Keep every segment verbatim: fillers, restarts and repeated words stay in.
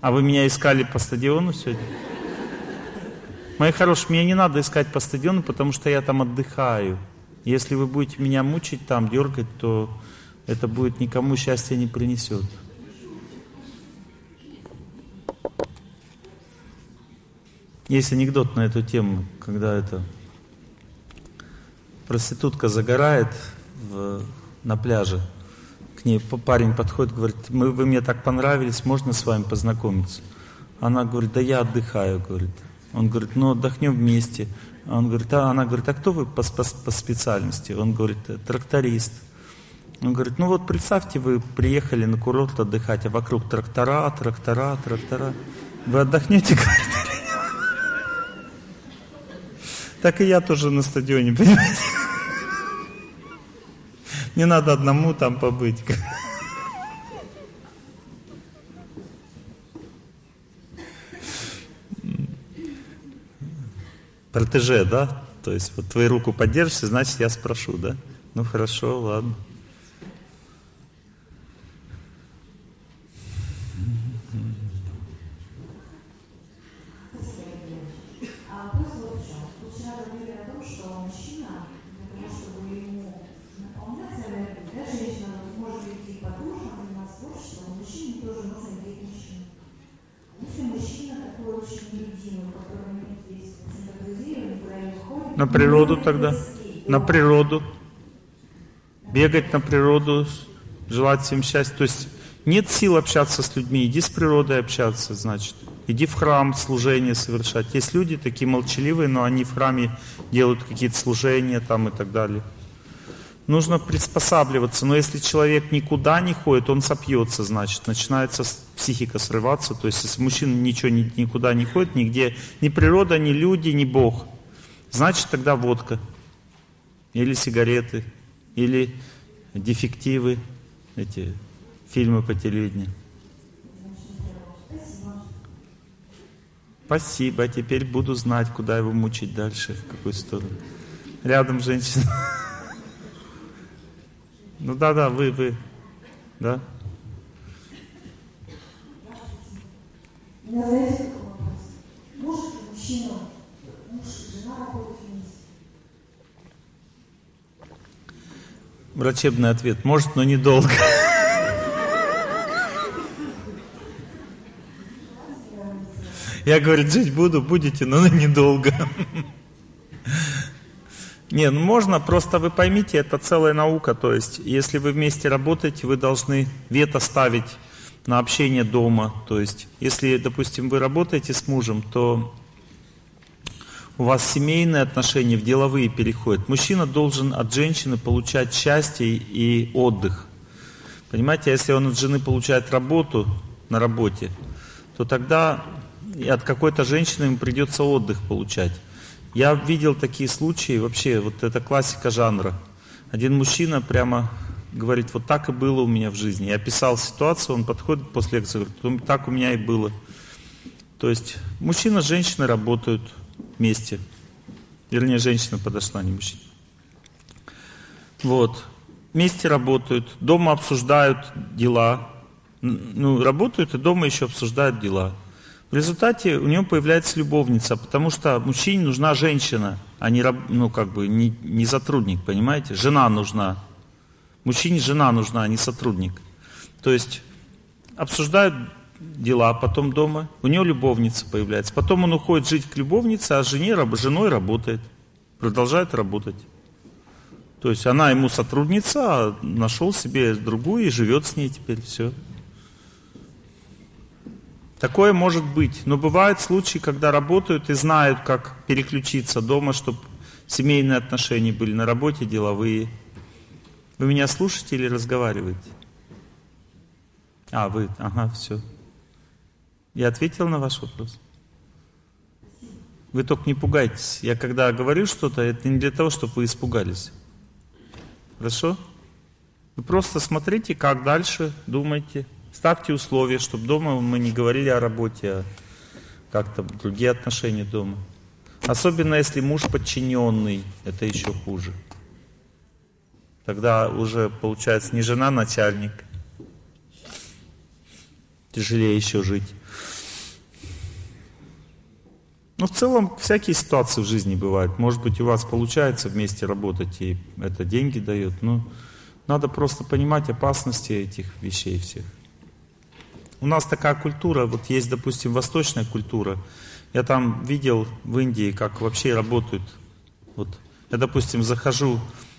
А вы меня искали по стадиону сегодня? Мои хорошие, мне не надо искать по стадиону, потому что я там отдыхаю. Если вы будете меня мучить там, дергать, то это будет никому счастья не принесет. Есть анекдот на эту тему, когда это проститутка загорает в, на пляже. К ней парень подходит, говорит: Мы, вы мне так понравились, можно с вами познакомиться? Она говорит: да я отдыхаю, говорит. Он говорит: ну отдохнем вместе. Он говорит, а, она говорит: а кто вы по, по, по специальности? Он говорит: тракторист. Он говорит: ну вот представьте, вы приехали на курорт отдыхать, а вокруг трактора, трактора, трактора. Вы отдохнете, говорит? Так и я тоже на стадионе, понимаете? Не надо одному там побыть. Протеже, да? То есть вот твою руку поддержишь, значит я спрошу, да? Ну хорошо, ладно. На природу тогда, на природу, бегать на природу, желать всем счастья. То есть нет сил общаться с людьми, иди с природой общаться, значит. Иди в храм служение совершать. Есть люди такие молчаливые, но они в храме делают какие-то служения там и так далее. Нужно приспосабливаться, но если человек никуда не ходит, он сопьется, значит, начинается психика срываться. То есть если мужчина ничего никуда не ходит, нигде, ни природа, ни люди, ни Бог, значит тогда водка, или сигареты, или дефективы, эти фильмы по телевидению. Спасибо, теперь буду знать, куда его мучить дальше, в какую сторону. Рядом женщина. Ну да-да, вы, вы, да? У меня, знаете, такой вопрос. Может ли мужчина, муж и жена работать вместе? Врачебный ответ. Может, но недолго. Я, говорит, жить буду, будете, но недолго. Не, ну можно, просто вы поймите, это целая наука. То есть, если вы вместе работаете, вы должны вето ставить на общение дома. То есть, если, допустим, вы работаете с мужем, то у вас семейные отношения в деловые переходят. Мужчина должен от женщины получать счастье и отдых. Понимаете, если он от жены получает работу на работе, то тогда и от какой-то женщины ему придется отдых получать. Я видел такие случаи, вообще, вот это классика жанра. Один мужчина прямо говорит: вот так и было у меня в жизни. Я описал ситуацию, он подходит после лекции, говорит: так у меня и было. То есть мужчина с женщиной работают вместе. Вернее, женщина подошла, не мужчина. Вот. Вместе работают, дома обсуждают дела. Ну, работают и дома еще обсуждают дела. В результате у него появляется любовница, потому что мужчине нужна женщина, а не, ну, как бы, не, не сотрудник, понимаете? Жена нужна. Мужчине жена нужна, а не сотрудник. То есть обсуждают дела, потом дома, у него любовница появляется. Потом он уходит жить к любовнице, а жене, женой работает, продолжает работать. То есть она ему сотрудница, а нашел себе другую и живет с ней теперь, все. Такое может быть, но бывают случаи, когда работают и знают, как переключиться дома, чтобы семейные отношения были, на работе деловые. Вы меня слушаете или разговариваете? А, вы, ага, все. Я ответил на ваш вопрос? Вы только не пугайтесь. Я когда говорю что-то, это не для того, чтобы вы испугались. Хорошо? Вы просто смотрите, как дальше, думайте. Ставьте условия, чтобы дома мы не говорили о работе, а как-то другие отношения дома. Особенно если муж подчиненный, это еще хуже. Тогда уже получается не жена, а начальник. тяжелее еще жить. Ну, в целом, всякие ситуации в жизни бывают. Может быть, у вас получается вместе работать, и это деньги дает. Но надо просто понимать опасности этих вещей всех. У нас такая культура, вот есть, допустим, восточная культура. Я там видел в Индии, как вообще работают. Вот я, допустим, захожу,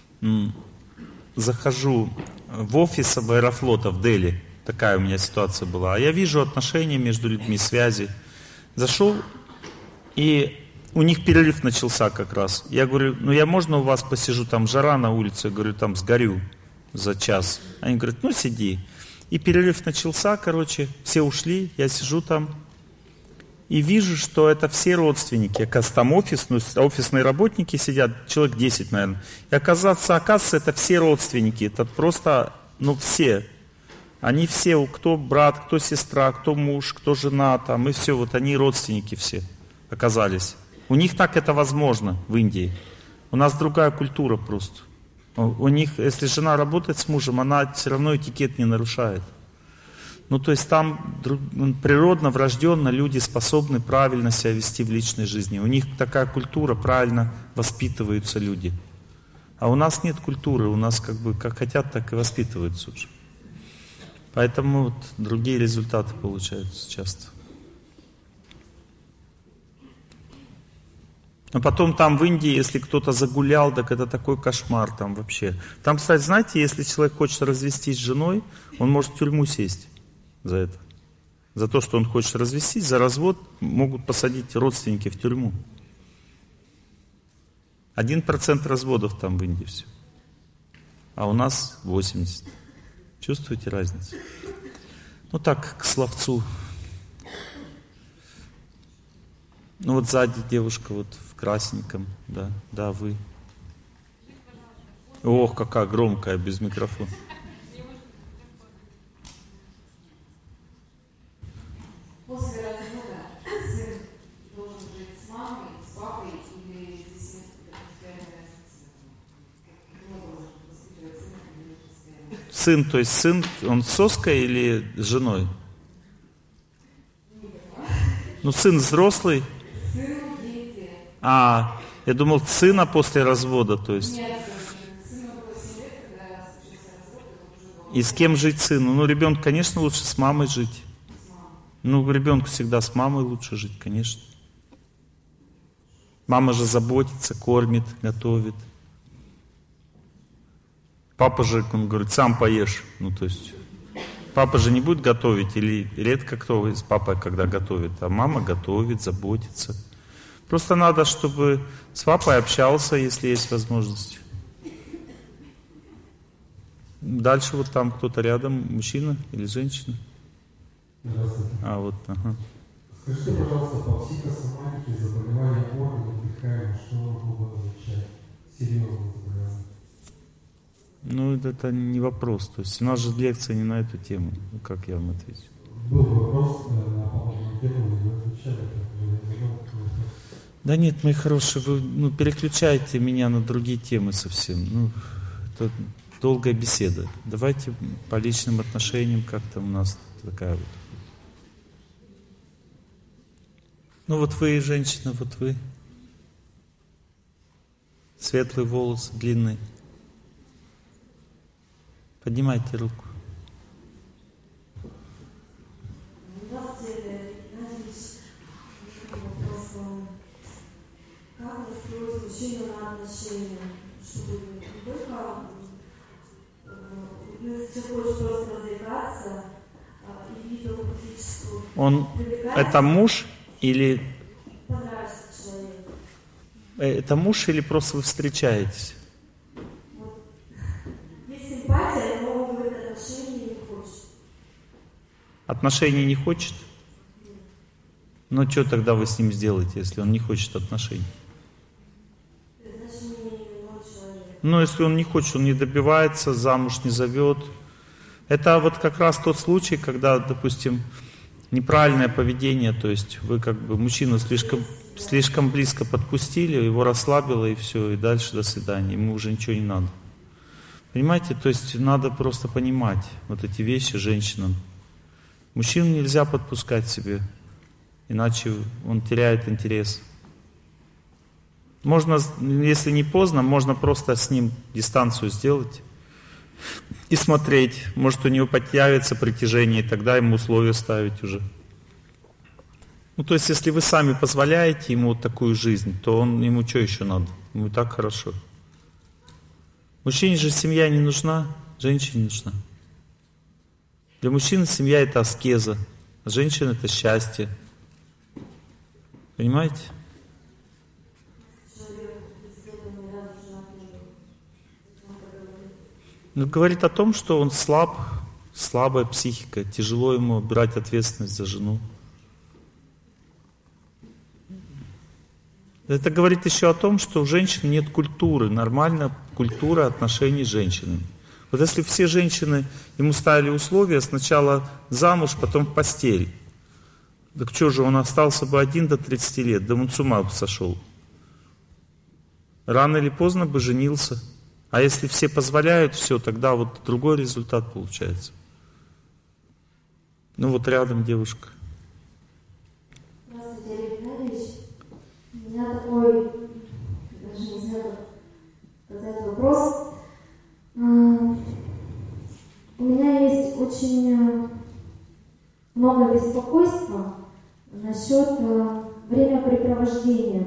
захожу в офис в Аэрофлота в Дели. Такая у меня ситуация была. А я вижу отношения между людьми, связи. Зашел, и у них перерыв начался как раз. Я говорю, ну я можно у вас посижу, там жара на улице, я говорю, там сгорю за час. Они говорят, ну сиди. И перерыв начался, короче, все ушли, я сижу там. И вижу, что это все родственники. Оказывается, там офис, ну, офисные работники сидят, человек десять, наверное. И оказаться, оказывается, это все родственники. Это просто, ну, все. Они все, кто брат, кто сестра, кто муж, кто жена, там, и все, вот они родственники все оказались. У них так это возможно в Индии. У нас другая культура просто. У них, если жена работает с мужем, она все равно этикет не нарушает. Ну, то есть там природно, врожденно люди способны правильно себя вести в личной жизни. У них такая культура, правильно воспитываются люди. А у нас нет культуры, у нас как бы как хотят, так и воспитываются уже. Поэтому вот другие результаты получаются часто. Но потом там в Индии, если кто-то загулял, так это такой кошмар там вообще. Там, кстати, знаете, если человек хочет развестись с женой, он может в тюрьму сесть за это. За то, что он хочет развестись, за развод могут посадить родственники в тюрьму. Один процент разводов там в Индии все. А у нас восемьдесят. Чувствуете разницу? Ну так, к словцу. Ну вот сзади девушка вот в красненьком, да, да, вы. Ох, какая громкая, без микрофона. После развода сын должен жить с мамой, с папой, или здесь нет принципиальной разницы? Как должен воспитывать сына, или нет принципиальной разницы? Сын, то есть сын, он с соской или с женой? Ну сын взрослый. А, я думал, сына после развода, то есть. Нет, сыну было семь лет, когда случился развод, и он уже был. И с кем жить сыну? Ну, ребенку, конечно, лучше с мамой жить. Ну, ребенку всегда с мамой лучше жить, конечно. Мама же заботится, кормит, готовит. Папа же, он говорит, сам поешь. Ну, то есть, папа же не будет готовить, или редко кто из папы, когда готовит, а мама готовит, заботится. Просто надо, чтобы с папой общался, если есть возможность. Дальше вот там кто-то рядом, мужчина или женщина? Здравствуйте. А вот, ага. Скажите, пожалуйста, по психосоматике заболевания органов дыхания, что оно означает? Серьезное заболевание. Ну, это не вопрос. То есть у нас же лекция не на эту тему. Ну, как я вам ответил? Был вопрос на подобную тему, и вы отвечали. Да нет, мои хорошие, вы ну, переключаете меня на другие темы совсем. Ну, это долгая беседа. Давайте по личным отношениям как-то у нас такая вот. Ну вот вы, женщина, вот вы. Светлые волосы, длинные. Поднимайте руку. Здравствуйте, Надеюсь, вопрос вам. Как настроить мужчину на отношения, чтобы не только если хочешь просто развлекаться и видел физическую Он, это муж или... понравится человеку? Это муж или просто вы встречаетесь? Вот. Есть симпатия, но он в это отношение не хочет. Отношений не хочет? Ну, что тогда вы с ним сделаете, если он не хочет отношений? Значит, не мой человек. Ну, если он не хочет, он не добивается, замуж не зовет. Это вот как раз тот случай, когда, допустим, неправильное поведение, то есть вы как бы мужчину слишком, слишком близко подпустили, его расслабило и все, и дальше до свидания, ему уже ничего не надо. Понимаете, то есть надо просто понимать вот эти вещи женщинам. Мужчину нельзя подпускать к себе, иначе он теряет интерес. Можно, если не поздно, можно просто с ним дистанцию сделать и смотреть. Может, у него появится притяжение, и тогда ему условия ставить уже. Ну, то есть, если вы сами позволяете ему вот такую жизнь, то он, ему что еще надо? Ему и так хорошо. Мужчине же семья не нужна, женщине нужна. Для мужчины семья — это аскеза, а женщина — это счастье. Понимаете? Ну, говорит о том, что он слаб, слабая психика, тяжело ему брать ответственность за жену. Это говорит еще о том, что у женщин нет культуры, нормальная культура отношений с женщинами. Вот если все женщины ему ставили условия, сначала замуж, потом в постель, так что же, он остался бы один до тридцати лет, да он с ума бы сошел. Рано или поздно бы женился. А если все позволяют, все, тогда вот другой результат получается. Ну вот рядом девушка. Здравствуйте, Олег Геннадьевич. У меня такой, даже не знаю, как сказать, вопрос. У меня есть очень много беспокойства насчет времяпрепровождения.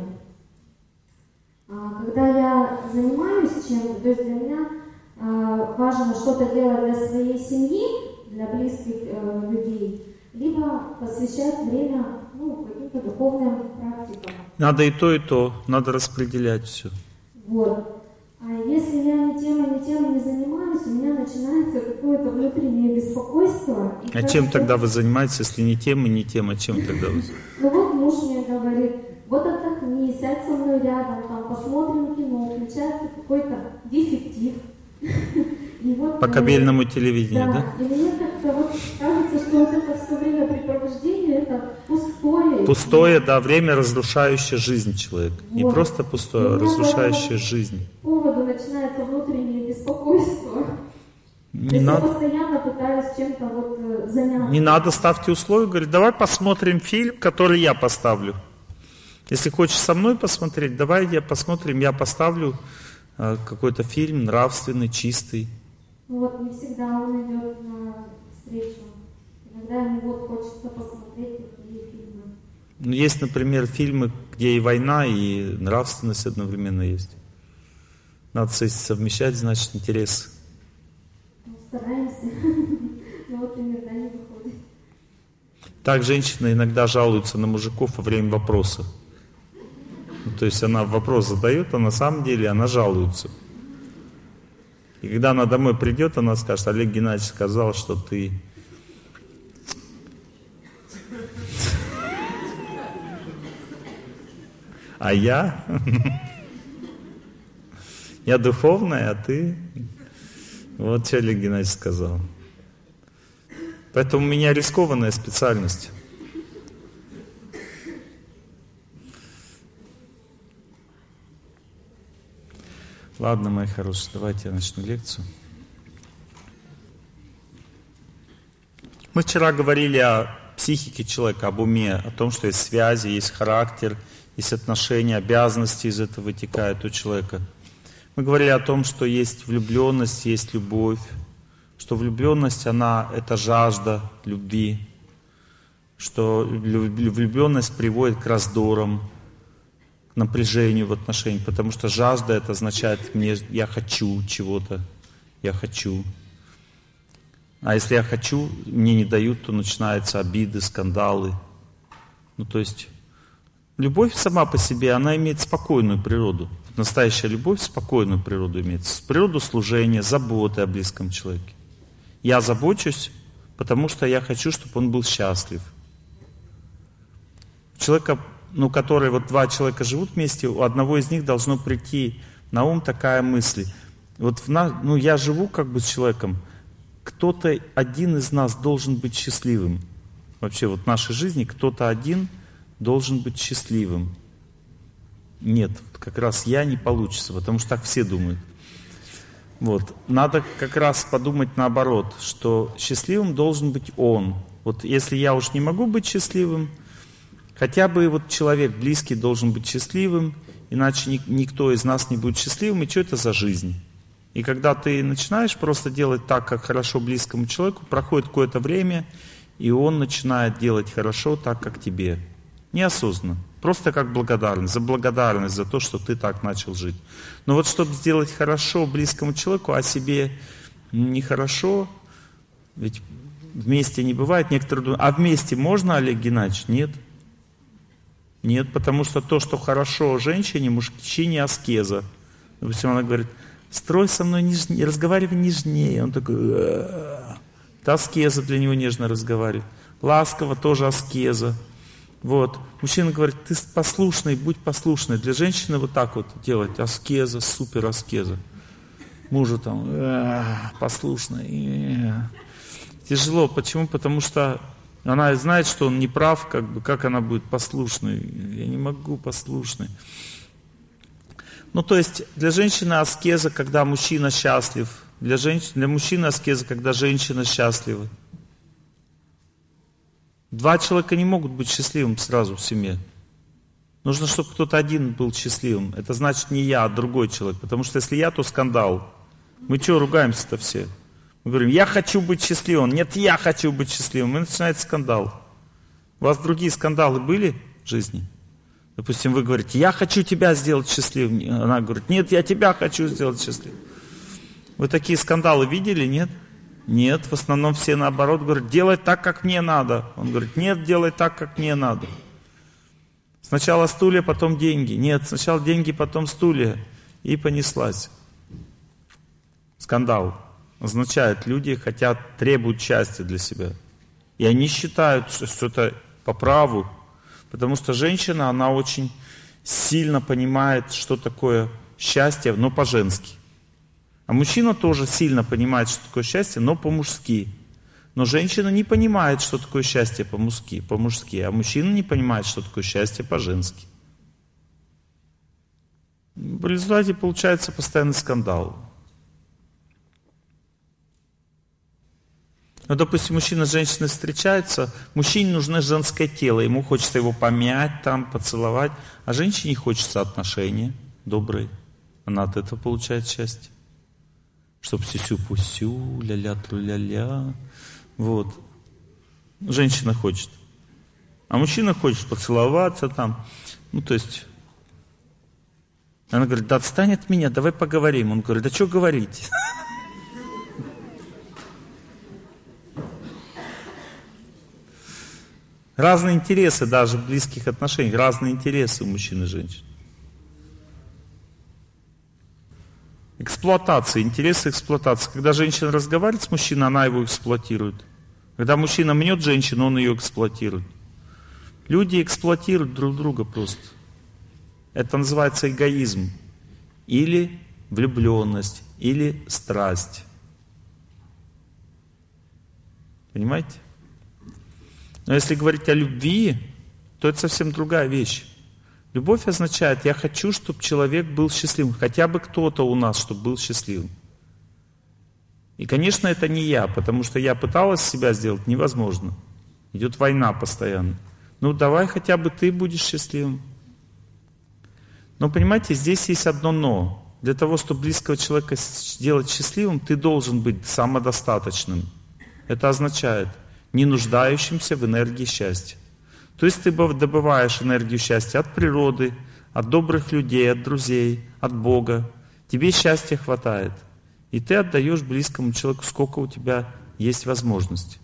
Когда я занимаюсь чем-то, то есть для меня важно что-то делать для своей семьи, для близких людей, либо посвящать время ну, каким-то духовным практикам. Надо и то, и то, надо распределять все. Вот. А если я ни тем, ни тем не занимаюсь, у меня начинается какое-то внутреннее беспокойство. А чем тогда вы занимаетесь, если не тем и не тем, а чем тогда вы? Ну вот муж мне говорит, вот отдохни, сядь со мной рядом, там, посмотрим кино, включается какой-то дефектив. Вот, по кабельному телевидению, да? Да, и мне как-то вот кажется, что вот это все времяпрепровождение, это пустое. Пустое, да, время, разрушающее жизнь человека. Вот. Не просто пустое, а разрушающее жизнь. По поводу начинается внутреннее беспокойство. Не надо. Я постоянно пытаюсь чем-то вот заняться. Не надо, ставьте условия, говорит, давай посмотрим фильм, который я поставлю. Если хочешь со мной посмотреть, давай я посмотрим, я поставлю э, какой-то фильм нравственный, чистый. Ну вот не всегда он идет на встречу. Иногда ему вот хочется посмотреть такие фильмы. Ну, есть, например, фильмы, где и война, и нравственность одновременно есть. Надо совмещать, значит, интересы. Ну, стараемся, но вот иногда не выходит. Так женщины иногда жалуются на мужиков во время вопроса. Ну, то есть она вопрос задает, а на самом деле она жалуется. И когда она домой придет, она скажет, Олег Геннадьевич сказал, что ты... А я? Я духовная, а ты? Вот что Олег Геннадьевич сказал. Поэтому у меня рискованная специальность. Ладно, мои хорошие, давайте я начну лекцию. Мы вчера говорили о психике человека, об уме, о том, что есть связи, есть характер, есть отношения, обязанности из этого вытекают у человека. Мы говорили о том, что есть влюбленность, есть любовь, что влюбленность, она, это жажда любви, что влюбленность приводит к раздорам, к напряжению в отношениях, потому что жажда, это означает, мне, я хочу чего-то, я хочу. А если я хочу, мне не дают, то начинаются обиды, скандалы. Ну, то есть, любовь сама по себе, она имеет спокойную природу. Настоящая любовь спокойную природу имеет. Природу служения, заботы о близком человеке. Я забочусь, потому что я хочу, чтобы он был счастлив. У человека, ну, который, вот два человека живут вместе, у одного из них должно прийти на ум такая мысль. Вот в на, ну, я живу как бы с человеком, кто-то один из нас должен быть счастливым. Вообще вот в нашей жизни кто-то один должен быть счастливым. Нет, как раз я не получится, потому что так все думают. Вот. Надо как раз подумать наоборот, что счастливым должен быть он. Вот если я уж не могу быть счастливым, хотя бы вот человек близкий должен быть счастливым, иначе ни, никто из нас не будет счастливым, и что это за жизнь? И когда ты начинаешь просто делать так, как хорошо близкому человеку, проходит какое-то время, и он начинает делать хорошо так, как тебе. Неосознанно. Просто как благодарность, за благодарность, за то, что ты так начал жить. Но вот чтобы сделать хорошо близкому человеку, а себе нехорошо, ведь вместе не бывает, некоторые думают, а вместе можно, Олег Геннадьевич? Нет. Нет, потому что то, что хорошо женщине, мужчине аскеза. Допустим, она говорит, строй со мной нежнее, разговаривай нежнее. Он такой, это аскеза для него нежно разговаривает. Ласково тоже аскеза. Вот. Мужчина говорит, ты послушный, будь послушный. Для женщины вот так вот делать, аскеза, супер аскеза. Мужу там, послушный. Тяжело. Почему? Потому что она знает, что он не прав, как бы, как она будет послушной. Я не могу послушной. Ну, то есть, для женщины аскеза, когда мужчина счастлив. Для, женщин, для мужчины аскеза, когда женщина счастлива. Два человека не могут быть счастливым сразу в семье. Нужно, чтобы кто-то один был счастливым. Это значит не я, а другой человек. Потому что если я, то скандал. Мы что, ругаемся-то все? Мы говорим, я хочу быть счастливым. Нет, я хочу быть счастливым. И начинается скандал. У вас другие скандалы были в жизни? Допустим, вы говорите, я хочу тебя сделать счастливым. Она говорит, нет, я тебя хочу сделать счастливым. Вы такие скандалы видели, нет? Нет, в основном все наоборот говорят, делай так, как мне надо. Он говорит, нет, делай так, как мне надо. Сначала стулья, потом деньги. Нет, сначала деньги, потом стулья. И понеслась. Скандал означает, люди хотят, требуют счастья для себя. И они считают, что это по праву. Потому что женщина, она очень сильно понимает, что такое счастье, но по-женски. А мужчина тоже сильно понимает, что такое счастье, но по-мужски. Но женщина не понимает, что такое счастье по-мужски, по-мужски, а мужчина не понимает, что такое счастье по-женски. В результате получается постоянный скандал. Ну, допустим, мужчина с женщиной встречаются, мужчине нужно женское тело, ему хочется его помять, там, поцеловать, а женщине хочется отношения добрые. Она от этого получает счастье. Чтоб сюсю-пусю, ля-ля-тру-ля-ля. Вот. Женщина хочет. А мужчина хочет поцеловаться там. Ну, то есть... Она говорит, да отстань от меня, давай поговорим. Он говорит, да что говорить? Разные интересы даже в близких отношениях. Разные интересы у мужчин и женщин. Эксплуатация, интересы эксплуатации. Когда женщина разговаривает с мужчиной, она его эксплуатирует. Когда мужчина мнет женщину, он ее эксплуатирует. Люди эксплуатируют друг друга просто. Это называется эгоизм. Или влюбленность, или страсть. Понимаете? Но если говорить о любви, то это совсем другая вещь. Любовь означает, я хочу, чтобы человек был счастливым. Хотя бы кто-то у нас, чтобы был счастливым. И, конечно, это не я, потому что я пыталась себя сделать, невозможно. Идет война постоянно. Ну, давай хотя бы ты будешь счастливым. Но, понимаете, здесь есть одно «но». Для того, чтобы близкого человека сделать счастливым, ты должен быть самодостаточным. Это означает не нуждающимся в энергии счастья. То есть ты добываешь энергию счастья от природы, от добрых людей, от друзей, от Бога. Тебе счастья хватает. И ты отдаешь близкому человеку, сколько у тебя есть возможности.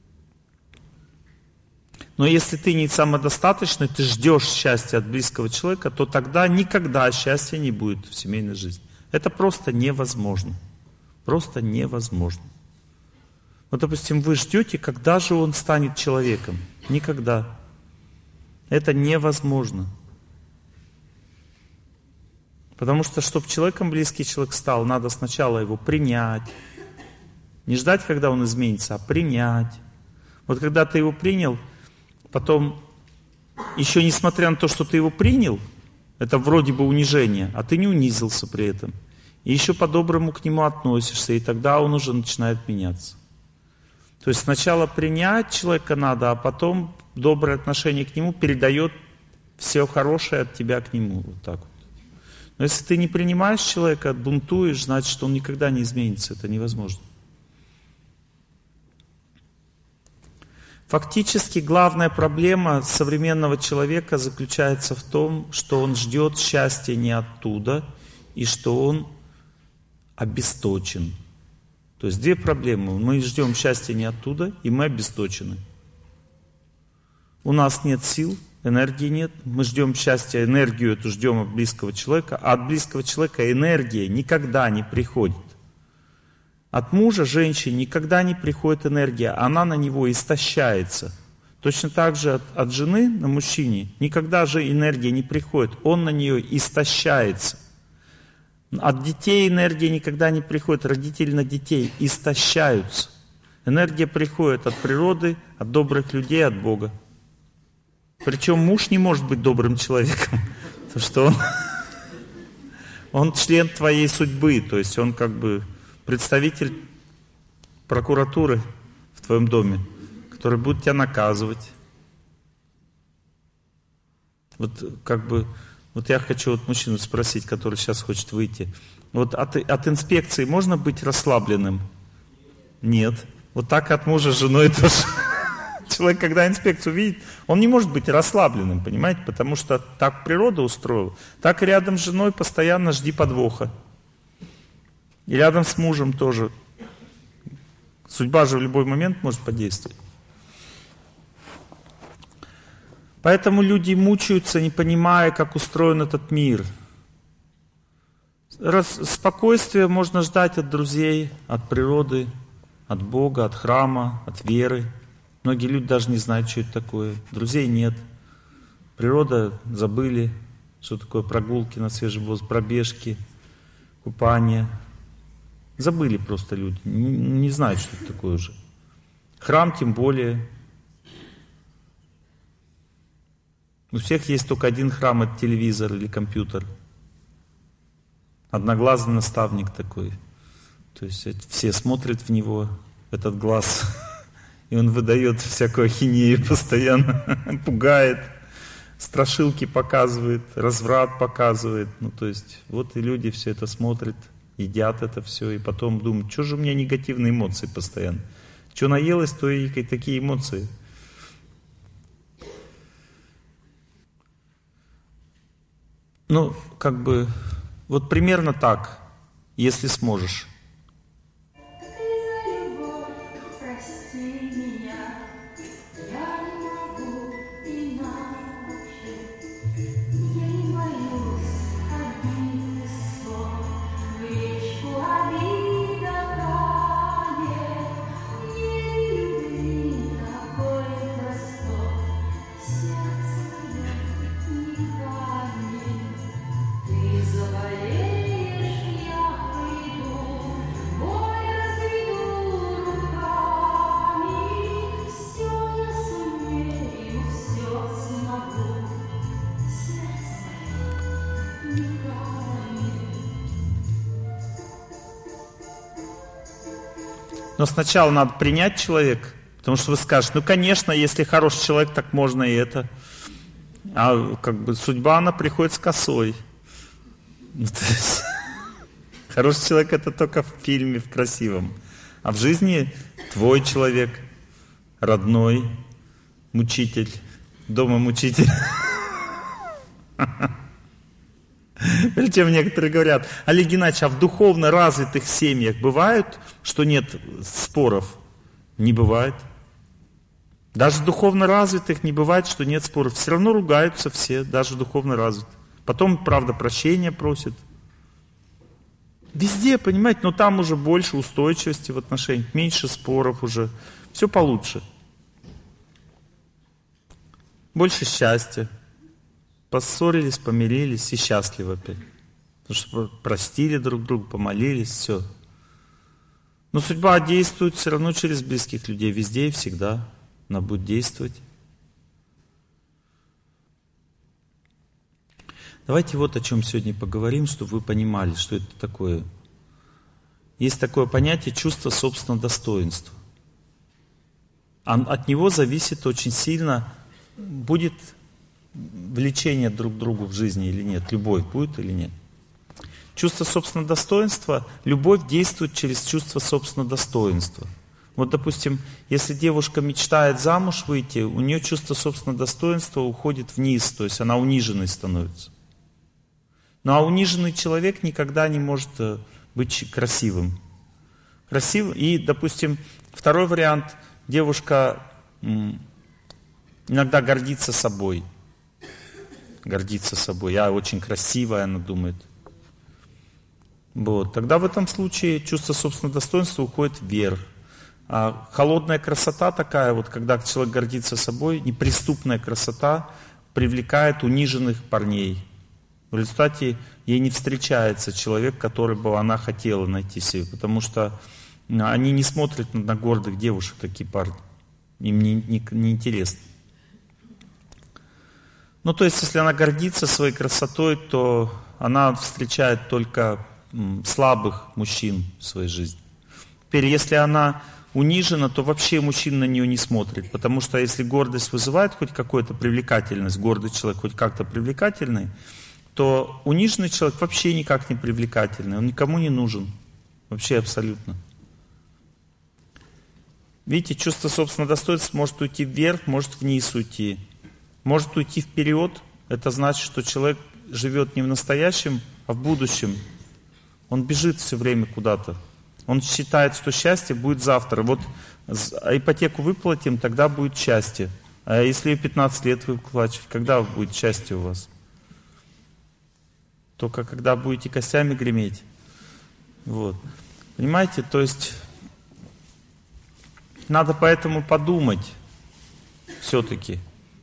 Но если ты не самодостаточный, ты ждешь счастья от близкого человека, то тогда никогда счастья не будет в семейной жизни. Это просто невозможно. Просто невозможно. Вот, допустим, вы ждете, когда же он станет человеком. Никогда. Это невозможно. Потому что, чтобы человеком близкий человек стал, надо сначала его принять. Не ждать, когда он изменится, а принять. Вот когда ты его принял, потом, еще несмотря на то, что ты его принял, это вроде бы унижение, а ты не унизился при этом. И еще по-доброму к нему относишься, и тогда он уже начинает меняться. То есть сначала принять человека надо, а потом доброе отношение к нему передает все хорошее от тебя к нему. Вот так вот. Но если ты не принимаешь человека, бунтуешь, значит, он никогда не изменится. Это невозможно. Фактически главная проблема современного человека заключается в том, что он ждет счастья не оттуда и что он обесточен. То есть две проблемы. Мы ждем счастья не оттуда, и мы обесточены. У нас нет сил, энергии нет. Мы ждем счастья, энергию эту ждем от близкого человека, а от близкого человека энергия никогда не приходит. От мужа, женщины никогда не приходит энергия, она на него истощается. Точно так же от, от жены на мужчине никогда же энергия не приходит, он на нее истощается. От детей энергия никогда не приходит, родители на детей истощаются. Энергия приходит от природы, от добрых людей, от Бога. Причем муж не может быть добрым человеком, потому что он, он член твоей судьбы, то есть он как бы представитель прокуратуры в твоем доме, который будет тебя наказывать. Вот как бы, вот я хочу вот мужчину спросить, который сейчас хочет выйти. Вот от, от инспекции можно быть расслабленным? Нет. Вот так от мужа с женой тоже. Человек, когда инспекцию видит, он не может быть расслабленным, понимаете? Потому что так природа устроила. Так и рядом с женой постоянно жди подвоха. И рядом с мужем тоже. Судьба же в любой момент может подействовать. Поэтому люди мучаются, не понимая, как устроен этот мир. Раз, спокойствие можно ждать от друзей, от природы, от Бога, от храма, от веры. Многие люди даже не знают, что это такое. Друзей нет. Природа забыли, что такое прогулки на свежем воздухе, пробежки, купание. Забыли просто люди, не, не знают, что это такое уже. Храм тем более. У всех есть только один храм, это телевизор или компьютер. Одноглазый наставник такой. То есть все смотрят в него, этот глаз, и он выдает всякую ахинею постоянно, пугает, страшилки показывает, разврат показывает. Ну то есть вот и люди все это смотрят, едят это все, и потом думают, что же у меня негативные эмоции постоянно. Что наелось, то и такие эмоции. Ну, как бы, вот примерно так, если сможешь. Но сначала надо принять человека, потому что вы скажете, ну конечно, если хороший человек, так можно и это. А как бы судьба, она приходит с косой. Ну, то есть, хороший человек это только в фильме, в красивом. А в жизни твой человек, родной, мучитель, дома мучитель. Причем некоторые говорят, Олег Геннадьевич, а в духовно развитых семьях бывает, что нет споров? Не бывает. Даже в духовно развитых не бывает, что нет споров. Все равно ругаются все, даже духовно развитые. Потом, правда, прощения просят. Везде, понимаете, но там уже больше устойчивости в отношениях, меньше споров уже. Все получше. Больше счастья. Поссорились, помирились и счастливы опять. Потому что простили друг друга, помолились, все. Но судьба действует все равно через близких людей, везде и всегда. Она будет действовать. Давайте вот о чем сегодня поговорим, чтобы вы понимали, что это такое. Есть такое понятие чувство собственного достоинства. от него зависит очень сильно, будет влечение друг к другу в жизни или нет, любовь будет или нет. Чувство собственного достоинства, любовь действует через чувство собственного достоинства. Вот, допустим, если девушка мечтает замуж выйти, у нее чувство собственного достоинства уходит вниз, то есть она униженной становится. Ну а униженный человек никогда не может быть красивым. Красивым. И, допустим, второй вариант, девушка иногда гордится собой. Гордится собой. Я очень красивая, она думает. Вот. Тогда в этом случае чувство собственного достоинства уходит вверх. А холодная красота такая, вот когда человек гордится собой, неприступная красота привлекает униженных парней. В результате ей не встречается человек, который бы она хотела найти себе, потому что они не смотрят на гордых девушек, такие парни. Им не, не, не интересно. Ну, то есть, если она гордится своей красотой, то она встречает только м, слабых мужчин в своей жизни. Теперь, если она унижена, то вообще мужчина на нее не смотрит, потому что если гордость вызывает хоть какую-то привлекательность, гордый человек хоть как-то привлекательный, то униженный человек вообще никак не привлекательный, он никому не нужен, вообще абсолютно. Видите, чувство собственного достоинства может уйти вверх, может вниз уйти, может уйти вперед, это значит, что человек живет не в настоящем, а в будущем, он бежит все время куда-то. Он считает, что счастье будет завтра. Вот ипотеку выплатим, тогда будет счастье. А если пятнадцать лет выплачивать, когда будет счастье у вас? Только когда будете костями греметь. Вот. Понимаете, то есть надо поэтому подумать все-таки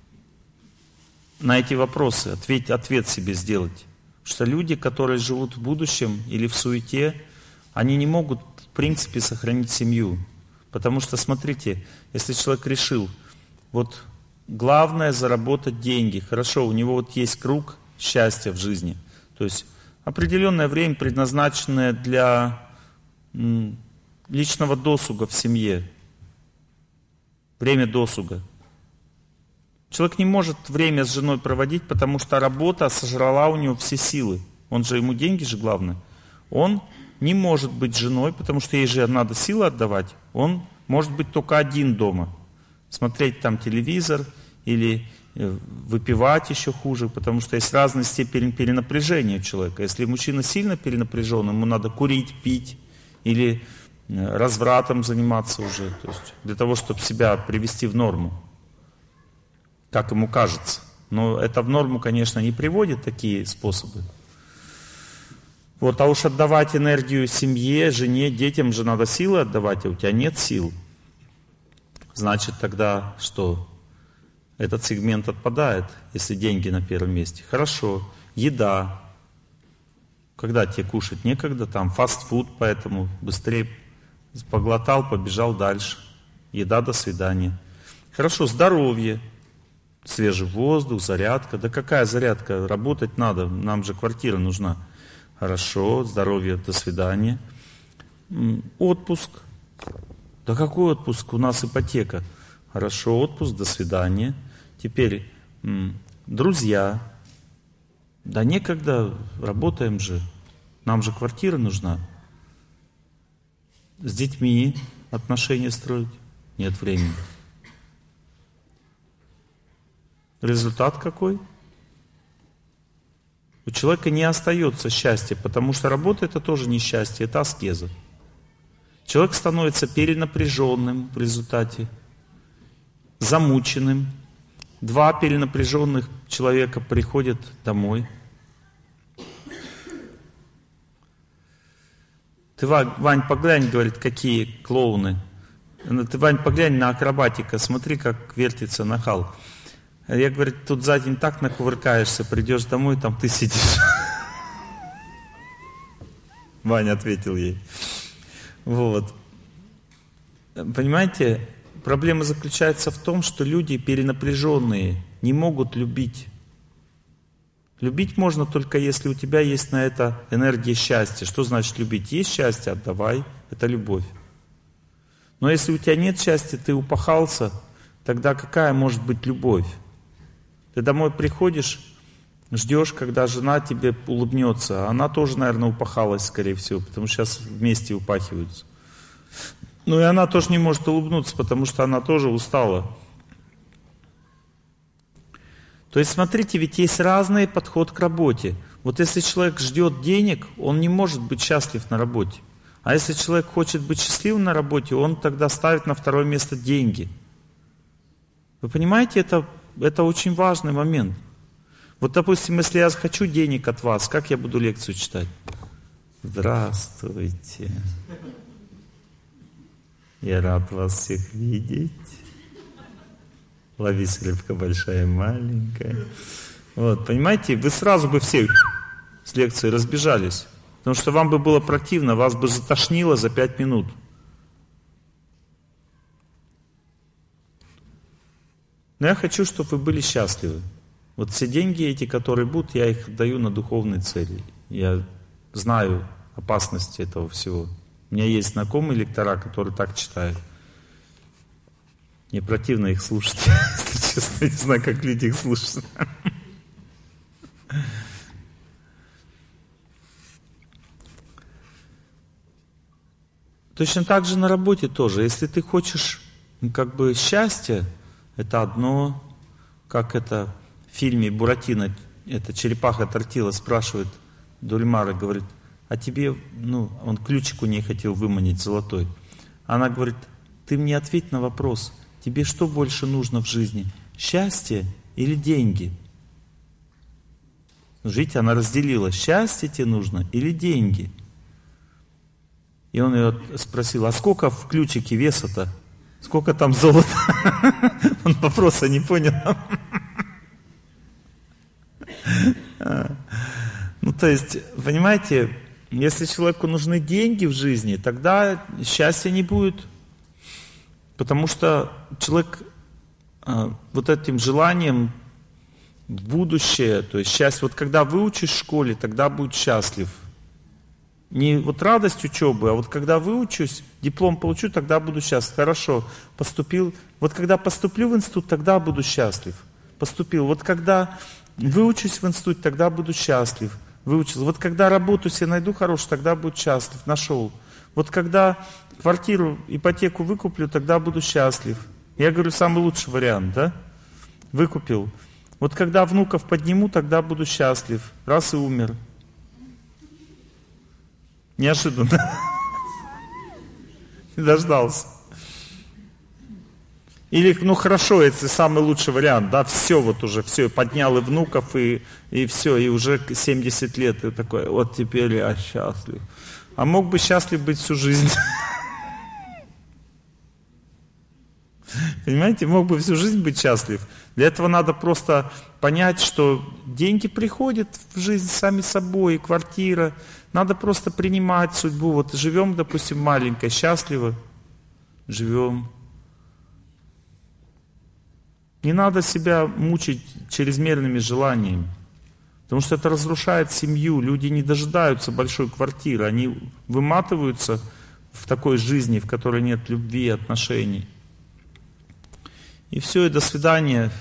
на эти вопросы, ответ, ответ себе сделать. Потому что люди, которые живут в будущем или в суете, они не могут в принципе сохранить семью. Потому что, смотрите, если человек решил, вот главное заработать деньги, хорошо, у него вот есть круг счастья в жизни, то есть определенное время, предназначенное для м, личного досуга в семье, время досуга. Человек не может время с женой проводить, потому что работа сожрала у него все силы. Он же, ему деньги же главное. Он не может быть женой, потому что ей же надо силы отдавать. Он может быть только один дома. Смотреть там телевизор или выпивать еще хуже, потому что есть разная степень перенапряжения у человека. Если мужчина сильно перенапряжен, ему надо курить, пить или развратом заниматься уже, то есть для того, чтобы себя привести в норму, как ему кажется. Но это в норму, конечно, не приводит такие способы. Вот, а уж отдавать энергию семье, жене, детям же надо силы отдавать, а у тебя нет сил. Значит, тогда что? Этот сегмент отпадает, если деньги на первом месте. Хорошо, еда. Когда тебе кушать некогда, там фастфуд, поэтому быстрее поглотал, побежал дальше. Еда, до свидания. Хорошо, здоровье. Свежий воздух, зарядка. Да какая зарядка? Работать надо, нам же квартира нужна. Хорошо, здоровье, до свидания. Отпуск. Да какой отпуск? У нас ипотека. Хорошо, отпуск, до свидания. Теперь друзья. Да некогда, работаем же. Нам же квартира нужна. С детьми отношения строить. Нет времени. Результат какой? У человека не остается счастья, потому что работа — это тоже не счастье, это аскеза. Человек становится перенапряженным в результате, замученным. Два перенапряженных человека приходят домой. Ты, Вань, поглянь, говорит, какие клоуны. Ты, Вань, поглянь на акробатика, смотри, как вертится нахал. Я, говорит, тут за день так накувыркаешься, придешь домой, там ты сидишь. Ваня ответил ей. Вот. Понимаете, проблема заключается в том, что люди перенапряженные не могут любить. Любить можно только если у тебя есть на это энергия счастья. Что значит любить? Есть счастье, отдавай. Это любовь. Но если у тебя нет счастья, ты упахался, тогда какая может быть любовь? Ты домой приходишь, ждешь, когда жена тебе улыбнется. Она тоже, наверное, упахалась, скорее всего, потому что сейчас вместе упахиваются. Ну и она тоже не может улыбнуться, потому что она тоже устала. То есть, смотрите, ведь есть разный подход к работе. Вот если человек ждет денег, он не может быть счастлив на работе. А если человек хочет быть счастливым на работе, он тогда ставит на второе место деньги. Вы понимаете, это, это очень важный момент. Вот, допустим, если я хочу денег от вас, как я буду лекцию читать? Здравствуйте. Я рад вас всех видеть. Ловись, рыбка большая и маленькая. Вот, понимаете, вы сразу бы все с лекции разбежались. Потому что вам бы было противно, вас бы затошнило за пять минут. Но я хочу, чтобы вы были счастливы. Вот все деньги эти, которые будут, я их даю на духовные цели. Я знаю опасности этого всего. У меня есть знакомые лектора, которые так читают. Мне противно их слушать, если честно. Я не знаю, как люди их слушают. Точно так же на работе тоже. Если ты хочешь, ну, как бы счастья, это одно, как это в фильме Буратино, это черепаха Тортила спрашивает Дульмара, говорит, а тебе, ну, он ключик у ней хотел выманить золотой. Она говорит, ты мне ответь на вопрос, тебе что больше нужно в жизни, счастье или деньги? Видите, она разделила, счастье тебе нужно или деньги? И он ее спросил, а сколько в ключике веса-то? Сколько там золота? Он вопроса не понял. Ну, то есть, понимаете, если человеку нужны деньги в жизни, тогда счастья не будет. Потому что человек вот этим желанием в будущее, то есть счастье, вот когда выучишь в школе, тогда будет счастлив. Не вот радость учебы, а вот когда выучусь, диплом получу, тогда буду счастлив. Хорошо, поступил. Вот когда поступлю в институт, тогда буду счастлив. Поступил. Вот когда выучусь в институте, тогда буду счастлив. Выучился. Вот когда работу себе найду хорошую, тогда буду счастлив. Нашел. Вот когда квартиру, ипотеку выкуплю, тогда буду счастлив. Я говорю, самый лучший вариант, да? Выкупил. Вот когда внуков подниму, тогда буду счастлив. Раз и умер. Неожиданно. Не дождался. Или, ну хорошо, это самый лучший вариант, да, все вот уже, все, поднял и внуков, и, и все, и уже семьдесят лет, и такой, вот теперь я счастлив. А мог бы счастлив быть всю жизнь. Понимаете, мог бы всю жизнь быть счастлив. Для этого надо просто понять, что деньги приходят в жизнь сами собой, и квартира. Надо просто принимать судьбу. Вот живем, допустим, маленько, счастливо живем. Не надо себя мучить чрезмерными желаниями. Потому что это разрушает семью. Люди не дожидаются большой квартиры. Они выматываются в такой жизни, в которой нет любви и отношений. И все, и до свидания.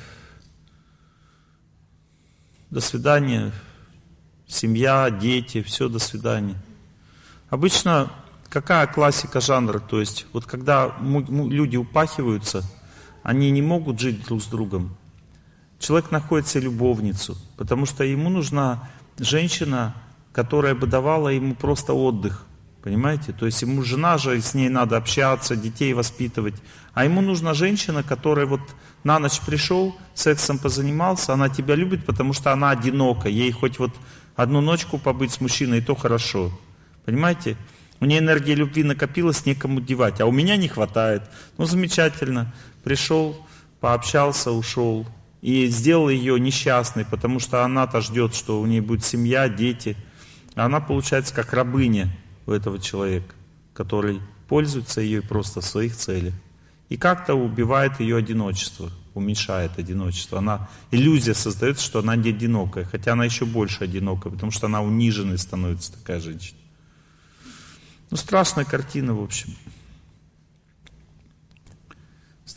До свидания. Семья, дети, все, до свидания. Обычно какая классика жанра? То есть, вот когда люди упахиваются, они не могут жить друг с другом. Человек находит себе любовницу, потому что ему нужна женщина, которая бы давала ему просто отдых. Понимаете? То есть ему жена же, с ней надо общаться, детей воспитывать. А ему нужна женщина, которая вот на ночь пришел, сексом позанимался, она тебя любит, потому что она одинока. Ей хоть вот одну ночку побыть с мужчиной, и то хорошо. Понимаете? У нее энергия любви накопилась, некому девать. А у меня не хватает. Ну, замечательно. Пришел, пообщался, ушел. И сделал ее несчастной, потому что она-то ждет, что у нее будет семья, дети. А она получается как рабыня у этого человека, который пользуется ее просто в своих целях. И как-то убивает ее одиночество, уменьшает одиночество. Она, иллюзия создается, что она не одинокая, хотя она еще больше одинокая, потому что она униженной становится, такая женщина. Ну, страшная картина, в общем.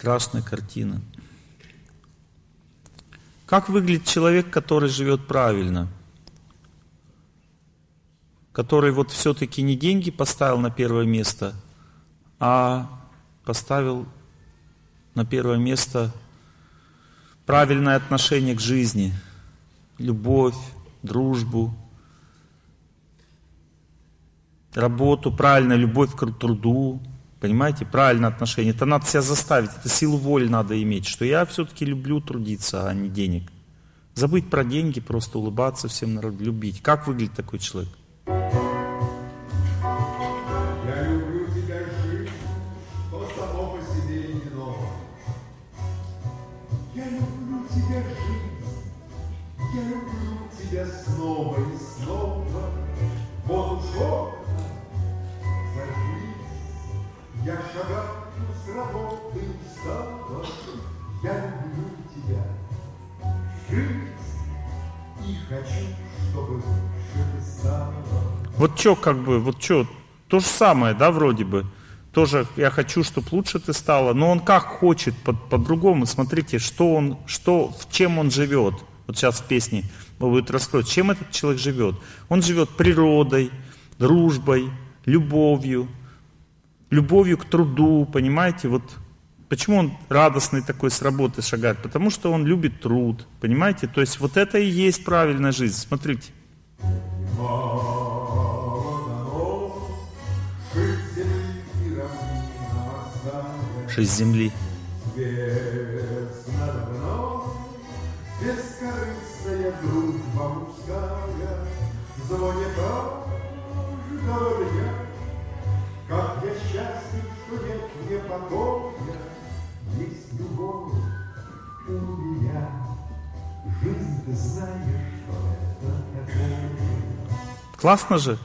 Страшная картина. Как выглядит человек, который живет правильно? Который вот все-таки не деньги поставил на первое место, а поставил на первое место правильное отношение к жизни, любовь, дружбу, работу, правильная любовь к труду, понимаете, правильное отношение. Это надо себя заставить, это силу воли надо иметь, что я все-таки люблю трудиться, а не денег. Забыть про деньги, просто улыбаться всем народу, любить. Как выглядит такой человек? Я люблю тебя, жизнь, то само по себе не ново. Я люблю тебя, жизнь, я люблю тебя снова и снова. Вот уж окна за жизнь, я шагаю с работы устала. Я люблю тебя, жизнь, и хочу, чтобы лучше ты стала. Вот что, как бы, вот что, то же самое, да, вроде бы. Тоже я хочу, чтобы лучше ты стала, но он как хочет, по- по-другому. Смотрите, что он, что, в чем он живет. Вот сейчас в песне будет раскрыть, чем этот человек живет. Он живет природой, дружбой, любовью, любовью к труду, понимаете, вот. Почему он радостный такой с работы шагает? Потому что он любит труд, понимаете? То есть вот это и есть правильная жизнь. Смотрите. Шесть земли. Бескорыстная дружба мужская, звонит каждого дня. Как я счастлив, что нет мне покоя, есть любовь у меня. Жизнь, ты знаешь, что это такое. Классно же.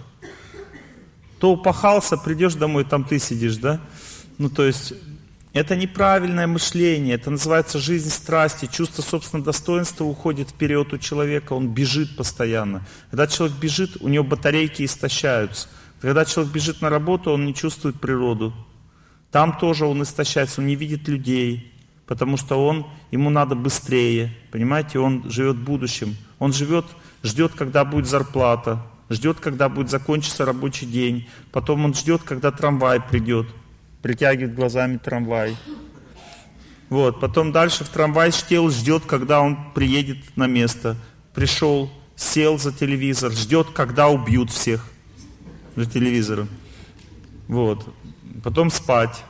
То упахался, придешь домой, там ты сидишь, да? Ну, то есть, это неправильное мышление, это называется жизнь страсти, чувство собственного достоинства уходит вперед у человека, он бежит постоянно. Когда человек бежит, у него батарейки истощаются. Когда человек бежит на работу, он не чувствует природу. Там тоже он истощается, он не видит людей, потому что он, ему надо быстрее, понимаете, он живет будущим. Он живет, ждет, когда будет зарплата, ждет, когда будет закончиться рабочий день, потом он ждет, когда трамвай придет, притягивает глазами трамвай. Вот, потом дальше в трамвай сел, ждет, когда он приедет на место. Пришел, сел за телевизор, ждет, когда убьют всех за телевизором. Вот. Потом спать.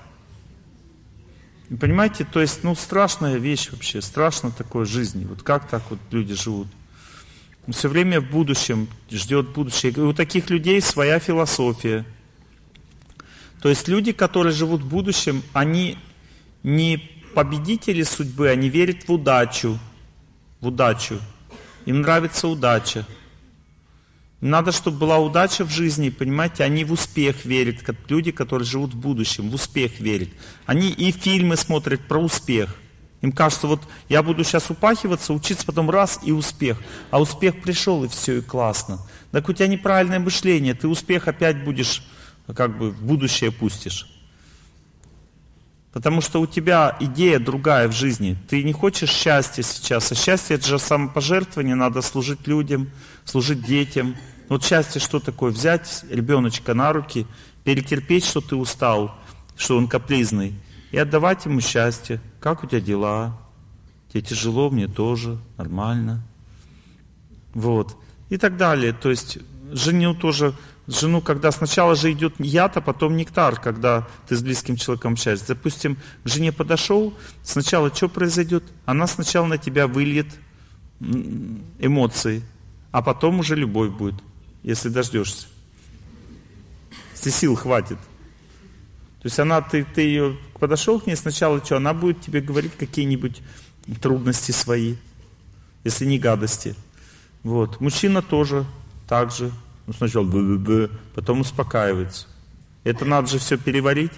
И понимаете, то есть, ну, страшная вещь вообще, страшно такой жизни. Вот как так вот люди живут? Все время в будущем, ждет будущее. И у таких людей своя философия. То есть люди, которые живут в будущем, они не победители судьбы, они верят в удачу. В удачу. Им нравится удача. Им надо, чтобы была удача в жизни, понимаете, они в успех верят, как люди, которые живут в будущем, в успех верят. Они и фильмы смотрят про успех. Им кажется, вот я буду сейчас упахиваться, учиться, потом раз и успех. А успех пришел, и все, и классно. Так у тебя неправильное мышление, ты успех опять будешь, как бы в будущее пустишь. Потому что у тебя идея другая в жизни. Ты не хочешь счастья сейчас. А счастье — это же самопожертвование, надо служить людям, служить детям. Вот счастье что такое? Взять ребеночка на руки, перетерпеть, что ты устал, что он капризный, и отдавать ему счастье. Как у тебя дела? Тебе тяжело, мне тоже, нормально. Вот. И так далее. То есть жену тоже... Жену, когда сначала же идет яд, а потом нектар, когда ты с близким человеком общаешься. Допустим, к жене подошел, сначала что произойдет? Она сначала на тебя выльет эмоции, а потом уже любовь будет, если дождешься. Если сил хватит. То есть она, ты, ты ее подошел к ней, сначала что? Она будет тебе говорить какие-нибудь трудности свои, если не гадости. Вот. Мужчина тоже так же. Ну, сначала б-б-б, потом успокаивается. Это надо же все переварить.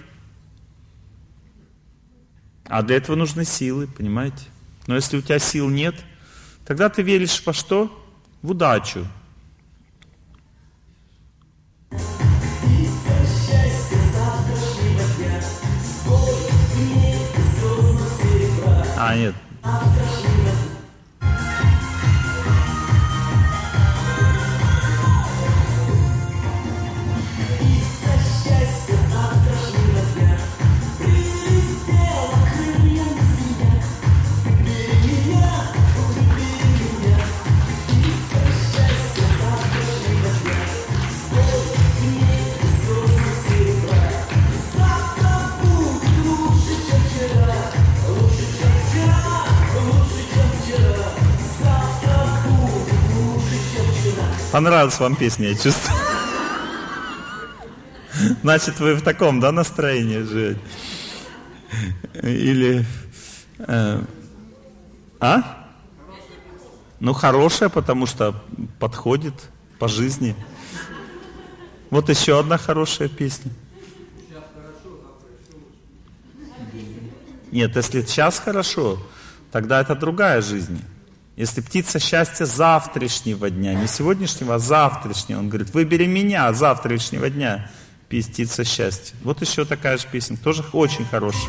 А для этого нужны силы, понимаете? Но если у тебя сил нет, тогда ты веришь во что? В удачу. Счастье завтрашнего дня, сколько мне безумно А, нет. Понравилась вам песня, я чувствую. Значит, вы в таком, да, настроении живете? Или... Э, а? Ну, хорошая, потому что подходит по жизни. Вот еще одна хорошая песня. Нет, если сейчас хорошо, тогда это другая жизнь. Если птица счастья завтрашнего дня, не сегодняшнего, а завтрашнего, он говорит, выбери меня завтрашнего дня, птица счастья. Вот еще такая же песня, тоже очень хорошая.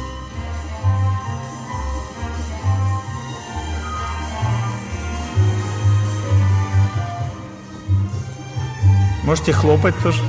Можете хлопать тоже.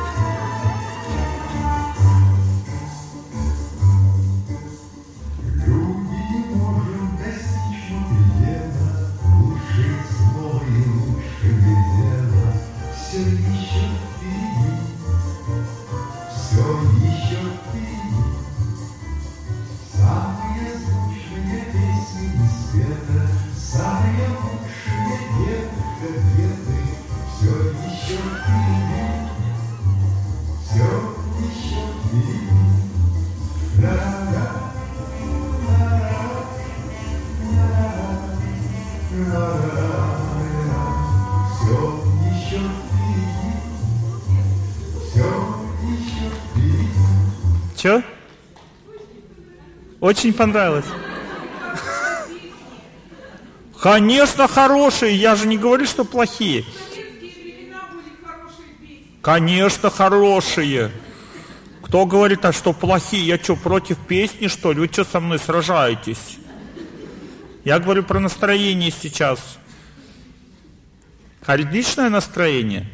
Че? Очень понравилось. Конечно, хорошие. Я же не говорю, что плохие. Конечно, хорошие. Кто говорит, а что плохие? Я что, против песни, что ли? Вы что со мной сражаетесь? Я говорю про настроение сейчас. Отличное настроение.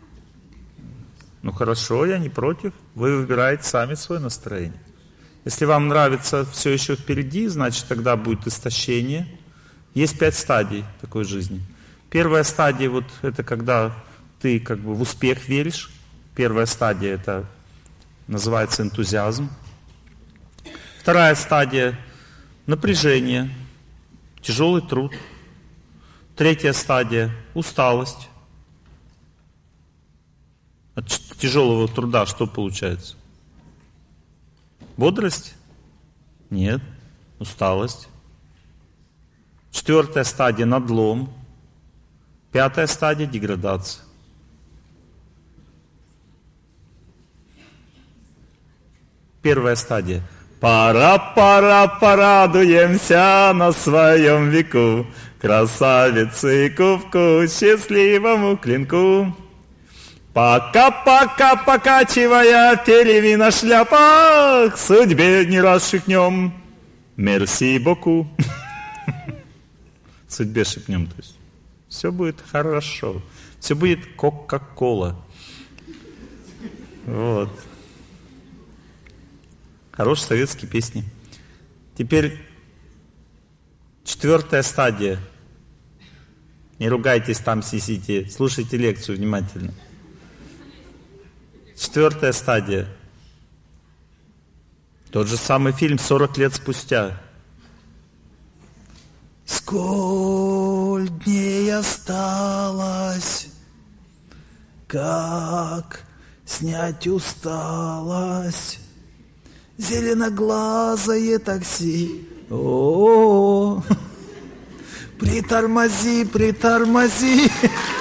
Ну хорошо, я не против. Вы выбираете сами свое настроение. Если вам нравится все еще впереди, значит тогда будет истощение. Есть пять стадий такой жизни. Первая стадия, вот это когда ты как бы в успех веришь. Первая стадия, это называется энтузиазм. Вторая стадия — напряжение, тяжелый труд. Третья стадия — усталость. От тяжелого труда что получается? Бодрость? Нет. Усталость. Четвертая стадия — надлом. Пятая стадия — деградация. Первая стадия. Пора, пора, порадуемся на своем веку, красавице и кубку, счастливому клинку. Пока-пока, покачивая перьями на шляпах, судьбе не раз шепнем «Мерси боку». Судьбе шепнем, то есть все будет хорошо, все будет кока-кола. Вот. Хорошие советские песни. Теперь четвертая стадия. Не ругайтесь там, сидите, слушайте лекцию внимательно. Четвертая стадия. Тот же самый фильм сорок лет спустя. Сколь дней осталось, как снять усталость, зеленоглазое такси. О-о-о. Притормози, притормози.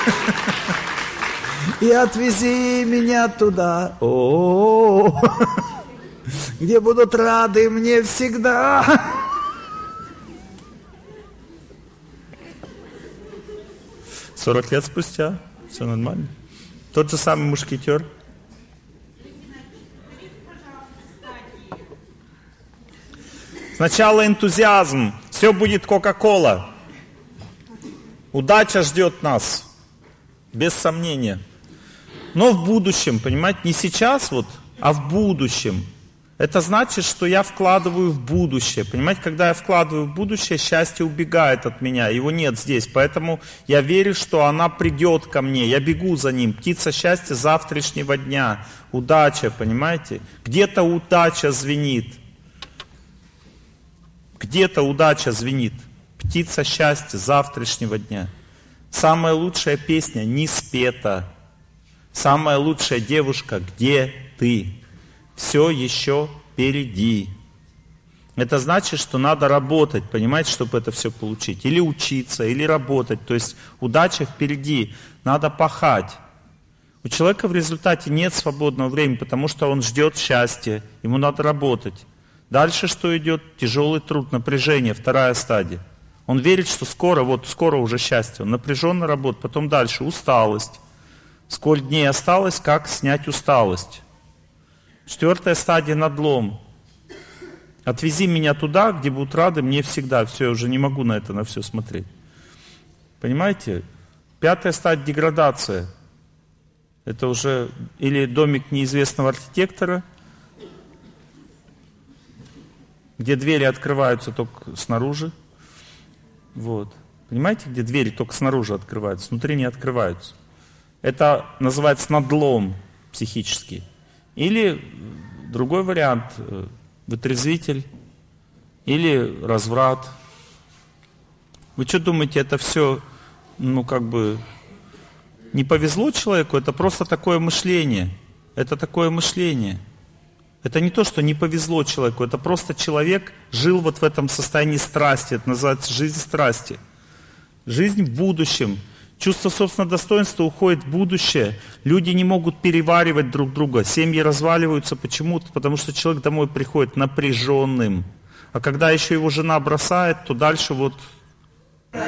И отвези меня туда, о-о-о, где будут рады мне всегда. Сорок лет спустя, все нормально. Тот же самый мушкетер. Сначала энтузиазм, Все будет Кока-Кола. Удача ждет нас. Без сомнения. Но в будущем, понимаете, не сейчас вот, а в будущем. Это значит, что я вкладываю в будущее. Понимаете, когда я вкладываю в будущее, счастье убегает от меня, его нет здесь. Поэтому я верю, что она придет ко мне, я бегу за ним. Птица счастья завтрашнего дня. Удача, понимаете? Где-то удача звенит. Где-то удача звенит. Птица счастья завтрашнего дня. Самая лучшая песня не спета. Самая лучшая девушка, где ты? Все еще впереди. Это значит, что надо работать, понимаете, чтобы это все получить. Или учиться, или работать. То есть удача впереди. Надо пахать. У человека в результате нет свободного времени, потому что он ждет счастья. Ему надо работать. Дальше что идет? Тяжелый труд, напряжение, вторая стадия. Он верит, что скоро, вот скоро уже счастье. Он напряженно работает. Потом дальше усталость. Сколько дней осталось, как снять усталость. Четвертая стадия — надлом. Отвези меня туда, где будут рады мне всегда. Все, я уже не могу на это, на все смотреть. Понимаете? Пятая стадия — деградация. Это уже или домик неизвестного архитектора, где двери открываются только снаружи. Вот. Понимаете, где двери только снаружи открываются, внутри не открываются. Это называется надлом психический. Или другой вариант, вытрезвитель, или разврат. Вы что думаете, это все, ну как бы, не повезло человеку? Это просто такое мышление. Это такое мышление. Это не то, что не повезло человеку, это просто человек жил вот в этом состоянии страсти. Это называется жизнь страсти. Жизнь в будущем. Чувство собственного достоинства уходит в будущее. Люди не могут переваривать друг друга. Семьи разваливаются почему-то, потому что человек домой приходит напряженным. А когда еще его жена бросает, то дальше вот... Но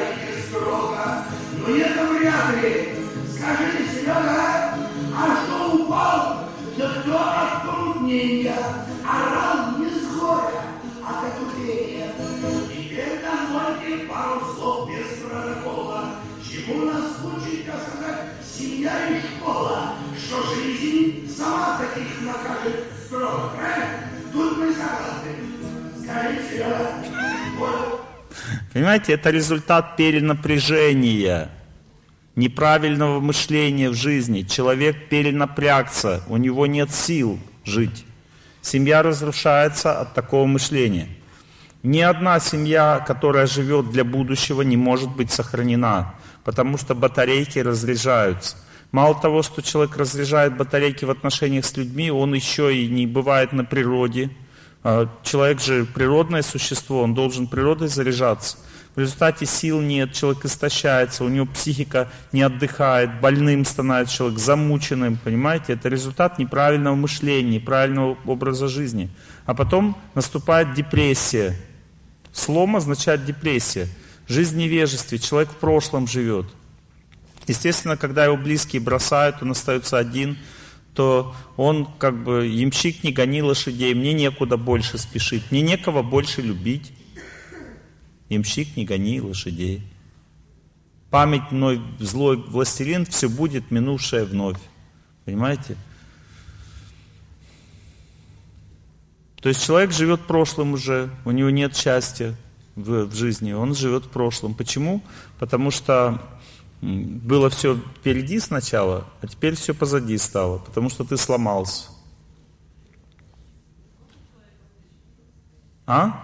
это вряд ли. Скажите, Серега, а что упал? Да кто от труднения? А раз не с горя, а от утения. Теперь дозвольте пару слов без протокола. Чему нас учит, как сказать, семья и школа, что жизнь сама таких накажет строго, правильно? Тут мы согласны. Скажите, Серега, вот. Понимаете, это результат перенапряжения, неправильного мышления в жизни. Человек перенапрягся, у него нет сил жить. Семья разрушается от такого мышления. Ни одна семья, которая живет для будущего, не может быть сохранена, потому что батарейки разряжаются. Мало того, что человек разряжает батарейки в отношениях с людьми, он еще и не бывает на природе. Человек же природное существо, он должен природой заряжаться. В результате сил нет, человек истощается, у него психика не отдыхает, больным становится человек, замученным, понимаете? Это результат неправильного мышления, неправильного образа жизни. А потом наступает депрессия. Слом означает депрессия. Жизнь в невежестве, человек в прошлом живет. Естественно, когда его близкие бросают, он остается один, то он как бы ямщик, не гони лошадей, мне некуда больше спешить, мне некого больше любить. Ямщик, не гони лошадей. Память мной злой властелин, все будет минувшее вновь. Понимаете? То есть человек живет прошлым уже, у него нет счастья в, в жизни, он живет в прошлом. Почему? Потому что было все впереди сначала, а теперь все позади стало, потому что ты сломался. А?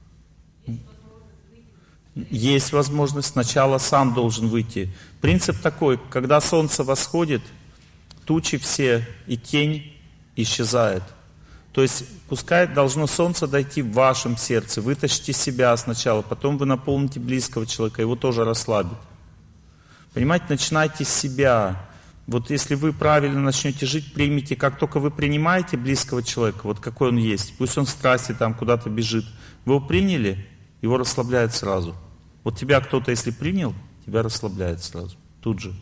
Есть возможность, сначала сам должен выйти. Принцип такой, когда солнце восходит, тучи все и тень исчезает. То есть пускай должно солнце дойти в вашем сердце, вытащите себя сначала, потом вы наполните близкого человека, его тоже расслабит. Понимаете, начинайте с себя. Вот если вы правильно начнете жить, примите, как только вы принимаете близкого человека, вот какой он есть, пусть он в страсти там куда-то бежит, вы его приняли, его расслабляет сразу. Вот тебя кто-то, если принял, тебя расслабляет сразу, тут же.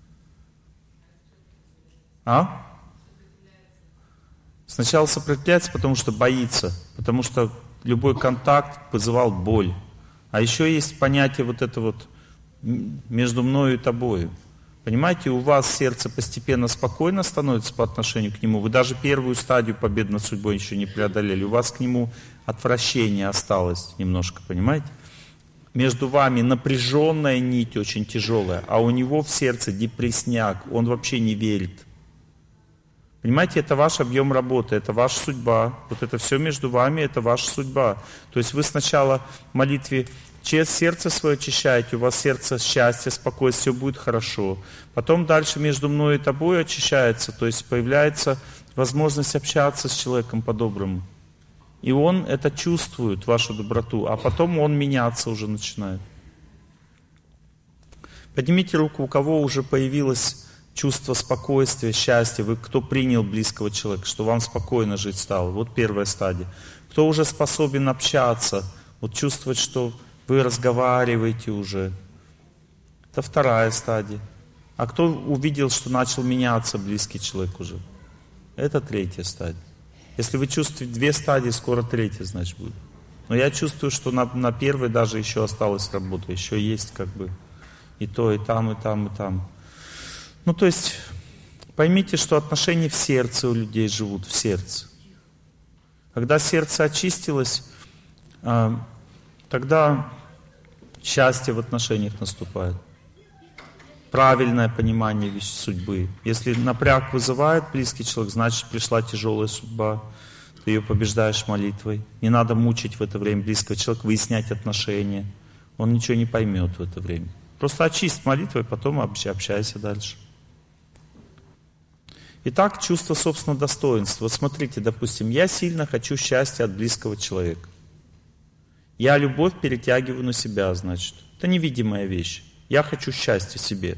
А? Сначала сопротивляется, потому что боится, потому что любой контакт вызывал боль. А еще есть понятие вот это вот между мною и тобою. Понимаете, у вас сердце постепенно спокойно становится по отношению к нему. Вы даже первую стадию победы над судьбой еще не преодолели. У вас к нему отвращение осталось немножко, понимаете? Между вами напряженная нить, очень тяжелая, а у него в сердце депрессняк, он вообще не верит. Понимаете, это ваш объем работы, это ваша судьба. Вот это все между вами, это ваша судьба. То есть вы сначала в молитве через сердце свое очищаете, у вас сердце счастье, спокойствие, все будет хорошо. Потом дальше между мной и тобой очищается, то есть появляется возможность общаться с человеком по-доброму. И он это чувствует, вашу доброту, а потом он меняться уже начинает. Поднимите руку, у кого уже появилось чувство спокойствия, счастья, вы кто принял близкого человека, что вам спокойно жить стало. Вот первая стадия. Кто уже способен общаться, вот чувствовать, что вы разговариваете уже. Это вторая стадия. А кто увидел, что начал меняться близкий человек уже? Это третья стадия. Если вы чувствуете две стадии, скоро третья, значит, будет. Но я чувствую, что на, на первой даже еще осталась работа. Еще есть как бы и то, и там, и там, и там. Ну, то есть, поймите, что отношения в сердце у людей живут, в сердце. Когда сердце очистилось, тогда счастье в отношениях наступает. Правильное понимание судьбы. Если напряг вызывает близкий человек, значит пришла тяжелая судьба. Ты ее побеждаешь молитвой. Не надо мучить в это время близкого человека, выяснять отношения. Он ничего не поймет в это время. Просто очисть молитвой, потом общайся дальше. Итак, чувство собственного достоинства. Вот смотрите, допустим, я сильно хочу счастья от близкого человека. Я любовь перетягиваю на себя, значит. Это невидимая вещь. Я хочу счастья себе.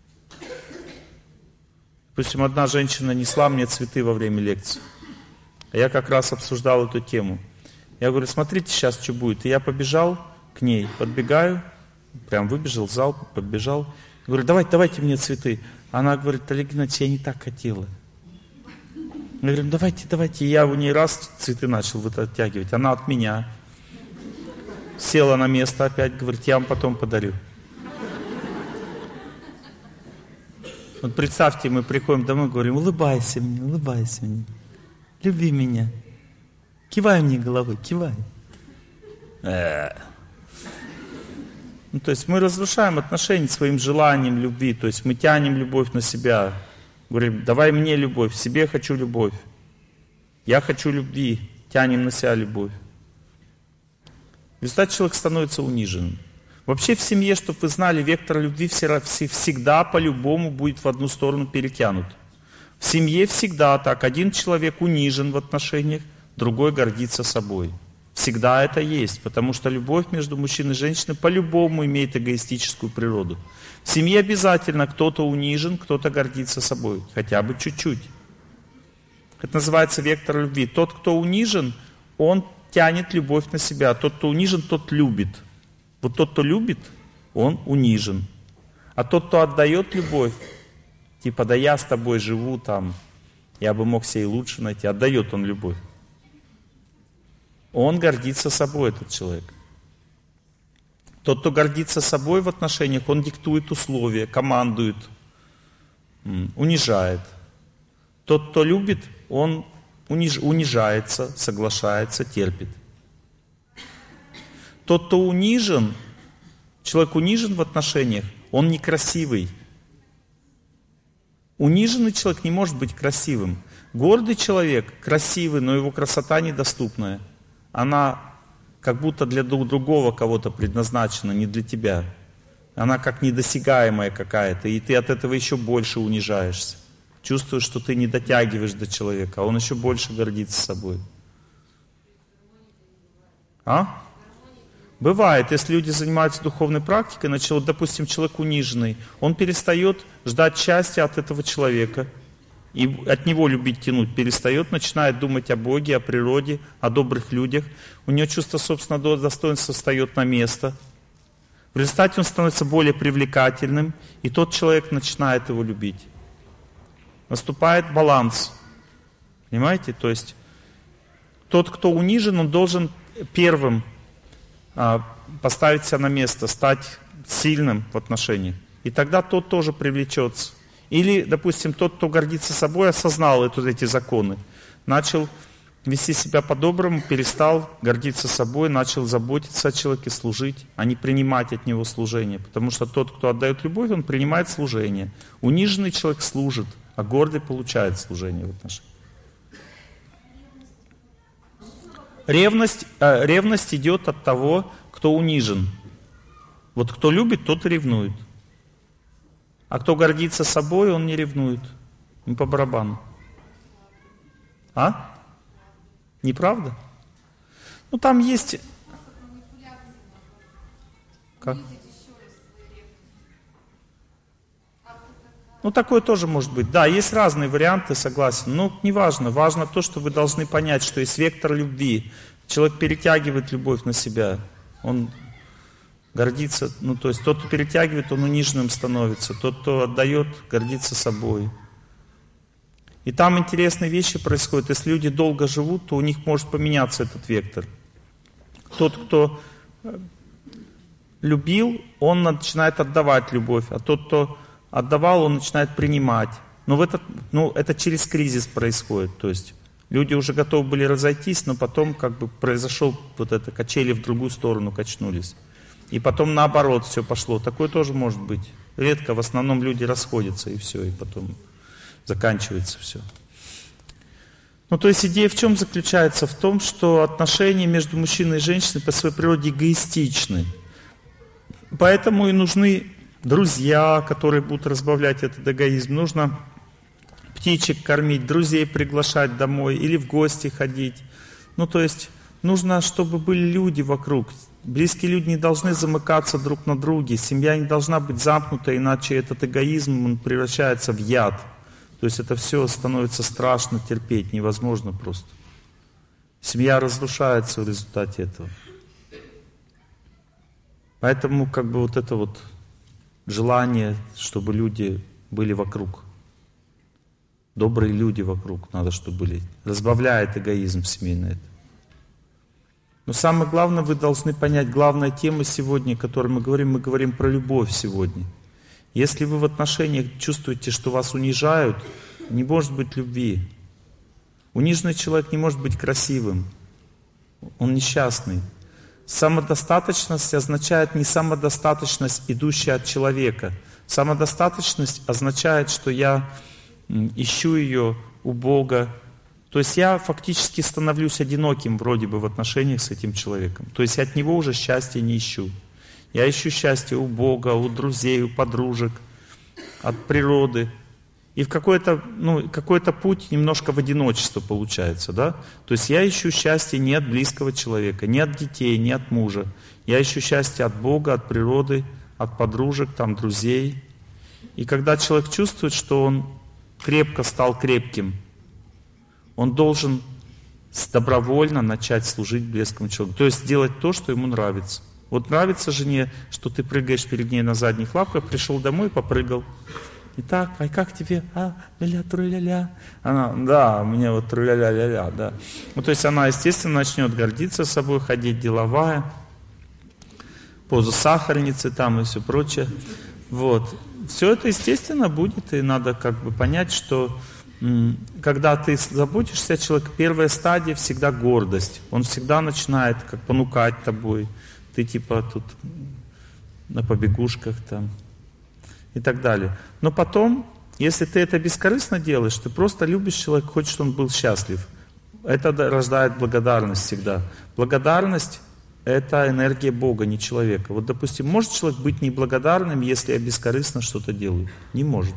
Допустим, одна женщина несла мне цветы во время лекции. А я как раз обсуждал эту тему. Я говорю, смотрите сейчас, что будет. И я побежал к ней, подбегаю, прям выбежал в зал, подбежал. Говорю, давайте, давайте мне цветы. Она говорит, Олег Геннадьевич, я не так хотела. Я говорю, давайте, давайте. И я у ней раз цветы начал вытягивать. Она от меня. Села на место опять, говорит, я вам потом подарю. Вот представьте, мы приходим домой, говорим, улыбайся мне, улыбайся мне. Люби меня. Кивай мне головой, кивай. Ну, то есть мы разрушаем отношения своим желанием любви. То есть мы тянем любовь на себя. Говорим, давай мне любовь, себе хочу любовь. Я хочу любви, тянем на себя любовь. В результате человек становится униженным. Вообще в семье, чтобы вы знали, вектор любви всегда по-любому будет в одну сторону перетянут. В семье всегда так. Один человек унижен в отношениях, другой гордится собой. Всегда это есть, потому что любовь между мужчиной и женщиной по-любому имеет эгоистическую природу. В семье обязательно кто-то унижен, кто-то гордится собой, хотя бы чуть-чуть. Это называется вектор любви. Тот, кто унижен, он тянет любовь на себя. Тот, кто унижен, тот любит. Вот тот, кто любит, он унижен. А тот, кто отдает любовь, типа, да я с тобой живу там, я бы мог себе и лучше найти, отдает он любовь. Он гордится собой, этот человек. Тот, кто гордится собой в отношениях, он диктует условия, командует, унижает. Тот, кто любит, он униж, унижается, соглашается, терпит. Тот, кто унижен, человек унижен в отношениях, он некрасивый. Униженный человек не может быть красивым. Гордый человек красивый, но его красота недоступная. Она как будто для другого кого-то предназначена, не для тебя. Она как недосягаемая какая-то, и ты от этого еще больше унижаешься. Чувствуешь, что ты не дотягиваешь до человека, а он еще больше гордится собой. А? Бывает, если люди занимаются духовной практикой, начал, допустим, человек униженный, он перестает ждать счастья от этого человека. И от него любить тянуть перестает, начинает думать о Боге, о природе, о добрых людях. У него чувство собственного достоинства встает на место. В результате он становится более привлекательным, и тот человек начинает его любить. Наступает баланс. Понимаете? То есть тот, кто унижен, он должен первым а, поставить себя на место, стать сильным в отношениях. И тогда тот тоже привлечется. Или, допустим, тот, кто гордится собой, осознал эту, эти законы, начал вести себя по-доброму, перестал гордиться собой, начал заботиться о человеке, служить, а не принимать от него служение. Потому что тот, кто отдает любовь, он принимает служение. Униженный человек служит, а гордый получает служение в отношениях. Ревность, э, ревность идет от того, кто унижен. Вот кто любит, тот и ревнует. А кто гордится собой, он не ревнует. Не по барабану. А? Неправда? Ну там есть... Как? Ну такое тоже может быть. Да, есть разные варианты, согласен. Но неважно. Важно то, что вы должны понять, что есть вектор любви. Человек перетягивает любовь на себя. Он... гордится, ну то есть тот, кто перетягивает, он униженным становится. Тот, кто отдает, гордится собой. И там интересные вещи происходят. Если люди долго живут, то у них может поменяться этот вектор. Тот, кто любил, он начинает отдавать любовь. А тот, кто отдавал, он начинает принимать. Но в этот, ну, это через кризис происходит. То есть люди уже готовы были разойтись, но потом как бы произошел вот это, качели в другую сторону качнулись. И потом наоборот все пошло. Такое тоже может быть. Редко, в основном люди расходятся и все, и потом заканчивается все. Ну то есть идея в чем заключается? В том, что отношения между мужчиной и женщиной по своей природе эгоистичны. Поэтому и нужны друзья, которые будут разбавлять этот эгоизм. Нужно птичек кормить, друзей приглашать домой или в гости ходить. Ну то есть нужно, чтобы были люди вокруг. Близкие люди не должны замыкаться друг на друге. Семья не должна быть замкнута, иначе этот эгоизм он превращается в яд. То есть это все становится страшно терпеть, невозможно просто. Семья разрушается в результате этого. Поэтому как бы вот это вот желание, чтобы люди были вокруг. Добрые люди вокруг надо, чтобы были. Разбавляет эгоизм семейный. Но самое главное, вы должны понять, главная тема сегодня, о которой мы говорим, мы говорим про любовь сегодня. Если вы в отношениях чувствуете, что вас унижают, не может быть любви. Униженный человек не может быть красивым. Он несчастный. Самодостаточность означает не самодостаточность, идущая от человека. Самодостаточность означает, что я ищу ее у Бога. То есть я фактически становлюсь одиноким вроде бы в отношениях с этим человеком. То есть от него уже счастья не ищу. Я ищу счастье у Бога, у друзей, у подружек, от природы. И в какой-то, ну, какой-то путь немножко в одиночество получается, да? То есть я ищу счастье не от близкого человека, не от детей, не от мужа. Я ищу счастье от Бога, от природы, от подружек, там, друзей. И когда человек чувствует, что он крепко стал крепким, он должен добровольно начать служить близкому человеку. То есть делать то, что ему нравится. Вот нравится жене, что ты прыгаешь перед ней на задних лапках, пришел домой, попрыгал. И так, ай, как тебе? А, ля-ля, тру-ля-ля. Она, да, мне вот тру-ля-ля-ля-ля, да. Ну, то есть она, естественно, начнет гордиться собой, ходить деловая, позу сахарницы там и все прочее. Вот. Все это, естественно, будет, и надо как бы понять, что когда ты заботишься о человеке, первая стадия всегда гордость. Он всегда начинает как понукать тобой. Ты типа тут на побегушках там и так далее. Но потом, если ты это бескорыстно делаешь, ты просто любишь человека, хочешь, чтобы он был счастлив. Это рождает благодарность всегда. Благодарность — это энергия Бога, не человека. Вот, допустим, может человек быть неблагодарным, если я бескорыстно что-то делаю? Не может.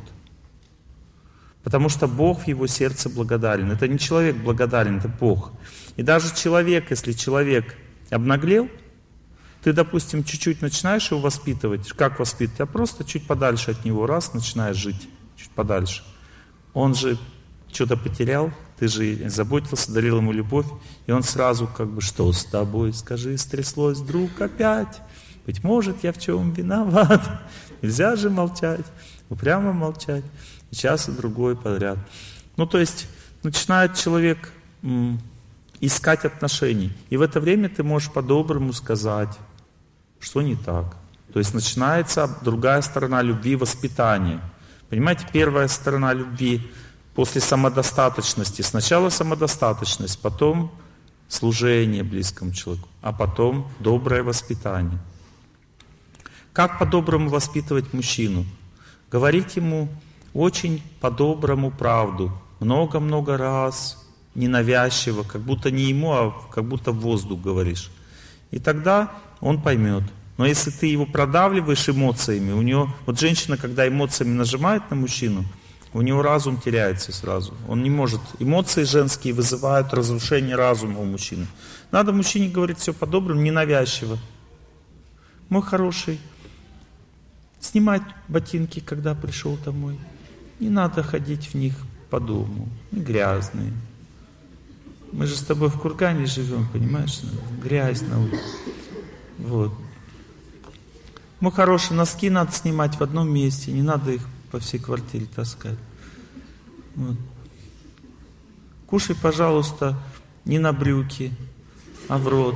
Потому что Бог в его сердце благодарен. Это не человек благодарен, это Бог. И даже человек, если человек обнаглел, ты, допустим, чуть-чуть начинаешь его воспитывать. Как воспитывать? А просто чуть подальше от него. Раз, начинаешь жить. Чуть подальше. Он же что-то потерял, ты же заботился, дарил ему любовь. И он сразу как бы, что с тобой, скажи, стряслось вдруг опять? Быть может, я в чем виноват? Нельзя же молчать. Упрямо молчать. И час и другой подряд. Ну, то есть, начинает человек м, искать отношений. И в это время ты можешь по-доброму сказать, Что не так? То есть начинается другая сторона любви — воспитание. Понимаете, первая сторона любви после самодостаточности. Сначала самодостаточность, потом служение близкому человеку, а потом доброе воспитание. Как по-доброму воспитывать мужчину? Говорить ему очень по-доброму правду, много-много раз, ненавязчиво, как будто не ему, а как будто в воздух говоришь. И тогда он поймет. Но если ты его продавливаешь эмоциями, у него, вот женщина, когда эмоциями нажимает на мужчину, у него разум теряется сразу. Он не может. Эмоции женские вызывают разрушение разума у мужчины. Надо мужчине говорить все по-доброму, ненавязчиво. Мой хороший, снимать ботинки, когда пришел домой. Не надо ходить в них по дому. Они грязные. Мы же с тобой в кургане живем, понимаешь? Грязь на улице. Вот. Мой хороший, носки надо снимать в одном месте. Не надо их по всей квартире таскать. Вот. Кушай, пожалуйста, не на брюки, а в рот.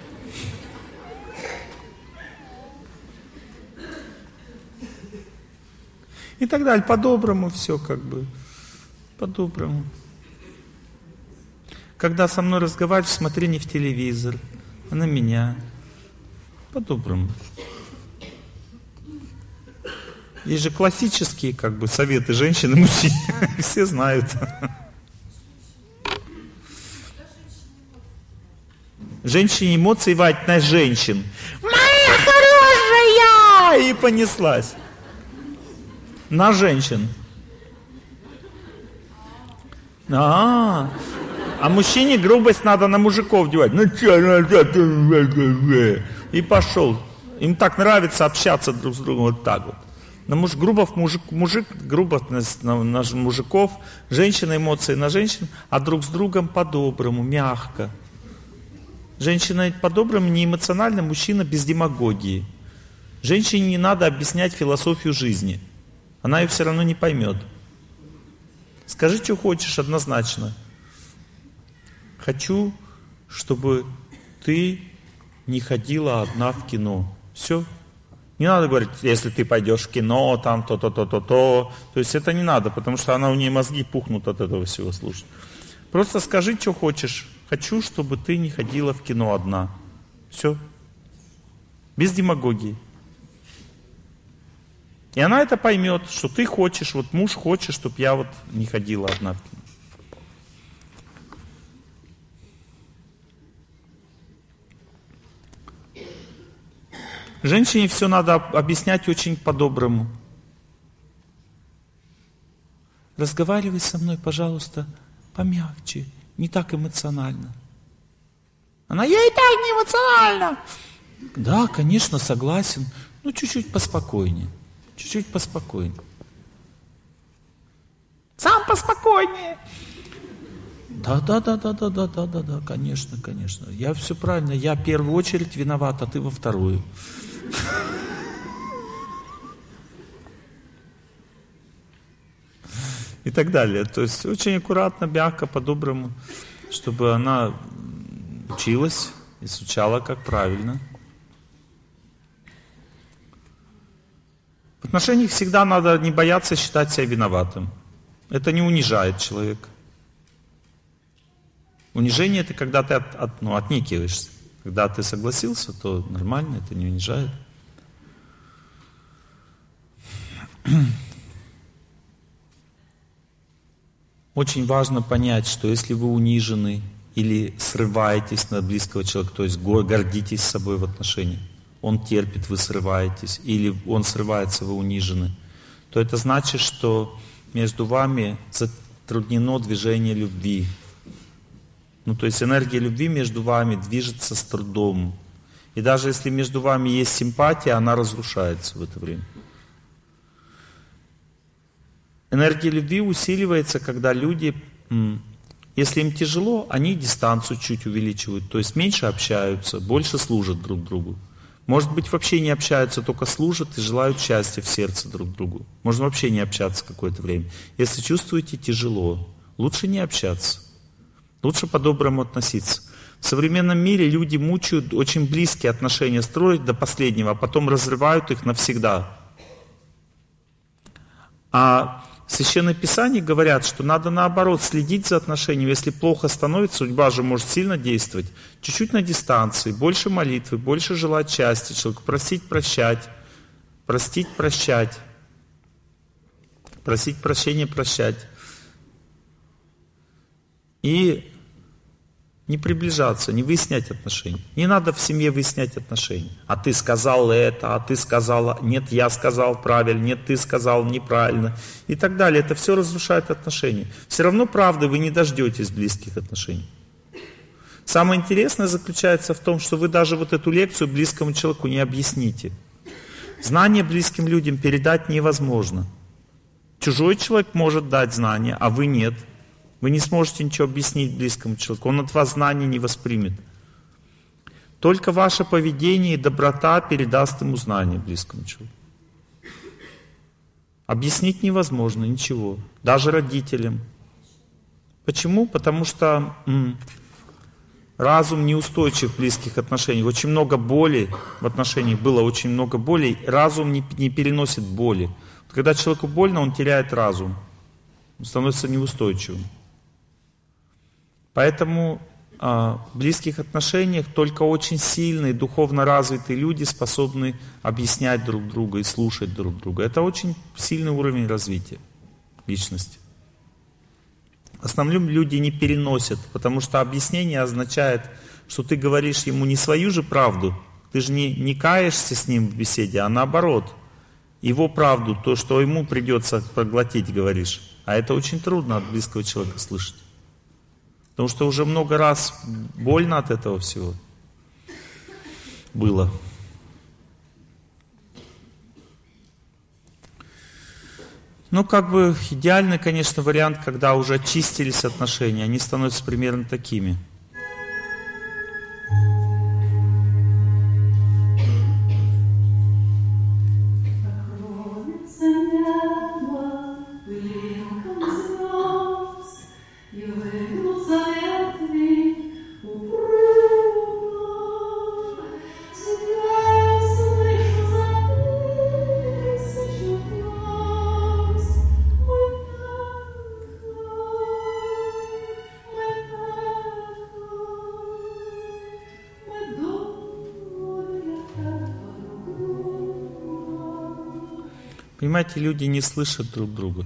И так далее. По-доброму все как бы. По-доброму. Когда со мной разговариваешь, смотри не в телевизор, а на меня. По-доброму. Есть же классические как бы советы женщин и мужчин. Все знают. Женщине эмоции вать на женщин. Моя хорошая! И понеслась. На женщин. А, а мужчине грубость надо на мужиков девать. Ну что, и пошел. Им так нравится общаться друг с другом вот так вот. На муж, грубо мужик, мужик грубо на, на, на мужиков, женщина эмоции на женщин, а друг с другом по-доброму, мягко. Женщина по-доброму, не эмоционально, мужчина без демагогии. Женщине не надо объяснять философию жизни. Она ее все равно не поймет. Скажи, что хочешь, однозначно. Хочу, чтобы ты не ходила одна в кино. Все. Не надо говорить, если ты пойдешь в кино, там то-то, то-то, то. То есть это не надо, потому что она, у нее мозги пухнут от этого всего слушать. Просто скажи, что хочешь. Хочу, чтобы ты не ходила в кино одна. Все. Без демагогии. И она это поймет, что ты хочешь, вот муж хочет, чтобы я вот не ходила одна в кино. Женщине все надо объяснять очень по-доброму. Разговаривай со мной, пожалуйста, помягче, не так эмоционально. Она, я и так не эмоционально. Да, конечно, согласен, но чуть-чуть поспокойнее, чуть-чуть поспокойнее. Сам поспокойнее. Да, да, да, да, да, да, да, да, да, конечно, конечно. Я все правильно, я в первую очередь виноват, а ты во вторую. И так далее. То есть очень аккуратно, мягко, по-доброму, чтобы она училась, изучала, как правильно. В отношениях всегда надо не бояться считать себя виноватым. Это не унижает человека. Унижение — это когда ты от, от, ну, отнекиваешься. Когда ты согласился, то нормально, это не унижает. Очень важно понять, что если вы унижены или срываетесь на близкого человека, то есть гордитесь собой в отношениях, он терпит, вы срываетесь, или он срывается, вы унижены, то это значит, что между вами затруднено движение любви. Ну, то есть энергия любви между вами движется с трудом. И даже если между вами есть симпатия, она разрушается в это время. Энергия любви усиливается, когда люди, если им тяжело, они дистанцию чуть увеличивают, то есть меньше общаются, больше служат друг другу. Может быть, вообще не общаются, только служат и желают счастья в сердце друг другу. Можно вообще не общаться какое-то время. Если чувствуете тяжело, лучше не общаться. Лучше по-доброму относиться. В современном мире люди мучают очень близкие отношения, строят до последнего, а потом разрывают их навсегда. А в Священном Писании говорят, что надо наоборот следить за отношениями. Если плохо становится, судьба же может сильно действовать. Чуть-чуть на дистанции, больше молитвы, больше желать счастья человеку, просить, прощать, простить, прощать, просить прощения, прощать. И не приближаться, не выяснять отношения. Не надо в семье выяснять отношения. А ты сказал это, а ты сказала, нет, я сказал правильно, нет, ты сказал неправильно. И так далее. Это все разрушает отношения. Все равно правды вы не дождетесь близких отношений. Самое интересное заключается в том, что вы даже вот эту лекцию близкому человеку не объясните. Знания близким людям передать невозможно. Чужой человек может дать знания, а вы нет. Вы не сможете ничего объяснить близкому человеку. Он от вас знаний не воспримет. Только ваше поведение и доброта передаст ему знания близкому человеку. Объяснить невозможно ничего. Даже родителям. Почему? Потому что м, разум неустойчив в близких отношениях. Очень много боли в отношениях было, очень много боли. Разум не, не переносит боли. Когда человеку больно, он теряет разум. Он становится неустойчивым. Поэтому э, в близких отношениях только очень сильные, духовно развитые люди способны объяснять друг друга и слушать друг друга. Это очень сильный уровень развития личности. В основном люди не переносят, потому что объяснение означает, что ты говоришь ему не свою же правду, ты же не, не каешься с ним в беседе, а наоборот. Его правду, то, что ему придется проглотить, говоришь. А это очень трудно от близкого человека слышать. Потому что уже много раз больно от этого всего было. Ну, как бы идеальный, конечно, вариант, когда уже очистились отношения, они становятся примерно такими. Понимаете, люди не слышат друг друга.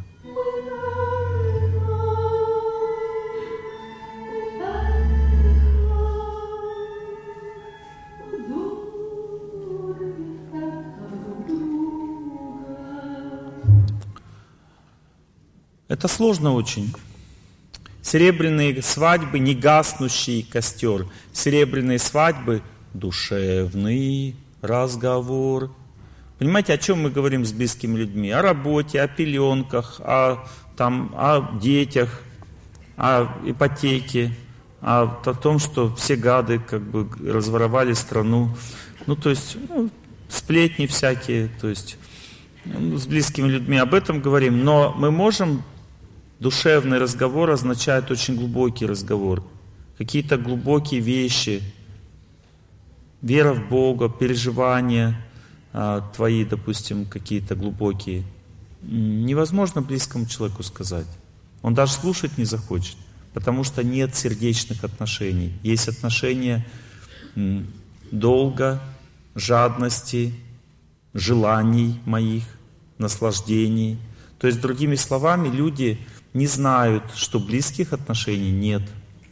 Это сложно очень. Серебряные свадьбы — не гаснущий костер. Серебряные свадьбы — душевный разговор. Понимаете, о чем мы говорим с близкими людьми? О работе, о пеленках, о, там, о детях, о ипотеке, о, о том, что все гады как бы разворовали страну. Ну, то есть, ну, сплетни всякие, то есть, ну, с близкими людьми об этом говорим. Но мы можем, душевный разговор означает очень глубокий разговор. Какие-то глубокие вещи, вера в Бога, переживания, твои, допустим, какие-то глубокие, невозможно близкому человеку сказать. Он даже слушать не захочет, потому что нет сердечных отношений. Есть отношения долга, жадности, желаний моих, наслаждений. То есть, другими словами, люди не знают, что близких отношений нет.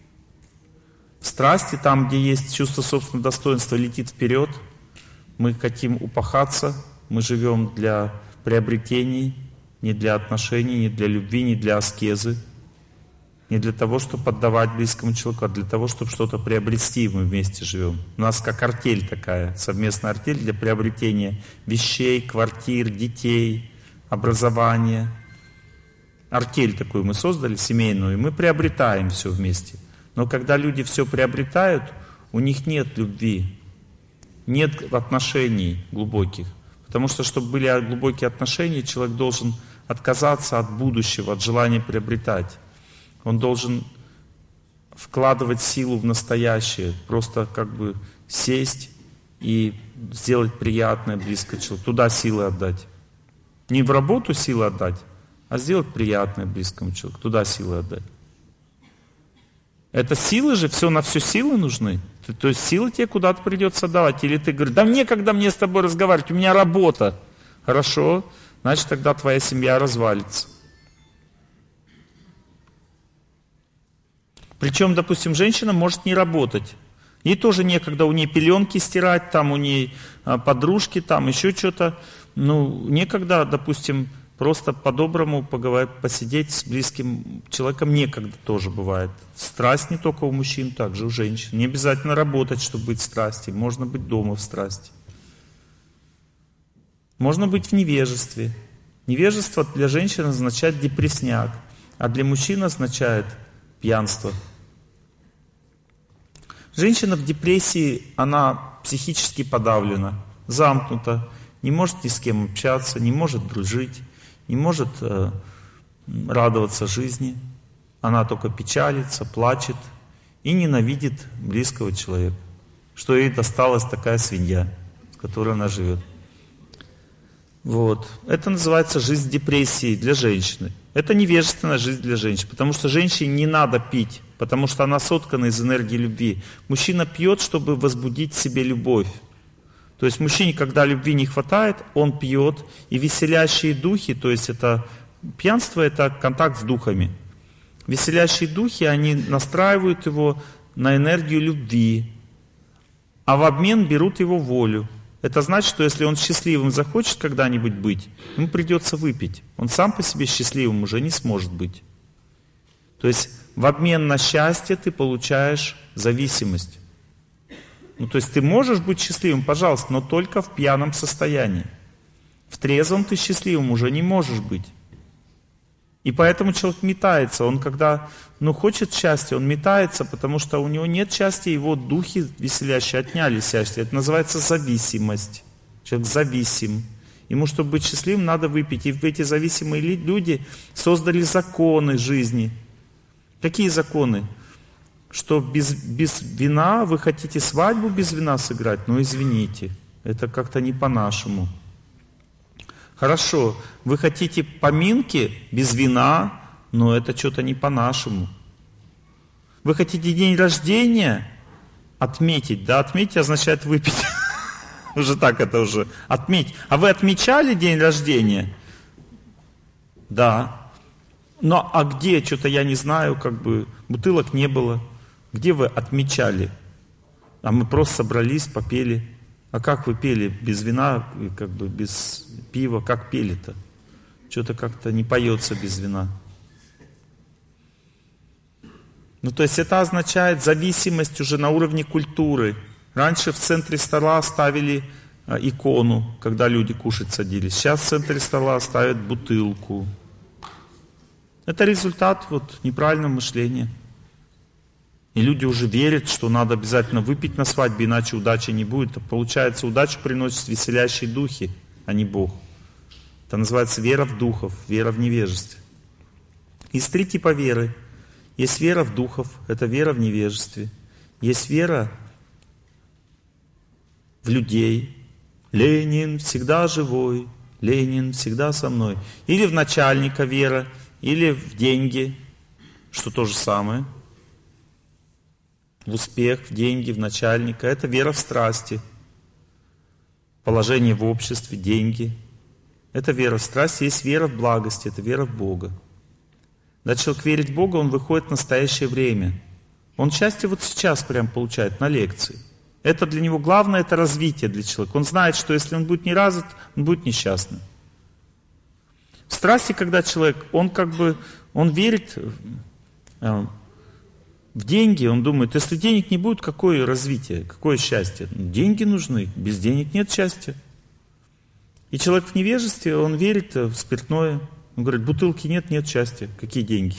В страсти, там, где есть чувство собственного достоинства, летит вперед. Мы хотим упахаться, мы живем для приобретений, не для отношений, не для любви, не для аскезы, не для того, чтобы поддавать близкому человеку, а для того, чтобы что-то приобрести, мы вместе живем. У нас как артель такая, совместная артель для приобретения вещей, квартир, детей, образования. Артель такую мы создали, семейную, и мы приобретаем все вместе. Но когда люди все приобретают, у них нет любви. Нет отношений глубоких. Потому что, чтобы были глубокие отношения, человек должен отказаться от будущего, от желания приобретать. Он должен вкладывать силу в настоящее, просто как бы сесть и сделать приятное близко человеку, туда силы отдать. Не в работу силы отдать, а сделать приятное близкому человеку, туда силы отдать. Это силы же, все на все силы нужны. Ты, то есть силы тебе куда-то придется давать. Или ты говоришь, да мне, когда мне с тобой разговаривать, у меня работа. Хорошо, значит тогда твоя семья развалится. Причем, допустим, женщина может не работать. Ей тоже некогда, у нее пеленки стирать, там у нее подружки, там еще что-то. Ну, некогда, допустим, просто по-доброму поговорить, посидеть с близким человеком некогда тоже бывает. Страсть не только у мужчин, также у женщин. Не обязательно работать, чтобы быть в страсти. Можно быть дома в страсти. Можно быть в невежестве. Невежество для женщин означает депрессняк, а для мужчин означает пьянство. Женщина в депрессии, она психически подавлена, замкнута, не может ни с кем общаться, не может дружить, не может э, радоваться жизни. Она только печалится, плачет и ненавидит близкого человека, что ей досталась такая свинья, с которой она живет. Вот. Это называется жизнь депрессии для женщины. Это невежественная жизнь для женщин, потому что женщине не надо пить, потому что она соткана из энергии любви. Мужчина пьет, чтобы возбудить в себе любовь. То есть мужчине, когда любви не хватает, он пьет, и веселящие духи, то есть это пьянство, это контакт с духами. Веселящие духи, они настраивают его на энергию любви, а в обмен берут его волю. Это значит, что если он счастливым захочет когда-нибудь быть, ему придется выпить. Он сам по себе счастливым уже не сможет быть. То есть в обмен на счастье ты получаешь зависимость. Ну, то есть ты можешь быть счастливым, пожалуйста, но только в пьяном состоянии. В трезвом ты счастливым уже не можешь быть. И поэтому человек метается. Он когда ну, хочет счастья, он метается, потому что у него нет счастья, его духи веселящие отняли счастье. Это называется зависимость. Человек зависим. Ему, чтобы быть счастливым, надо выпить. И эти зависимые люди создали законы жизни. Какие законы? Что без, без вина вы хотите свадьбу без вина сыграть? Ну извините, это как-то не по-нашему. Хорошо, вы хотите поминки без вина, но это что-то не по-нашему. Вы хотите день рождения отметить, да, отметить означает выпить. Уже так это уже, отметить. А вы отмечали день рождения? Да. Но а где, что-то я не знаю, как бы, бутылок не было. Где вы отмечали? А мы просто собрались, попели. А как вы пели? Без вина, как бы без пива, как пели-то? Что-то как-то не поется без вина. Ну, то есть это означает зависимость уже на уровне культуры. Раньше в центре стола ставили икону, когда люди кушать садились. Сейчас в центре стола ставят бутылку. Это результат вот неправильного мышления. И люди уже верят, что надо обязательно выпить на свадьбе, иначе удачи не будет. А получается, удачу приносят веселящие духи, а не Бог. Это называется вера в духов, вера в невежестве. Есть три типа веры. Есть вера в духов, это вера в невежестве. Есть вера в людей. Ленин всегда живой, Ленин всегда со мной. Или в начальника вера, или в деньги, что то же самое. В успех, в деньги, в начальника. Это вера в страсти. Положение в обществе, деньги. Это вера в страсти. Есть вера в благости, это вера в Бога. Когда человек верит в Бога, он выходит в настоящее время. Он счастье вот сейчас прям получает на лекции. Это для него главное, это развитие для человека. Он знает, что если он будет не развит, он будет несчастным. В страсти, когда человек, он как бы, он верит э, в деньги, он думает, если денег не будет, какое развитие, какое счастье? Деньги нужны, без денег нет счастья. И человек в невежестве, он верит в спиртное. Он говорит, бутылки нет, нет счастья. Какие деньги?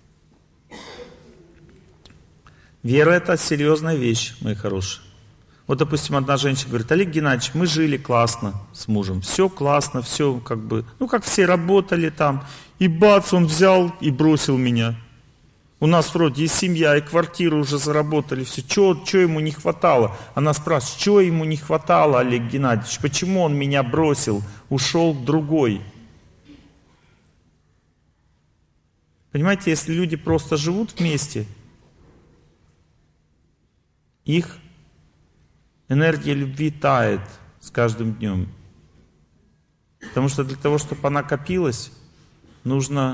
Вера — это серьезная вещь, мои хорошие. Вот, допустим, одна женщина говорит: Олег Геннадьевич, мы жили классно с мужем, все классно, все как бы, ну как все работали там, и бац, он взял и бросил меня. У нас вроде и семья, и квартиру уже заработали, все, что ему не хватало? Она спрашивает, что ему не хватало, Олег Геннадьевич, почему он меня бросил, ушел к другой? Понимаете, если люди просто живут вместе, их энергия любви тает с каждым днем. Потому что для того, чтобы она копилась, нужно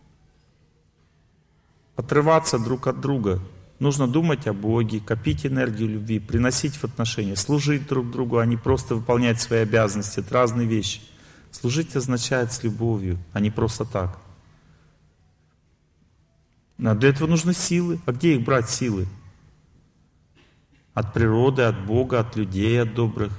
отрываться друг от друга. Нужно думать о Боге, копить энергию любви, приносить в отношения, служить друг другу, а не просто выполнять свои обязанности. Это разные вещи. Служить означает с любовью, а не просто так. А для этого нужны силы. А где их брать силы? От природы, от Бога, от людей, от добрых.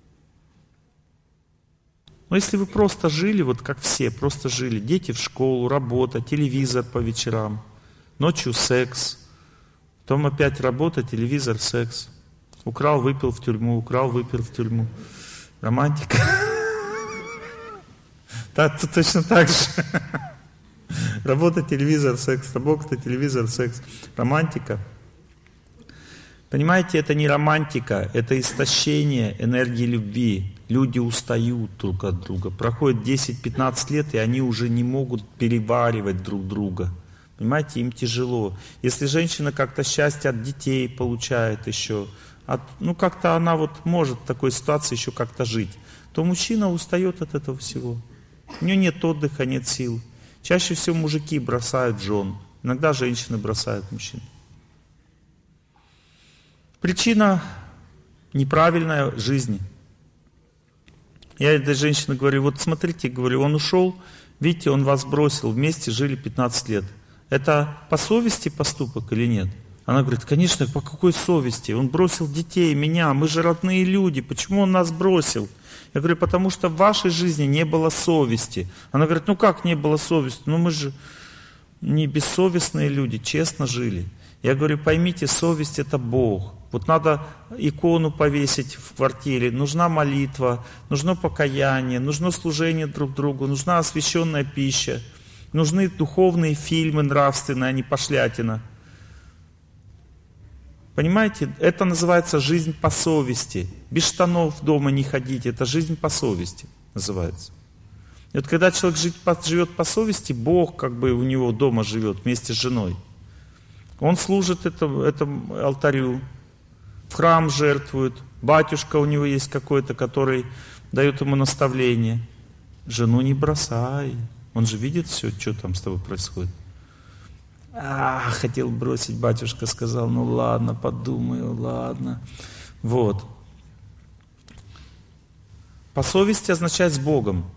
Но если вы просто жили, вот как все, просто жили, дети в школу, работа, телевизор по вечерам, ночью секс, потом опять работа, телевизор, секс. Украл, выпил в тюрьму, украл, выпил в тюрьму. Романтика. Да, тут точно так же. Работа, телевизор, секс, работа, телевизор, секс. Романтика. Понимаете, это не романтика, это истощение энергии любви. Люди устают друг от друга. Проходит десять-пятнадцать лет, и они уже не могут переваривать друг друга. Понимаете, им тяжело. Если женщина как-то счастье от детей получает еще, от, ну как-то она вот может в такой ситуации еще как-то жить, то мужчина устает от этого всего. У него нет отдыха, нет сил. Чаще всего мужики бросают жен. Иногда женщины бросают мужчин. Причина неправильной жизни. Я этой женщине говорю: вот смотрите, говорю, он ушел, видите, он вас бросил, вместе жили пятнадцать лет. Это по совести поступок или нет? Она говорит: конечно, по какой совести? Он бросил детей, меня, мы же родные люди, почему он нас бросил? Я говорю: потому что в вашей жизни не было совести. Она говорит: ну как не было совести? Ну мы же не бессовестные люди, честно жили. Я говорю: поймите, совесть это Бог. Вот надо икону повесить в квартире, нужна молитва, нужно покаяние, нужно служение друг другу, нужна освященная пища, нужны духовные фильмы нравственные, а не пошлятина. Понимаете, это называется жизнь по совести. Без штанов дома не ходить, это жизнь по совести называется. И вот когда человек живет по совести, Бог как бы у него дома живет вместе с женой. Он служит этому, этому алтарю, в храм жертвует, батюшка у него есть какой-то, который дает ему наставление. Жену не бросай, он же видит все, что там с тобой происходит. А, хотел бросить, батюшка сказал: ну ладно, подумаю, ладно. Вот. По совести означает с Богом.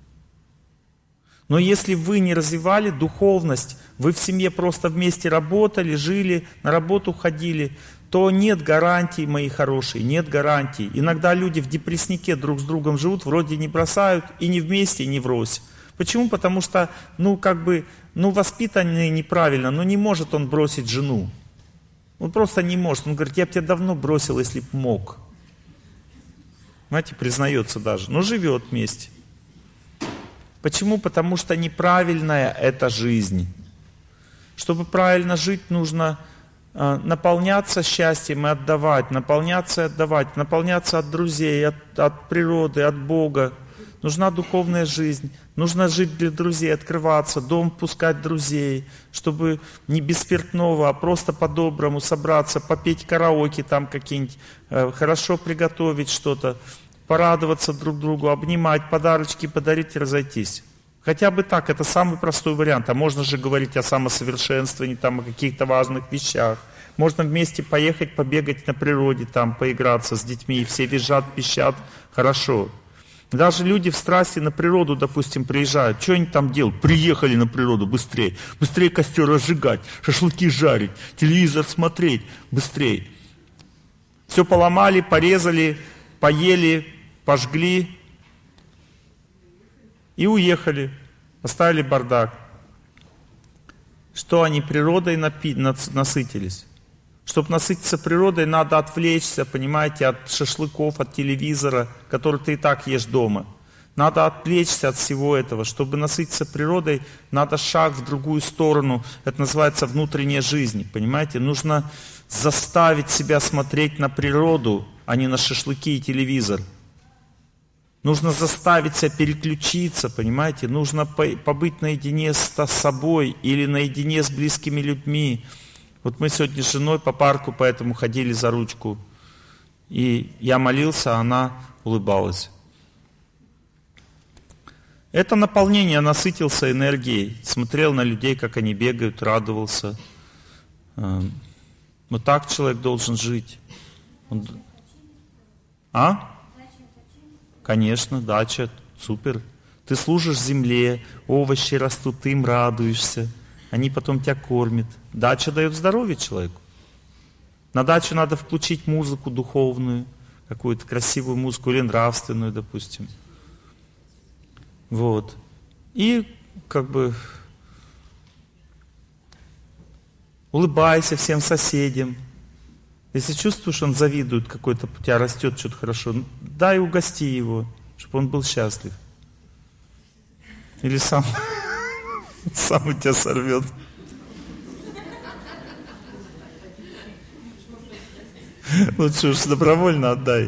Но если вы не развивали духовность, вы в семье просто вместе работали, жили, на работу ходили, то нет гарантий, мои хорошие, нет гарантий. Иногда люди в депресснике друг с другом живут, вроде не бросают, и не вместе, и не врозь. Почему? Потому что, ну, как бы, ну, воспитанный неправильно, но не может он бросить жену. Он просто не может. Он говорит: я бы тебя давно бросил, если б мог. Знаете, признается даже. Но живет вместе. Почему? Потому что неправильная эта жизнь. Чтобы правильно жить, нужно э, наполняться счастьем и отдавать, наполняться и отдавать, наполняться от друзей, от, от природы, от Бога. Нужна духовная жизнь, нужно жить для друзей, открываться, дом пускать друзей, чтобы не без спиртного, а просто по-доброму собраться, попеть караоке там какие-нибудь, э, хорошо приготовить что-то, порадоваться друг другу, обнимать, подарочки подарить и разойтись. Хотя бы так, это самый простой вариант. А можно же говорить о самосовершенствовании, там, о каких-то важных вещах. Можно вместе поехать, побегать на природе, там, поиграться с детьми. Все визжат, пищат. Хорошо. Даже люди в страсти на природу, допустим, приезжают. Что они там делают? Приехали на природу быстрее. Быстрее костер разжигать, шашлыки жарить, телевизор смотреть. Быстрее. Все поломали, порезали, поели, пожгли. И уехали, оставили бардак. Что они природой напи- насытились? Чтобы насытиться природой, надо отвлечься, понимаете, от шашлыков, от телевизора, который ты и так ешь дома. Надо отвлечься от всего этого. Чтобы насытиться природой, надо шаг в другую сторону. Это называется внутренняя жизнь, понимаете? Нужно заставить себя смотреть на природу, а не на шашлыки и телевизор. Нужно заставить себя переключиться, понимаете? Нужно побыть наедине с собой или наедине с близкими людьми. Вот мы сегодня с женой по парку поэтому ходили за ручку. И я молился, а она улыбалась. Это наполнение, насытился энергией. Смотрел на людей, как они бегают, радовался. Вот так человек должен жить. Он... А? Конечно, дача, супер. Ты служишь земле, овощи растут, ты им радуешься. Они потом тебя кормят. Дача дает здоровье человеку. На дачу надо включить музыку духовную, какую-то красивую музыку или нравственную, допустим. Вот. И как бы улыбайся всем соседям. Если чувствуешь, он завидует, какой-то у тебя растет что-то хорошо, дай угости его, чтобы он был счастлив. Или сам, сам у тебя сорвет. Лучше уж добровольно отдай.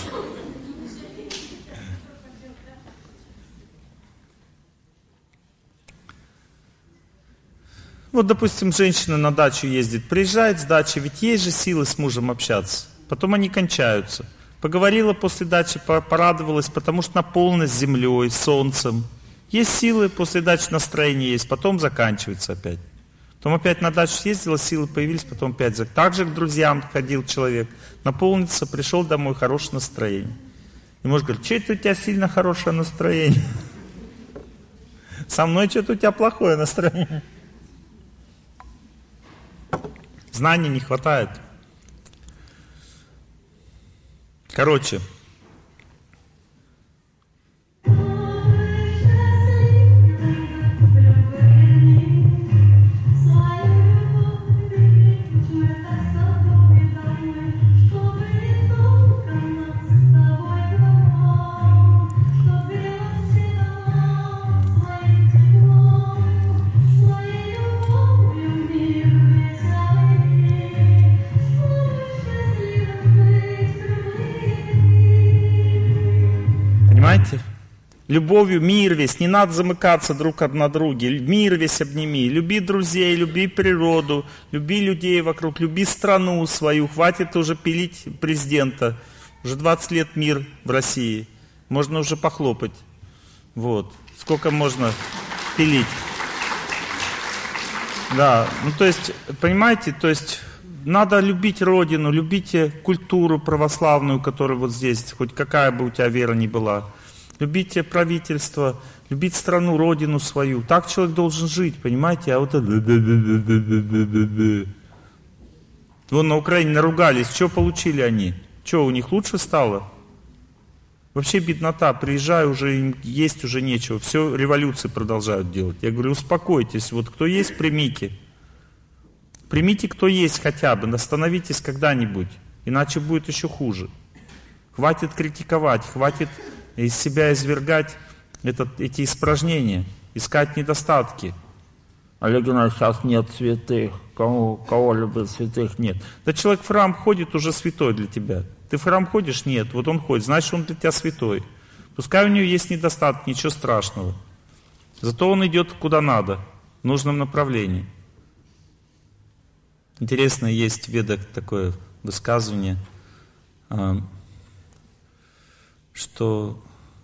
Вот, допустим, женщина на дачу ездит, приезжает с дачи, ведь есть же силы с мужем общаться. Потом они кончаются. Поговорила после дачи, порадовалась, потому что наполнилась землей, солнцем. Есть силы, после дачи настроение есть, потом заканчивается опять. Потом опять на дачу съездила, силы появились, потом опять. Так же к друзьям ходил человек, наполнился, пришел домой, хорошее настроение. И муж говорит, что это у тебя сильно хорошее настроение? Со мной что-то у тебя плохое настроение. Знаний не хватает. Короче. Понимаете? Любовью мир весь, не надо замыкаться друг на друге, мир весь обними, люби друзей, люби природу, люби людей вокруг, люби страну свою, хватит уже пилить президента, уже двадцать лет мир в России, можно уже похлопать, вот, сколько можно пилить. Да, ну то есть, понимаете, то есть надо любить Родину, любите культуру православную, которая вот здесь, хоть какая бы у тебя вера ни была. Любите правительство, любить страну, Родину свою. Так человек должен жить, понимаете? А вот это... Вон на Украине наругались, что получили они? Что, у них лучше стало? Вообще беднота, приезжаю, уже им есть уже нечего. Все революции продолжают делать. Я говорю, успокойтесь, вот кто есть, примите. Примите, кто есть хотя бы, остановитесь когда-нибудь, иначе будет еще хуже. Хватит критиковать, хватит из себя извергать этот, эти испражнения, искать недостатки. Олег Геннадьевич, сейчас нет святых, кого, кого любит святых нет. Да человек в храм ходит, уже святой для тебя. Ты в храм ходишь? Нет, вот он ходит, значит он для тебя святой. Пускай у него есть недостаток, ничего страшного. Зато он идет куда надо, в нужном направлении. Интересно, есть в Ведах такое высказывание, что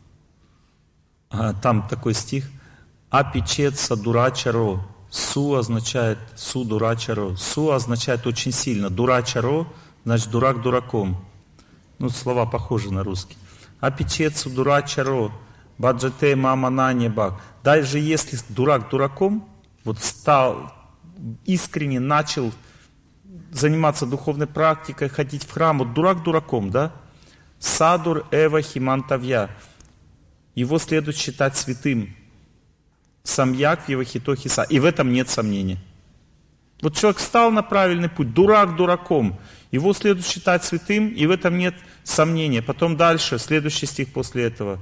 там такой стих: «Апичет садурачаро». Су означает су дурачаро. Су означает очень сильно. Дурачаро значит дурак дураком. Ну, слова похожи на русский. Апичет садурачаро. Баджате мама нанебак. Даже если дурак дураком, вот стал искренне, начал заниматься духовной практикой, ходить в храм, вот дурак дураком, да? Садур эва химантавья. Его следует считать святым. Самьяк в его хитохиса. И в этом нет сомнений. Вот человек встал на правильный путь, дурак дураком. Его следует считать святым, и в этом нет сомнения. Потом дальше, следующий стих после этого.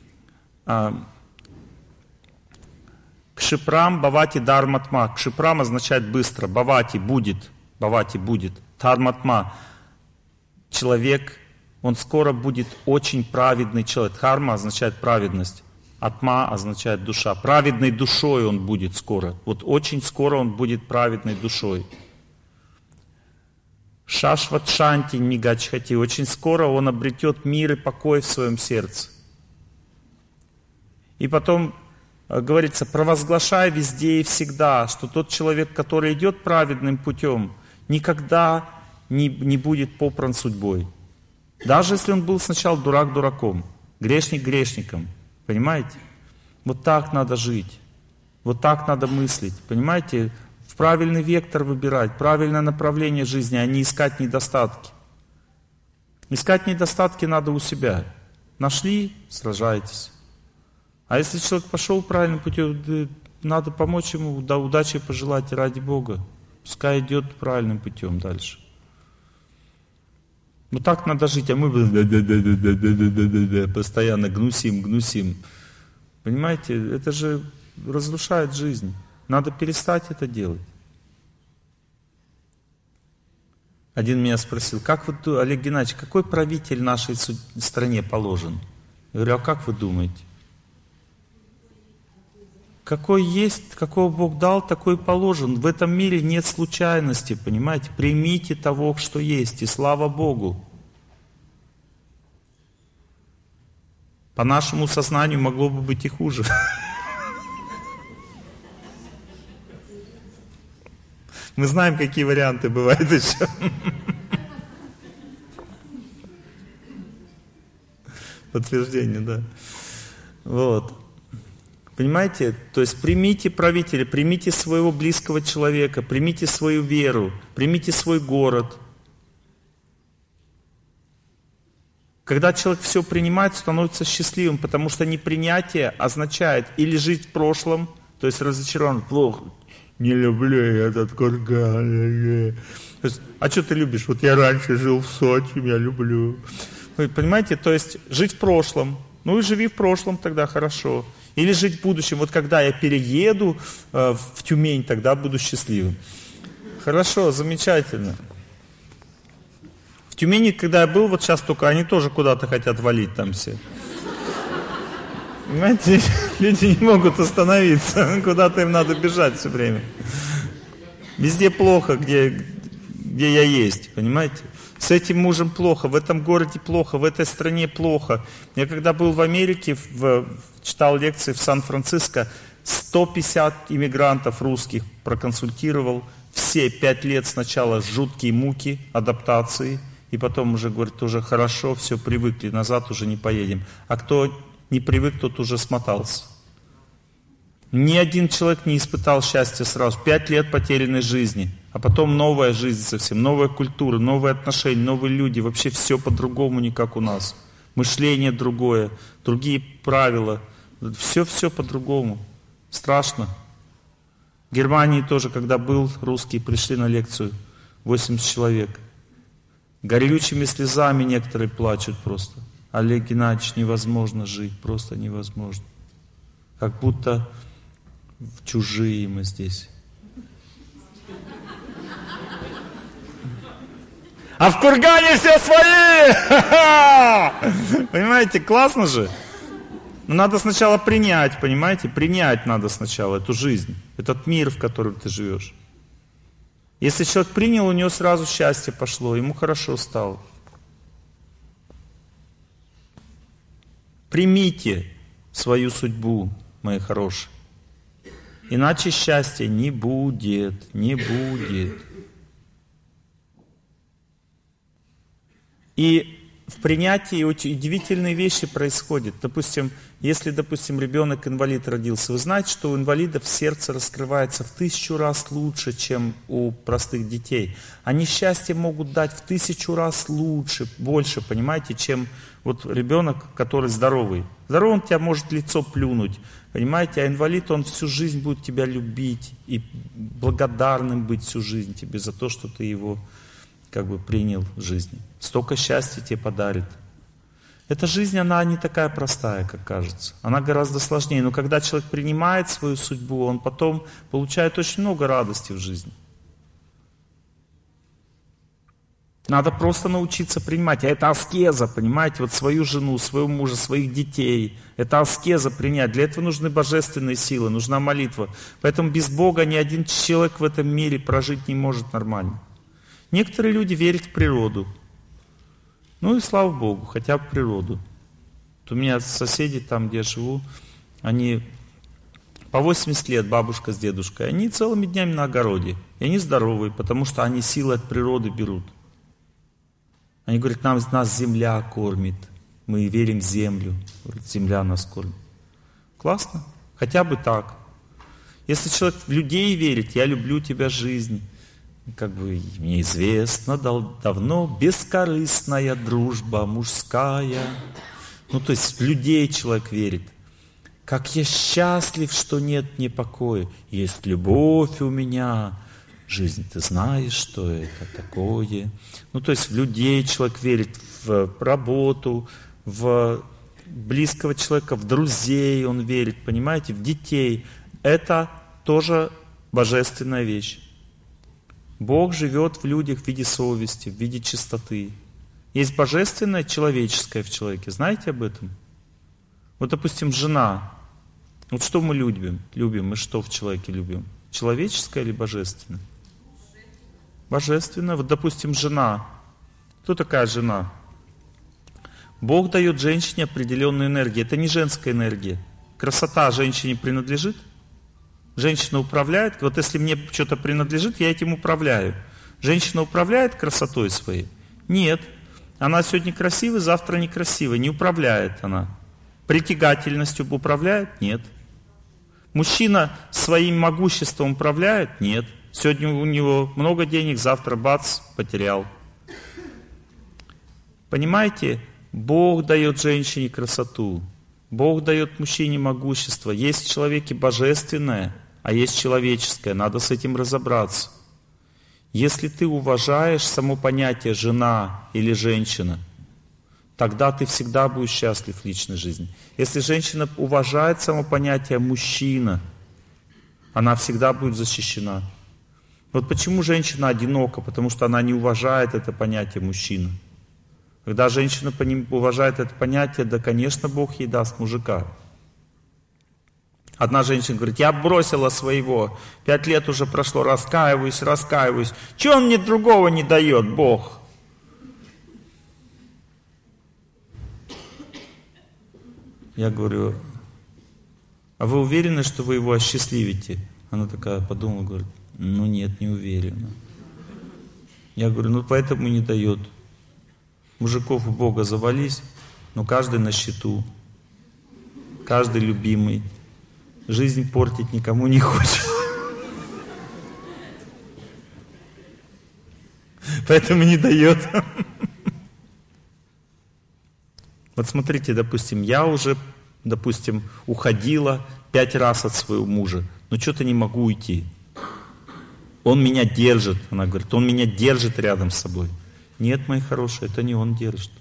Кшипрам бавати дарматма. Кшипрам означает быстро. Бавати будет. Бавати будет. Дharmatma. Человек, он скоро будет очень праведный человек. Дхарма означает праведность. Атма означает душа. Праведной душой он будет скоро. Вот очень скоро он будет праведной душой. Шашват шанти мигачхати. Очень скоро он обретет мир и покой в своем сердце. И потом говорится, провозглашай везде и всегда, что тот человек, который идет праведным путем, никогда не, не будет попран судьбой. Даже если он был сначала дурак дураком, грешник грешником. Понимаете? Вот так надо жить. Вот так надо мыслить. Понимаете? В правильный вектор выбирать, правильное направление жизни, а не искать недостатки. Искать недостатки надо у себя. Нашли — сражайтесь. А если человек пошел правильным путем, надо помочь ему, да, удачи пожелать ради Бога. Пускай идет правильным путем дальше. Вот так надо жить, а мы постоянно гнусим, гнусим. Понимаете, это же разрушает жизнь. Надо перестать это делать. Один меня спросил, как вы, Олег Геннадьевич, какой правитель нашей стране положен? Я говорю, а как вы думаете? Какой есть, какого Бог дал, такой положен. В этом мире нет случайности, понимаете? Примите того, что есть, и слава Богу. По нашему сознанию могло бы быть и хуже. Мы знаем, какие варианты бывают еще. Подтверждение, да. Вот. Понимаете? То есть примите правителя, примите своего близкого человека, примите свою веру, примите свой город. Когда человек все принимает, становится счастливым, потому что непринятие означает или жить в прошлом, то есть разочарован, плохо, не люблю я этот курган. А что ты любишь? Вот я раньше жил в Сочи, я люблю. Вы понимаете? То есть жить в прошлом. Ну и живи в прошлом тогда, хорошо. Или жить в будущем. Вот когда я перееду э, в Тюмень, тогда буду счастливым. Хорошо, замечательно. В Тюмени, когда я был, вот сейчас только они тоже куда-то хотят валить там все. Понимаете, люди не могут остановиться. Куда-то им надо бежать все время. Везде плохо, где, где я есть, понимаете? С этим мужем плохо, в этом городе плохо, в этой стране плохо. Я когда был в Америке, в, читал лекции в Сан-Франциско, сто пятьдесят иммигрантов русских проконсультировал. Все пять лет сначала жуткие муки, адаптации, и потом уже говорят, уже хорошо, все, привыкли, назад уже не поедем. А кто не привык, тот уже смотался. Ни один человек не испытал счастья сразу. Пять лет потерянной жизни. А потом новая жизнь совсем, новая культура, новые отношения, новые люди. Вообще все по-другому, не как у нас. Мышление другое, другие правила. Все-все по-другому. Страшно. В Германии тоже, когда был, русские пришли на лекцию. восемьдесят человек. Горючими слезами некоторые плачут просто. Олег Геннадьевич, невозможно жить, просто невозможно. Как будто чужие мы здесь. А в кургане все свои! Понимаете, классно же? Но надо сначала принять, понимаете? Принять надо сначала эту жизнь, этот мир, в котором ты живешь. Если человек принял, у него сразу счастье пошло, ему хорошо стало. Примите свою судьбу, мои хорошие. Иначе счастья не будет, не будет. И в принятии очень удивительные вещи происходят. Допустим, если, допустим, ребенок-инвалид родился, вы знаете, что у инвалидов сердце раскрывается в тысячу раз лучше, чем у простых детей. Они счастье могут дать в тысячу раз лучше, больше, понимаете, чем вот ребенок, который здоровый. Здоровый, он тебя может лицо плюнуть, понимаете, а инвалид, он всю жизнь будет тебя любить и благодарным быть всю жизнь тебе за то, что ты его как бы принял в жизни. Столько счастья тебе подарит. Эта жизнь, она не такая простая, как кажется. Она гораздо сложнее. Но когда человек принимает свою судьбу, он потом получает очень много радости в жизни. Надо просто научиться принимать. А это аскеза, понимаете? Вот свою жену, своего мужа, своих детей. Это аскеза принять. Для этого нужны божественные силы, нужна молитва. Поэтому без Бога ни один человек в этом мире прожить не может нормально. Некоторые люди верят в природу. Ну и слава Богу, хотя бы в природу. Вот у меня соседи там, где я живу, они по восемьдесят лет, бабушка с дедушкой, они целыми днями на огороде. И они здоровые, потому что они силы от природы берут. Они говорят, нам, нас земля кормит. Мы верим в землю. Говорят, земля нас кормит. Классно. Хотя бы так. Если человек в людей верит, я люблю тебя, жизнь. Как бы мне известно дав- давно, бескорыстная дружба мужская. Ну, то есть в людей человек верит. Как я счастлив, что нет мне покоя. Есть любовь у меня. Жизнь, ты знаешь, что это такое. Ну, то есть в людей человек верит, в работу, в близкого человека, в друзей он верит, понимаете, в детей. Это тоже божественная вещь. Бог живет в людях в виде совести, в виде чистоты. Есть божественное, человеческое в человеке. Знаете об этом? Вот, допустим, жена. Вот что мы любим? Любим. Мы что в человеке любим? Человеческое или божественное? Божественное. Вот, допустим, жена. Кто такая жена? Бог дает женщине определенную энергию. Это не женская энергия. Красота женщине принадлежит? Женщина управляет. Вот если мне что-то принадлежит, я этим управляю. Женщина управляет красотой своей? Нет. Она сегодня красивая, завтра некрасивая. Не управляет она. Притягательностью управляет? Нет. Мужчина своим могуществом управляет? Нет. Сегодня у него много денег, завтра бац, потерял. Понимаете? Бог дает женщине красоту. Бог дает мужчине могущество. Есть в человеке божественное, а есть человеческое. Надо с этим разобраться. Если ты уважаешь само понятие жена или женщина, тогда ты всегда будешь счастлив в личной жизни. Если женщина уважает само понятие мужчина, она всегда будет защищена. Вот почему женщина одинока? Потому что она не уважает это понятие мужчина. Когда женщина уважает это понятие, да, конечно, Бог ей даст мужика. Одна женщина говорит, я бросила своего, пять лет уже прошло, раскаиваюсь, раскаиваюсь. Чего он мне другого не дает, Бог? Я говорю, а вы уверены, что вы его осчастливите? Она такая подумала, говорит, ну нет, не уверена. Я говорю, ну поэтому не дает. Мужиков у Бога завались, но каждый на счету, каждый любимый. Жизнь портить никому не хочет. Поэтому не дает. Вот смотрите, допустим, я уже, допустим, уходила пять раз от своего мужа, но что-то не могу уйти. Он меня держит, она говорит, он меня держит рядом с собой. Нет, мои хорошие, это не он держит.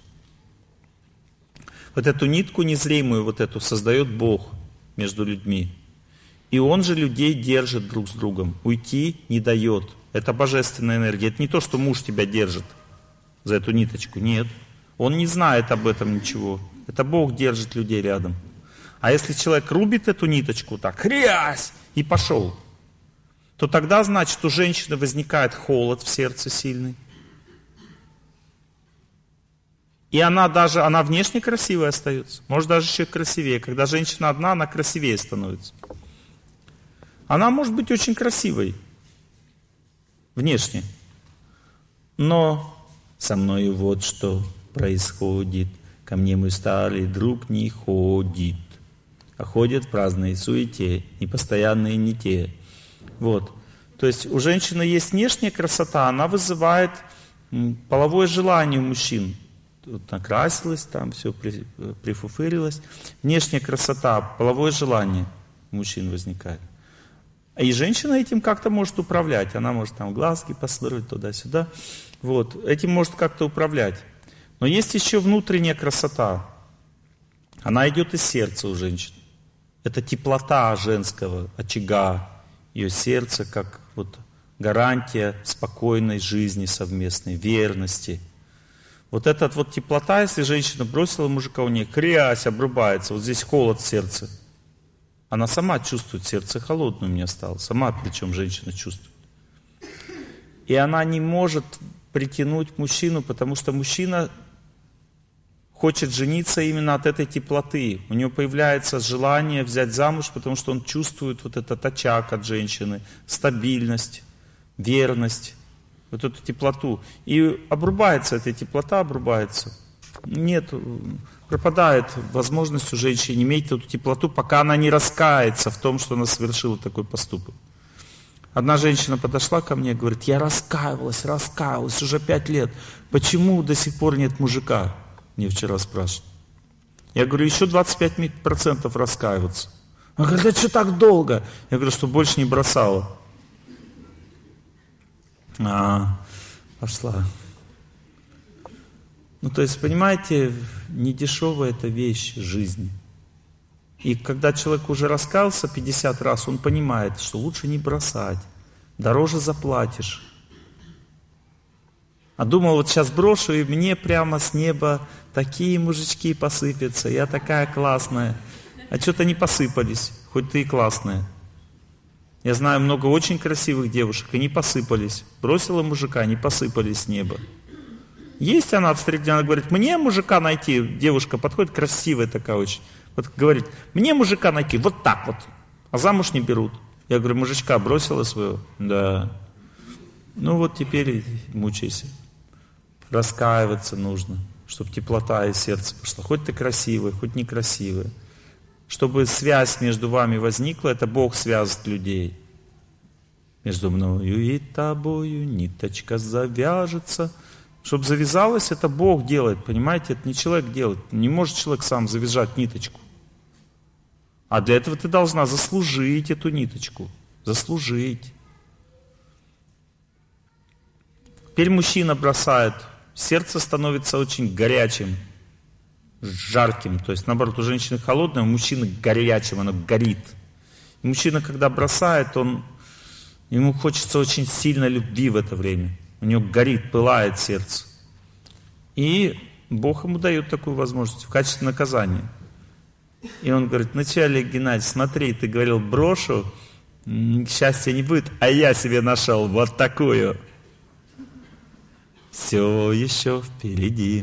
Вот эту нитку незримую, вот эту создает Бог между людьми. И Он же людей держит друг с другом. Уйти не дает. Это божественная энергия. Это не то, что муж тебя держит за эту ниточку. Нет. Он не знает об этом ничего. Это Бог держит людей рядом. А если человек рубит эту ниточку так, хрясь, и пошел, то тогда, значит, у женщины возникает холод в сердце сильный. И она даже, она внешне красивая остается. Может, даже еще красивее. Когда женщина одна, она красивее становится. Она может быть очень красивой. Внешне. Но со мною вот что происходит? Ко мне мой старый друг не ходит, а ходят в праздной суете, непостоянные не те. Вот. То есть у женщины есть внешняя красота, она вызывает половое желание у мужчин. Вот накрасилась, там все прифуфырилось. Внешняя красота, половое желание у мужчин возникает. И женщина этим как-то может управлять. Она может там глазки построить туда-сюда. Вот. Этим может как-то управлять. Но есть еще внутренняя красота. Она идет из сердца у женщин. Это теплота женского очага, ее сердце, как вот гарантия спокойной жизни совместной, верности. Вот эта вот теплота, если женщина бросила мужика, у нее хрясь, обрубается, вот здесь холод в сердце. Она сама чувствует, сердце холодное у меня стало, сама причем женщина чувствует. И она не может притянуть мужчину, потому что мужчина хочет жениться именно от этой теплоты. У него появляется желание взять замуж, потому что он чувствует вот этот очаг от женщины, стабильность, верность, вот эту теплоту. И обрубается эта теплота, обрубается. Нет, пропадает возможность у женщины иметь эту теплоту, пока она не раскается в том, что она совершила такой поступок. Одна женщина подошла ко мне и говорит: я раскаивалась, раскаивалась уже пять лет. Почему до сих пор нет мужика? Мне вчера спрашивают. Я говорю, еще двадцать пять процентов раскаиваться. Она говорит, да что так долго? Я говорю, что больше не бросала. А, пошла. Ну, то есть, понимаете, недешевая эта вещь жизни. И когда человек уже раскаялся пятьдесят раз, он понимает, что лучше не бросать, дороже заплатишь. А думал, вот сейчас брошу, и мне прямо с неба такие мужички посыпятся, я такая классная. А что-то не посыпались, хоть ты и классная. Я знаю много очень красивых девушек, и не посыпались. Бросила мужика, не посыпались с неба. Есть она в среде, она говорит, мне мужика найти, девушка подходит, красивая такая очень. Вот говорит, мне мужика найти, вот так вот, а замуж не берут. Я говорю, мужичка бросила своего? Да. Ну вот теперь мучайся. Раскаиваться нужно, чтобы теплота из сердца пошла. Хоть ты красивая, хоть некрасивая. Чтобы связь между вами возникла, это Бог связывает людей. Между мною и тобою ниточка завяжется. Чтобы завязалось, это Бог делает, понимаете? Это не человек делает. Не может человек сам завязать ниточку. А для этого ты должна заслужить эту ниточку. Заслужить. Теперь мужчина бросает. Сердце становится очень горячим, жарким. То есть, наоборот, у женщины холодное, у мужчины горячим, оно горит. И мужчина, когда бросает, он, ему хочется очень сильно любви в это время. У него горит, пылает сердце. И Бог ему дает такую возможность в качестве наказания. И он говорит, вначале, Геннадий, смотри, ты говорил, брошу, счастья не будет, а я себе нашел вот такую. Все еще впереди.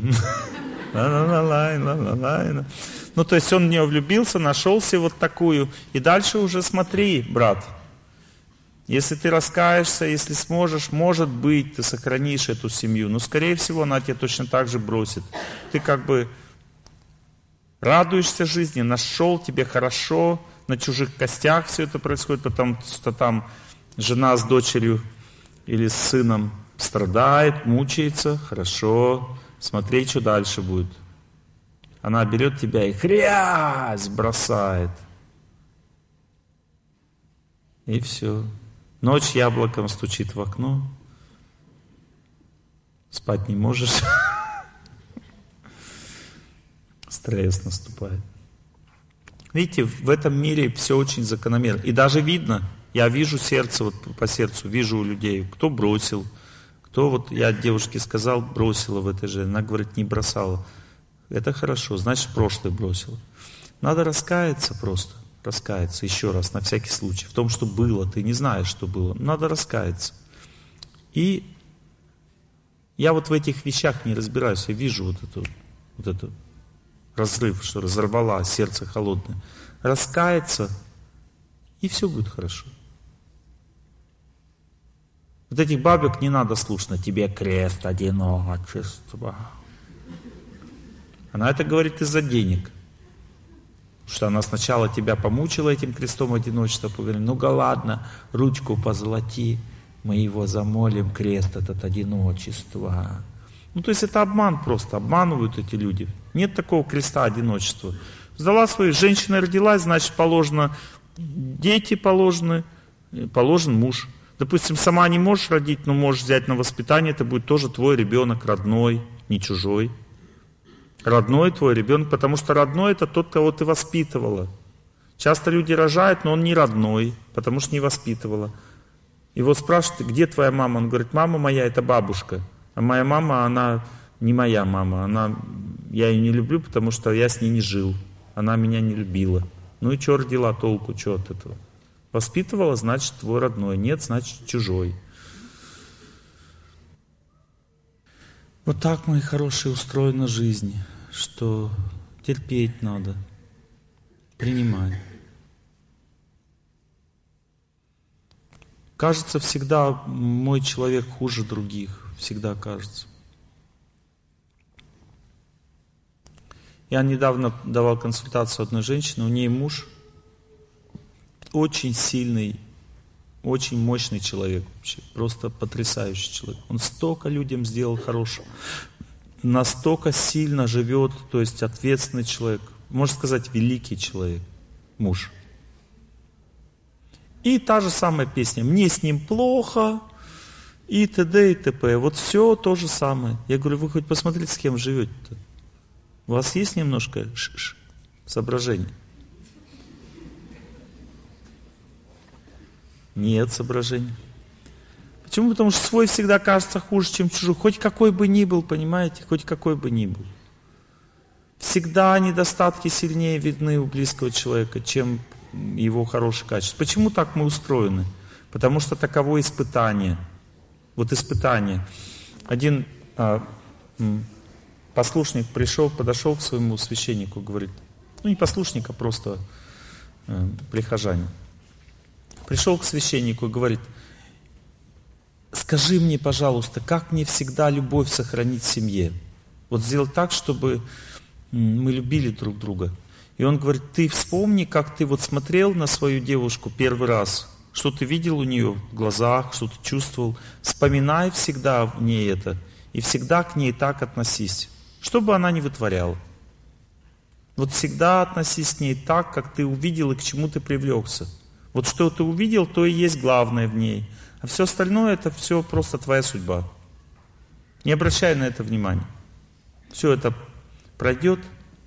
Ну, то есть он в нее влюбился, нашел себе вот такую. И дальше уже смотри, брат. Если ты раскаешься, если сможешь, может быть, ты сохранишь эту семью. Но, скорее всего, она тебя точно так же бросит. Ты как бы радуешься жизни, нашел, тебе хорошо, на чужих костях все это происходит, потому что там жена с дочерью или с сыном страдает, мучается, хорошо, смотри, что дальше будет. Она берет тебя и хрясь бросает. И все. Ночь яблоком стучит в окно. Спать не можешь. Стресс наступает. Видите, в этом мире все очень закономерно. И даже видно, я вижу сердце, вот по сердцу, вижу у людей, кто бросил, кто вот, я девушке сказал, бросила в этой же, она говорит, не бросала. Это хорошо, значит, в прошлое бросила. Надо раскаяться просто, раскаяться еще раз, на всякий случай, в том, что было, ты не знаешь, что было, надо раскаяться. И я вот в этих вещах не разбираюсь, я вижу вот эту, вот эту разрыв, что разорвала, сердце холодное. Раскаяться, и все будет хорошо. Вот этих бабек не надо слушать, на тебе крест одиночества. Она это говорит из-за денег. Потому что она сначала тебя помучила этим крестом одиночества, поговорила, ну-ка ладно, ручку позолоти, мы его замолим, крест этот одиночества. Ну то есть это обман просто, обманывают эти люди. Нет такого креста одиночества. Сдала свои, женщина родилась, значит положено, дети положены, положен муж. Допустим, сама не можешь родить, но можешь взять на воспитание, это будет тоже твой ребенок, родной, не чужой. Родной твой ребенок, потому что родной это тот, кого ты воспитывала. Часто люди рожают, но он не родной, потому что не воспитывала. И вот спрашивают, где твоя мама? Он говорит, мама моя это бабушка, а моя мама, она не моя мама, она, я ее не люблю, потому что я с ней не жил, она меня не любила. Ну и что родила, толку, что от этого? Воспитывала, значит твой родной, нет, значит чужой. Вот так, мои хорошие, устроена жизнь, что терпеть надо, принимать. Кажется, всегда мой человек хуже других, всегда кажется. Я недавно давал консультацию одной женщине, у нее муж очень сильный, очень мощный человек вообще, просто потрясающий человек. Он столько людям сделал хорошего, настолько сильно живет, то есть ответственный человек, можно сказать, великий человек, муж. И та же самая песня, мне с ним плохо, и т.д. и т.п. Вот все то же самое. Я говорю, вы хоть посмотрите, с кем живете-то. У вас есть немножко ш-ш, соображений? Нет соображений. Почему? Потому что свой всегда кажется хуже, чем чужой. Хоть какой бы ни был, понимаете? Хоть какой бы ни был. Всегда недостатки сильнее видны у близкого человека, чем его хорошие качества. Почему так мы устроены? Потому что таково испытание. Вот испытание. Один а, послушник пришел, подошел к своему священнику, говорит, ну не послушник, а просто а, прихожанин. Пришел к священнику и говорит, скажи мне, пожалуйста, как мне всегда любовь сохранить в семье? Вот сделать так, чтобы мы любили друг друга. И он говорит, ты вспомни, как ты вот смотрел на свою девушку первый раз, что ты видел у нее в глазах, что ты чувствовал. Вспоминай всегда в ней это, и всегда к ней так относись, что бы она ни вытворяла. Вот всегда относись к ней так, как ты увидел и к чему ты привлекся. Вот что ты увидел, то и есть главное в ней. А все остальное, это все просто твоя судьба. Не обращай на это внимания. Все это пройдет.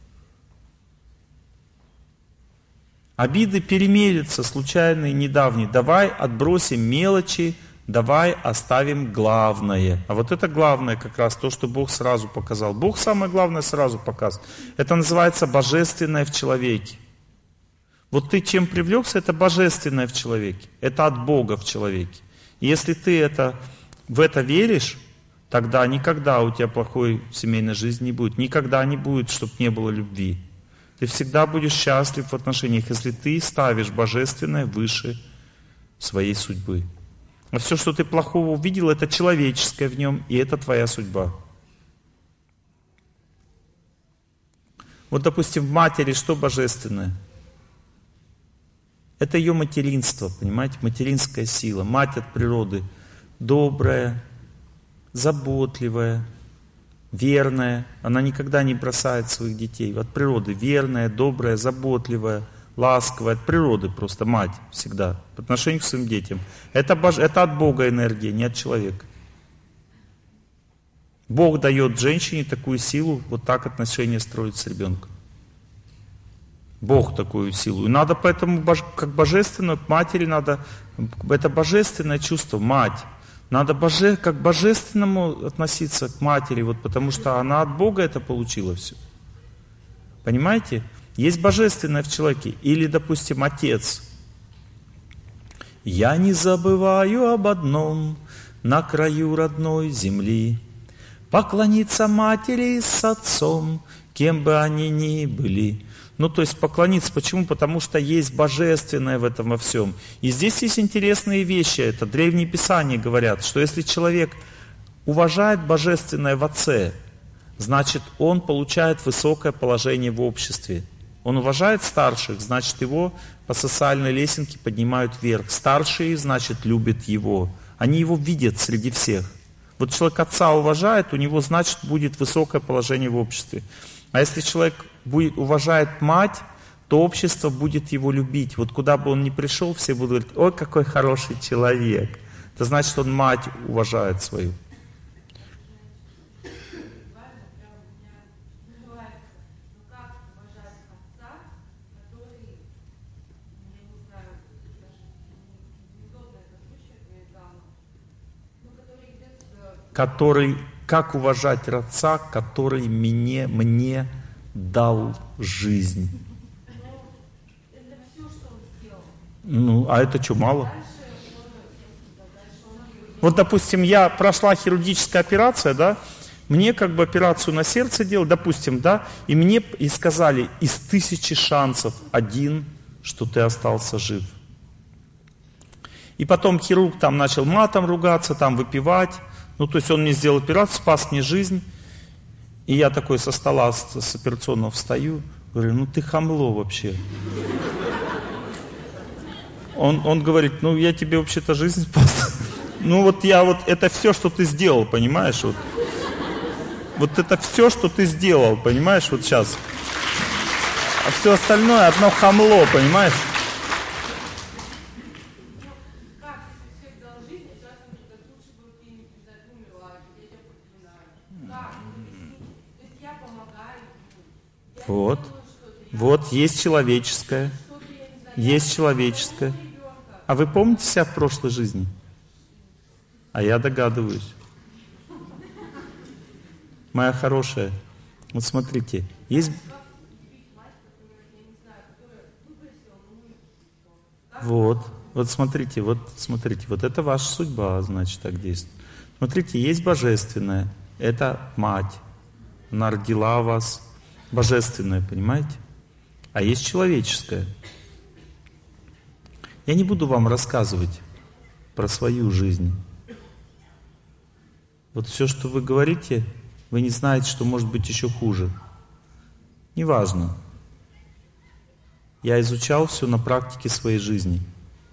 Обиды перемелятся, случайные, недавние. Давай отбросим мелочи, давай оставим главное. А вот это главное как раз то, что Бог сразу показал. Бог самое главное сразу показывает. Это называется божественное в человеке. Вот ты чем привлекся, это божественное в человеке. Это от Бога в человеке. И если ты это, в это веришь, тогда никогда у тебя плохой семейной жизни не будет. Никогда не будет, чтобы не было любви. Ты всегда будешь счастлив в отношениях, если ты ставишь божественное выше своей судьбы. А все, что ты плохого увидел, это человеческое в нем, и это твоя судьба. Вот, допустим, в матери что божественное? Это ее материнство, понимаете, материнская сила. Мать от природы добрая, заботливая, верная. Она никогда не бросает своих детей. От природы верная, добрая, заботливая, ласковая. От природы просто мать всегда по отношению к своим детям. Это, бож... это от Бога энергия, не от человека. Бог дает женщине такую силу, вот так отношения строить с ребенком. Бог такую силу. И надо поэтому, как божественную, к матери надо, это божественное чувство, мать. Надо боже, как божественному относиться к матери, вот потому что она от Бога это получила все. Понимаете? Есть божественное в человеке. Или, допустим, отец. Я не забываю об одном, на краю родной земли. Поклониться матери с отцом, кем бы они ни были. Ну, то есть поклониться. Почему? Потому что есть божественное в этом во всем. И здесь есть интересные вещи. Это древние писания говорят, что если человек уважает божественное в отце, значит, он получает высокое положение в обществе. Он уважает старших, значит, его по социальной лесенке поднимают вверх. Старшие, значит, любят его. Они его видят среди всех. Вот человек отца уважает, у него, значит, будет высокое положение в обществе. А если человек будет, уважает мать, то общество будет его любить. Вот куда бы он ни пришел, все будут говорить: ой, какой хороший человек. Это значит, он мать уважает свою. Который, как уважать отца, который мне, мне дал жизнь. Ну, а это что, мало? Вот, допустим, я прошла хирургическая операция, да, мне как бы операцию на сердце делали, допустим, да, и мне и сказали: из тысячи шансов один, что ты остался жив. И потом хирург там начал матом ругаться, там выпивать. Ну, то есть он мне сделал операцию, спас мне жизнь. И я такой со стола, с, с операционного встаю, говорю: ну ты хамло вообще. Он, он говорит: ну я тебе вообще-то жизнь спас. Ну вот я вот, это все, что ты сделал, понимаешь? Вот, вот это все, что ты сделал, понимаешь, вот сейчас. А все остальное одно хамло, понимаешь? Вот, вот, есть человеческое, есть человеческое. А вы помните себя в прошлой жизни? А я догадываюсь. Моя хорошая, вот смотрите, есть... Вот, вот смотрите, вот смотрите, вот это ваша судьба, значит, так действует. Смотрите, есть божественное, это мать, она родила вас. Божественное, понимаете? А есть человеческое. Я не буду вам рассказывать про свою жизнь. Вот все, что вы говорите, вы не знаете, что может быть еще хуже. Неважно. Я изучал все на практике своей жизни.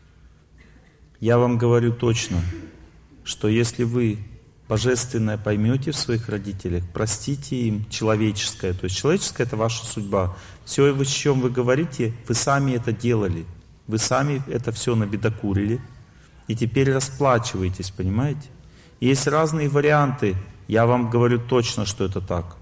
Я вам говорю точно, что если вы божественное поймете в своих родителях, простите им человеческое. То есть человеческое — это ваша судьба. Все, о чем вы говорите, вы сами это делали. Вы сами это все набедокурили. И теперь расплачиваетесь, понимаете? Есть разные варианты. Я вам говорю точно, что это так.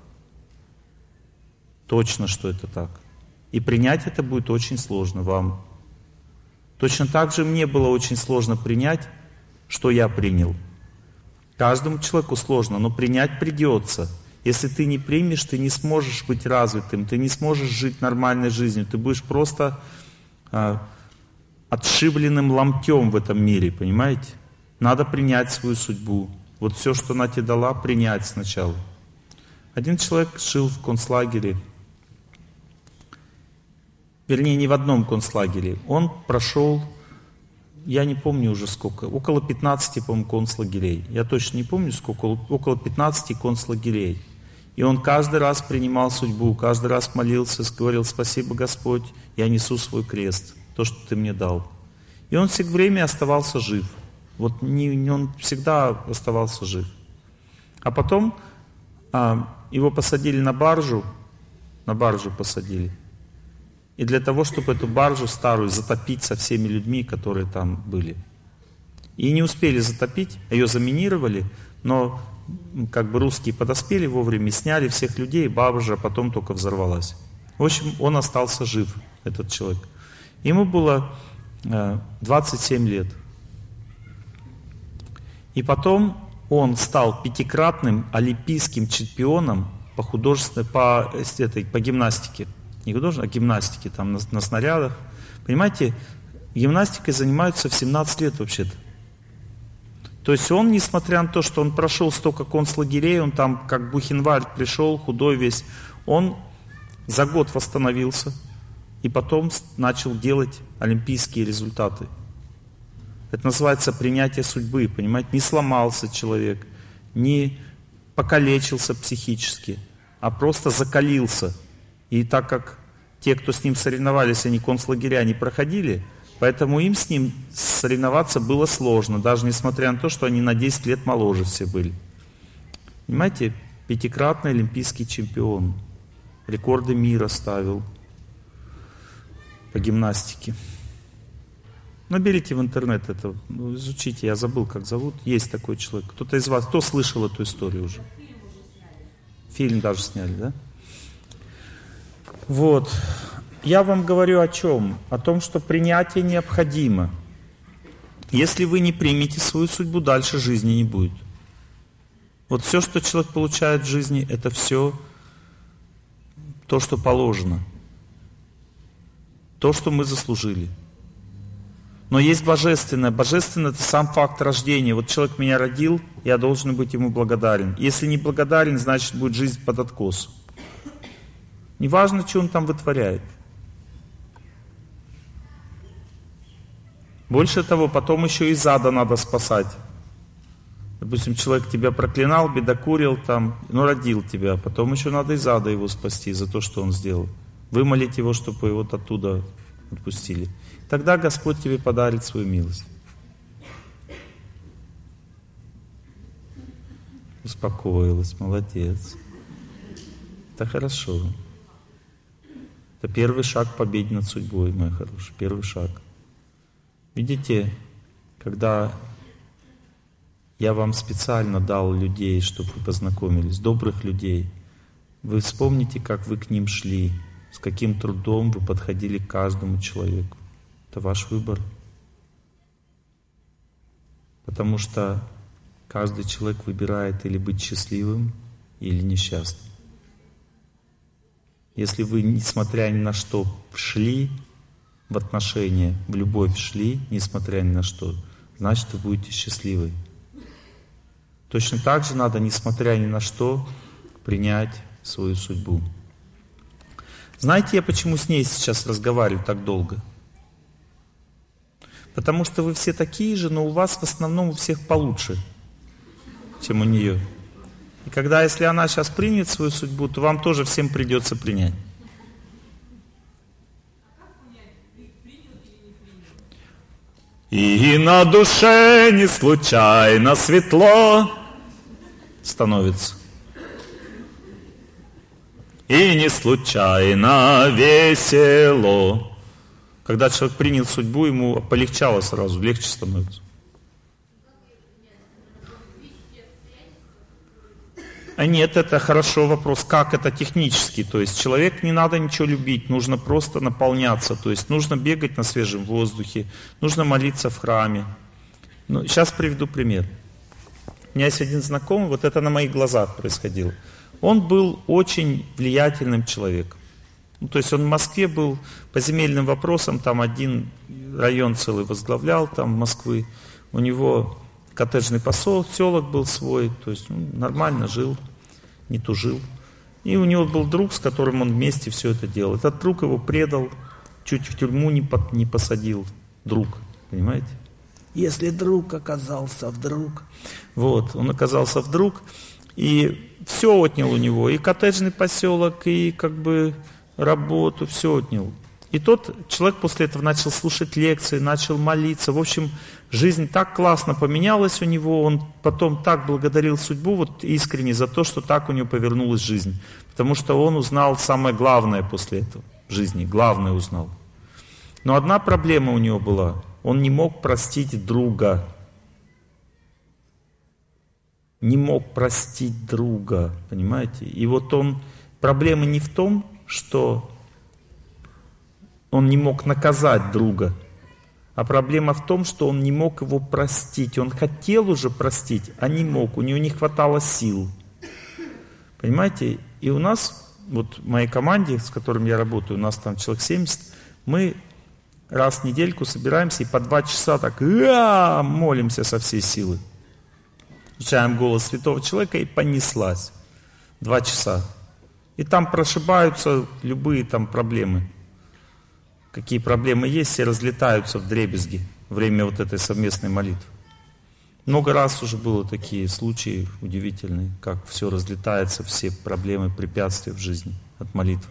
Точно, что это так. И принять это будет очень сложно вам. Точно так же мне было очень сложно принять, что я принял. Каждому человеку сложно, но принять придется. Если ты не примешь, ты не сможешь быть развитым, ты не сможешь жить нормальной жизнью, ты будешь просто а, отшибленным ломтем в этом мире, понимаете? Надо принять свою судьбу. Вот все, что она тебе дала, принять сначала. Один человек жил в концлагере, вернее, не в одном концлагере. Он прошел... Я не помню уже сколько, около пятнадцати, по-моему, концлагерей. Я точно не помню сколько, около пятнадцати концлагерей. И он каждый раз принимал судьбу, каждый раз молился, говорил: спасибо, Господь, я несу свой крест, то, что ты мне дал. И он все время оставался жив. Вот не, не, он всегда оставался жив. А потом а, его посадили на баржу, на баржу посадили. И для того, чтобы эту баржу старую затопить со всеми людьми, которые там были. И не успели затопить, ее заминировали, но как бы русские подоспели вовремя, сняли всех людей, баржа потом только взорвалась. В общем, он остался жив, этот человек. Ему было э, двадцать семь лет. И потом он стал пятикратным олимпийским чемпионом по художественной, по, этой, по гимнастике. Не художественной, а гимнастике, там на, на снарядах. Понимаете, гимнастикой занимаются в семнадцать лет вообще-то. То есть он, несмотря на то, что он прошел столько концлагерей, он там как Бухенвальд пришел, худой весь, он за год восстановился и потом начал делать олимпийские результаты. Это называется принятие судьбы, понимаете? Не сломался человек, не покалечился психически, а просто закалился. И так как те, кто с ним соревновались, они концлагеря не проходили, поэтому им с ним соревноваться было сложно, даже несмотря на то, что они на десять лет моложе все были. Понимаете, пятикратный олимпийский чемпион, рекорды мира ставил по гимнастике. Наберите в интернет это, ну, изучите, я забыл, как зовут. Есть такой человек. Кто-то из вас, кто слышал эту историю уже? Фильм даже сняли, да? Вот. Я вам говорю о чем? О том, что принятие необходимо. Если вы не примете свою судьбу, дальше жизни не будет. Вот все, что человек получает в жизни, это все то, что положено. То, что мы заслужили. Но есть божественное. Божественное — это сам факт рождения. Вот человек меня родил, я должен быть ему благодарен. Если не благодарен, значит будет жизнь под откос. Неважно, что он там вытворяет. Больше того, потом еще из ада надо спасать. Допустим, человек тебя проклинал, бедокурил, там, ну, родил тебя. Потом еще надо из ада его спасти за то, что он сделал. Вымолить его, чтобы его оттуда отпустили. Тогда Господь тебе подарит свою милость. Успокоилась, молодец. Это хорошо. Это первый шаг к победе над судьбой, мой хороший. Первый шаг. Видите, когда я вам специально дал людей, чтобы вы познакомились, добрых людей, вы вспомните, как вы к ним шли, с каким трудом вы подходили к каждому человеку. Это ваш выбор. Потому что каждый человек выбирает или быть счастливым, или несчастным. Если вы, несмотря ни на что, шли в отношения, в любовь шли, несмотря ни на что, значит, вы будете счастливы. Точно так же надо, несмотря ни на что, принять свою судьбу. Знаете, я почему с ней сейчас разговариваю так долго? Потому что вы все такие же, но у вас в основном у всех получше, чем у нее. И когда, если она сейчас примет свою судьбу, то вам тоже всем придется принять. И на душе не случайно светло становится. И не случайно весело. Когда человек принял судьбу, ему полегчало сразу, легче становится. А нет, это хорошо вопрос, как это технически. То есть человек не надо ничего любить, нужно просто наполняться. То есть нужно бегать на свежем воздухе, нужно молиться в храме. Ну, сейчас приведу пример. У меня есть один знакомый, вот это на моих глазах происходило. Он был очень влиятельным человеком. Ну, то есть он в Москве был по земельным вопросам, там один район целый возглавлял, там Москвы. У него коттеджный поселок был свой, то есть ну, нормально жил, не тужил. И у него был друг, с которым он вместе все это делал. Этот друг его предал, чуть в тюрьму не, под, не посадил. Друг, понимаете? Если друг оказался вдруг. Вот, он оказался вдруг, и все отнял у него, и коттеджный поселок, и как бы работу, все отнял. И тот человек после этого начал слушать лекции, начал молиться. В общем, жизнь так классно поменялась у него, он потом так благодарил судьбу, вот искренне за то, что так у него повернулась жизнь. Потому что он узнал самое главное после этого в жизни, главное узнал. Но одна проблема у него была, он не мог простить друга. Не мог простить друга, понимаете? И вот он, проблема не в том, что он не мог наказать друга, а проблема в том, что он не мог его простить. Он хотел уже простить, а не мог, у него не хватало сил. Понимаете? И у нас, вот в моей команде, с которым я работаю, у нас там человек семьдесят, мы раз в недельку собираемся и по два часа так а, молимся со всей силы. Включаем голос святого человека и понеслась. Два часа. И там прошибаются любые там проблемы. Какие проблемы есть, все разлетаются вдребезги во время вот этой совместной молитвы. Много раз уже было такие случаи удивительные, как все разлетается, все проблемы, препятствия в жизни от молитвы.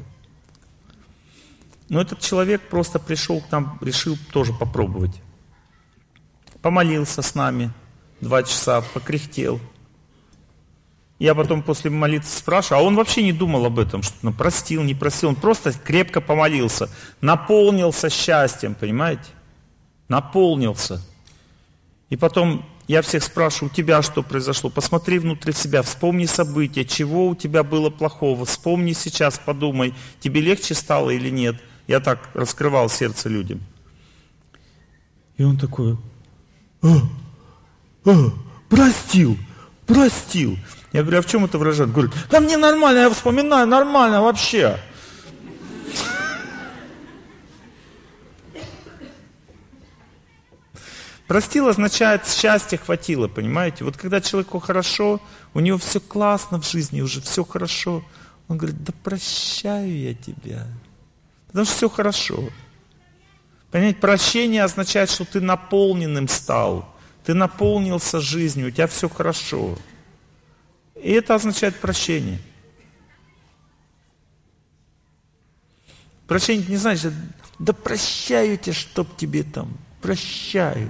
Но этот человек просто пришел к нам, решил тоже попробовать. Помолился с нами два часа, покряхтел. Я потом после молитвы спрашиваю, а он вообще не думал об этом, что ну, простил, не простил, он просто крепко помолился, наполнился счастьем, понимаете? Наполнился. И потом я всех спрашиваю, у тебя что произошло? Посмотри внутрь себя, вспомни события, чего у тебя было плохого, вспомни сейчас, подумай, тебе легче стало или нет. Я так раскрывал сердце людям. И он такой, а, а, простил, простил. Я говорю, а в чем это выражает? Говорит, да мне нормально, я вспоминаю, нормально вообще. Простил означает, счастья хватило, понимаете? Вот когда человеку хорошо, у него все классно в жизни, уже все хорошо. Он говорит, да прощаю я тебя. Потому что все хорошо. Понимаете, прощение означает, что ты наполненным стал. Ты наполнился жизнью, у тебя все хорошо. И это означает прощение. Прощение не значит, да прощаю тебя, чтоб тебе там, прощаю.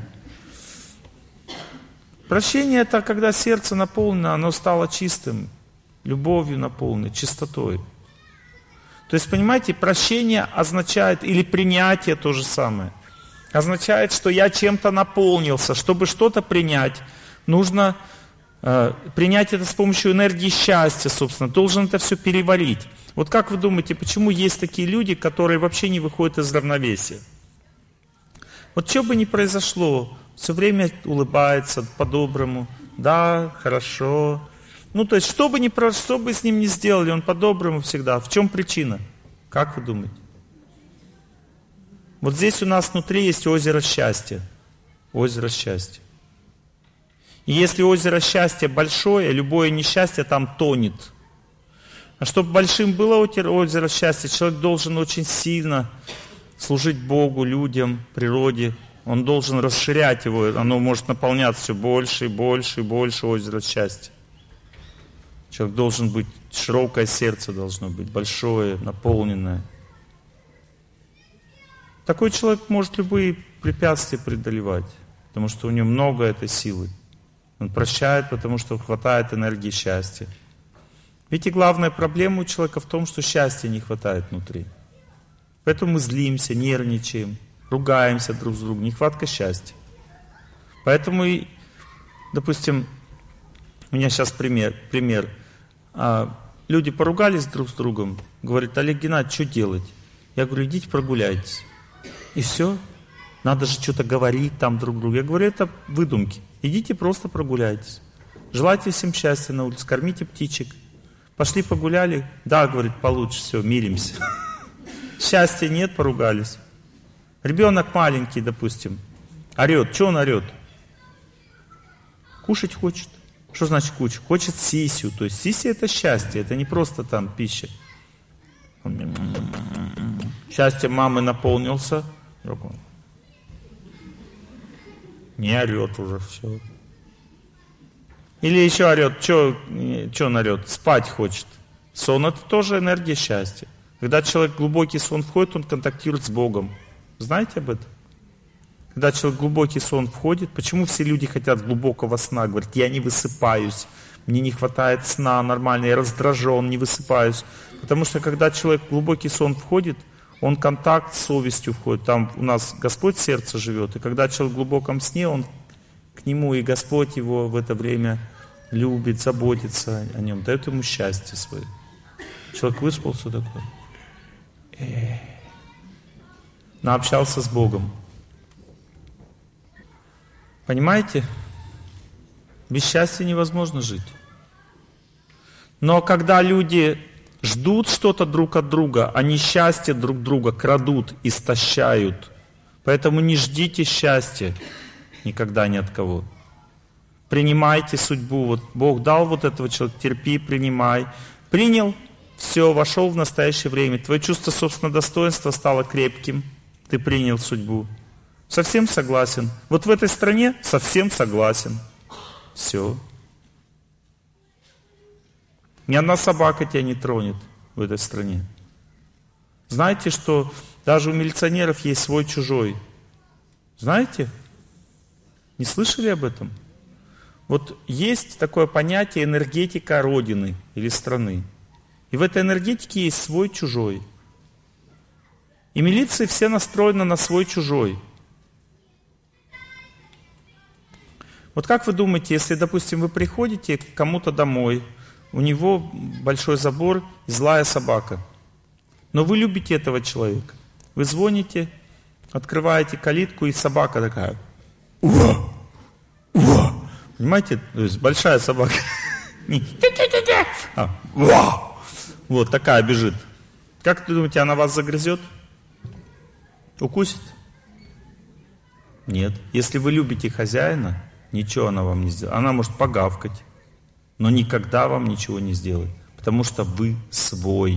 Прощение это когда сердце наполнено, оно стало чистым, любовью наполнено, чистотой. То есть, понимаете, прощение означает, или принятие то же самое, означает, что я чем-то наполнился. Чтобы что-то принять, нужно э, принять это с помощью энергии счастья, собственно, должен это все переварить. Вот как вы думаете, почему есть такие люди, которые вообще не выходят из равновесия? Вот что бы ни произошло, все время улыбается по-доброму, да, хорошо. Ну, то есть, что бы, ни, что бы с ним ни сделали, он по-доброму всегда. В чем причина? Как вы думаете? Вот здесь у нас внутри есть озеро счастья. Озеро счастья. И если озеро счастья большое, любое несчастье там тонет. А чтобы большим было озеро счастья, человек должен очень сильно служить Богу, людям, природе. Он должен расширять его, оно может наполняться все больше и больше и больше озеро счастья. Человек должен быть, широкое сердце должно быть, большое, наполненное. Такой человек может любые препятствия преодолевать, потому что у него много этой силы. Он прощает, потому что хватает энергии счастья. Видите, главная проблема у человека в том, что счастья не хватает внутри. Поэтому мы злимся, нервничаем, ругаемся друг с другом, нехватка счастья. Поэтому, и, допустим, у меня сейчас пример. пример. А, люди поругались друг с другом, говорят, Олег Геннадьевич, что делать? Я говорю, идите прогуляйтесь. И все. Надо же что-то говорить там друг другу. Я говорю, это выдумки. Идите просто прогуляйтесь. Желайте всем счастья на улице, кормите птичек. Пошли погуляли. Да, говорит, получше, все, миримся. Счастья нет, поругались. Ребенок маленький, допустим, орет. Что он орет? Кушать хочет. Что значит кушать? Хочет сисю. То есть сися это счастье, это не просто там пища. Счастье мамы наполнился. Не орет уже, все. Или еще орет. Что он орет? Спать хочет. Сон это тоже энергия счастья. Когда человек в глубокий сон входит, он контактирует с Богом. Знаете об этом? Когда человек в глубокий сон входит, почему все люди хотят глубокого сна? Говорят, я не высыпаюсь, мне не хватает сна нормально, я раздражен, не высыпаюсь. Потому что когда человек в глубокий сон входит, он контакт с совестью входит. Там у нас Господь в сердце живет. И когда человек в глубоком сне, он к нему, и Господь его в это время любит, заботится о нем, дает ему счастье свое. Человек выспался такой. Наобщался с Богом. Понимаете? Без счастья невозможно жить. Но когда люди ждут что-то друг от друга, они счастье друг друга крадут, истощают. Поэтому не ждите счастья никогда ни от кого. Принимайте судьбу. Вот Бог дал вот этого человека, терпи, принимай. Принял, все, вошел в настоящее время. Твое чувство собственного достоинства стало крепким. Ты принял судьбу. Совсем согласен. Вот в этой стране совсем согласен. Все. Ни одна собака тебя не тронет в этой стране. Знаете, что даже у милиционеров есть свой-чужой? Знаете? Не слышали об этом? Вот есть такое понятие энергетика Родины или страны. И в этой энергетике есть свой-чужой. И милиции все настроены на свой-чужой. Вот как вы думаете, если, допустим, вы приходите к кому-то домой, у него большой забор и злая собака, но вы любите этого человека, вы звоните, открываете калитку, и собака такая, уа, уа. Понимаете, то есть большая собака, а, уа. Вот такая бежит. Как вы думаете, она вас загрызет? Укусит? Нет. Если вы любите хозяина, ничего она вам не сделает. Она может погавкать, но никогда вам ничего не сделает, потому что вы свой.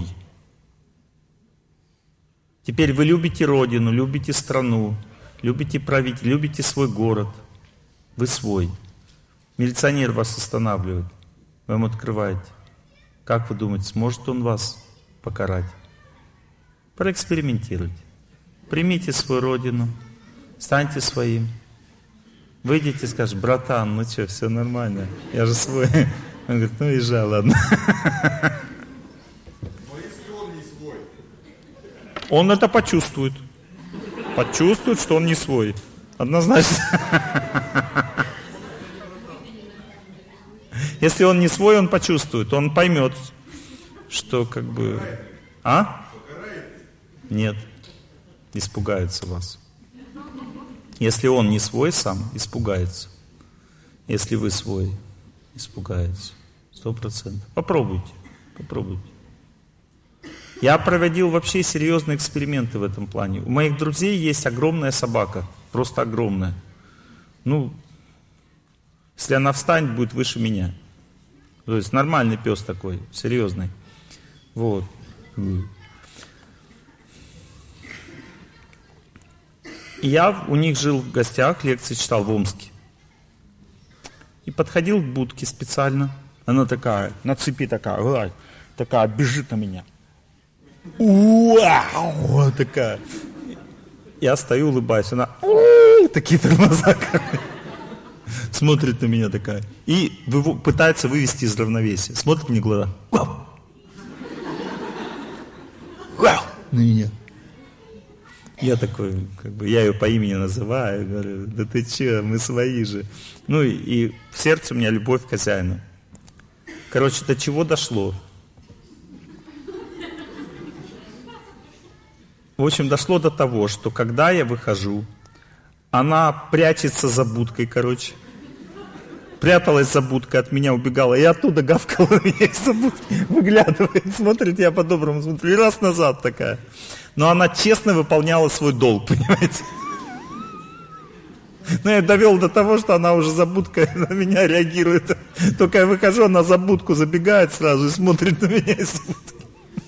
Теперь вы любите родину, любите страну, любите правителя, любите свой город. Вы свой. Милиционер вас останавливает, вы ему открываете. Как вы думаете, сможет он вас покарать? Проэкспериментируйте. Примите свою родину, станьте своим. Выйдите и скажете: братан, ну что, все нормально, я же свой. Он говорит: ну езжай, ладно. Но если он не свой? Он это почувствует. Почувствует, что он не свой. Однозначно. Если он не свой, он почувствует, он поймет, что как бы... А? Нет. Испугается вас. Если он не свой сам, испугается. Если вы свой, испугается. Сто процентов. Попробуйте. Попробуйте. Я проводил вообще серьезные эксперименты в этом плане. У моих друзей есть огромная собака. Просто огромная. Ну, если она встанет, будет выше меня. То есть нормальный пес такой, серьезный. Вот. И я у них жил в гостях, лекции читал в Омске. И подходил к будке специально. Она такая, на цепи такая, такая, бежит на меня. Уау! Такая. Я стою, улыбаюсь. Она, такие тормоза. Смотрит на меня такая. И пытается вывести из равновесия. Смотрит мне в глаза. Вау! Вау! На меня. Я такой, как бы, я ее по имени называю, говорю: да ты че, мы свои же. Ну и, и в сердце у меня любовь к хозяину. Короче, до чего дошло? В общем, дошло до того, что когда я выхожу, она прячется за будкой, короче. Пряталась за будкой, от меня убегала. И оттуда гавкала на меня из-за будки. Выглядывает, смотрит, я по-доброму смотрю. И раз назад такая. Но она честно выполняла свой долг, понимаете? Но я довел до того, что она уже за будкой на меня реагирует. Только я выхожу, она за будку забегает сразу и смотрит на меня из-за будки.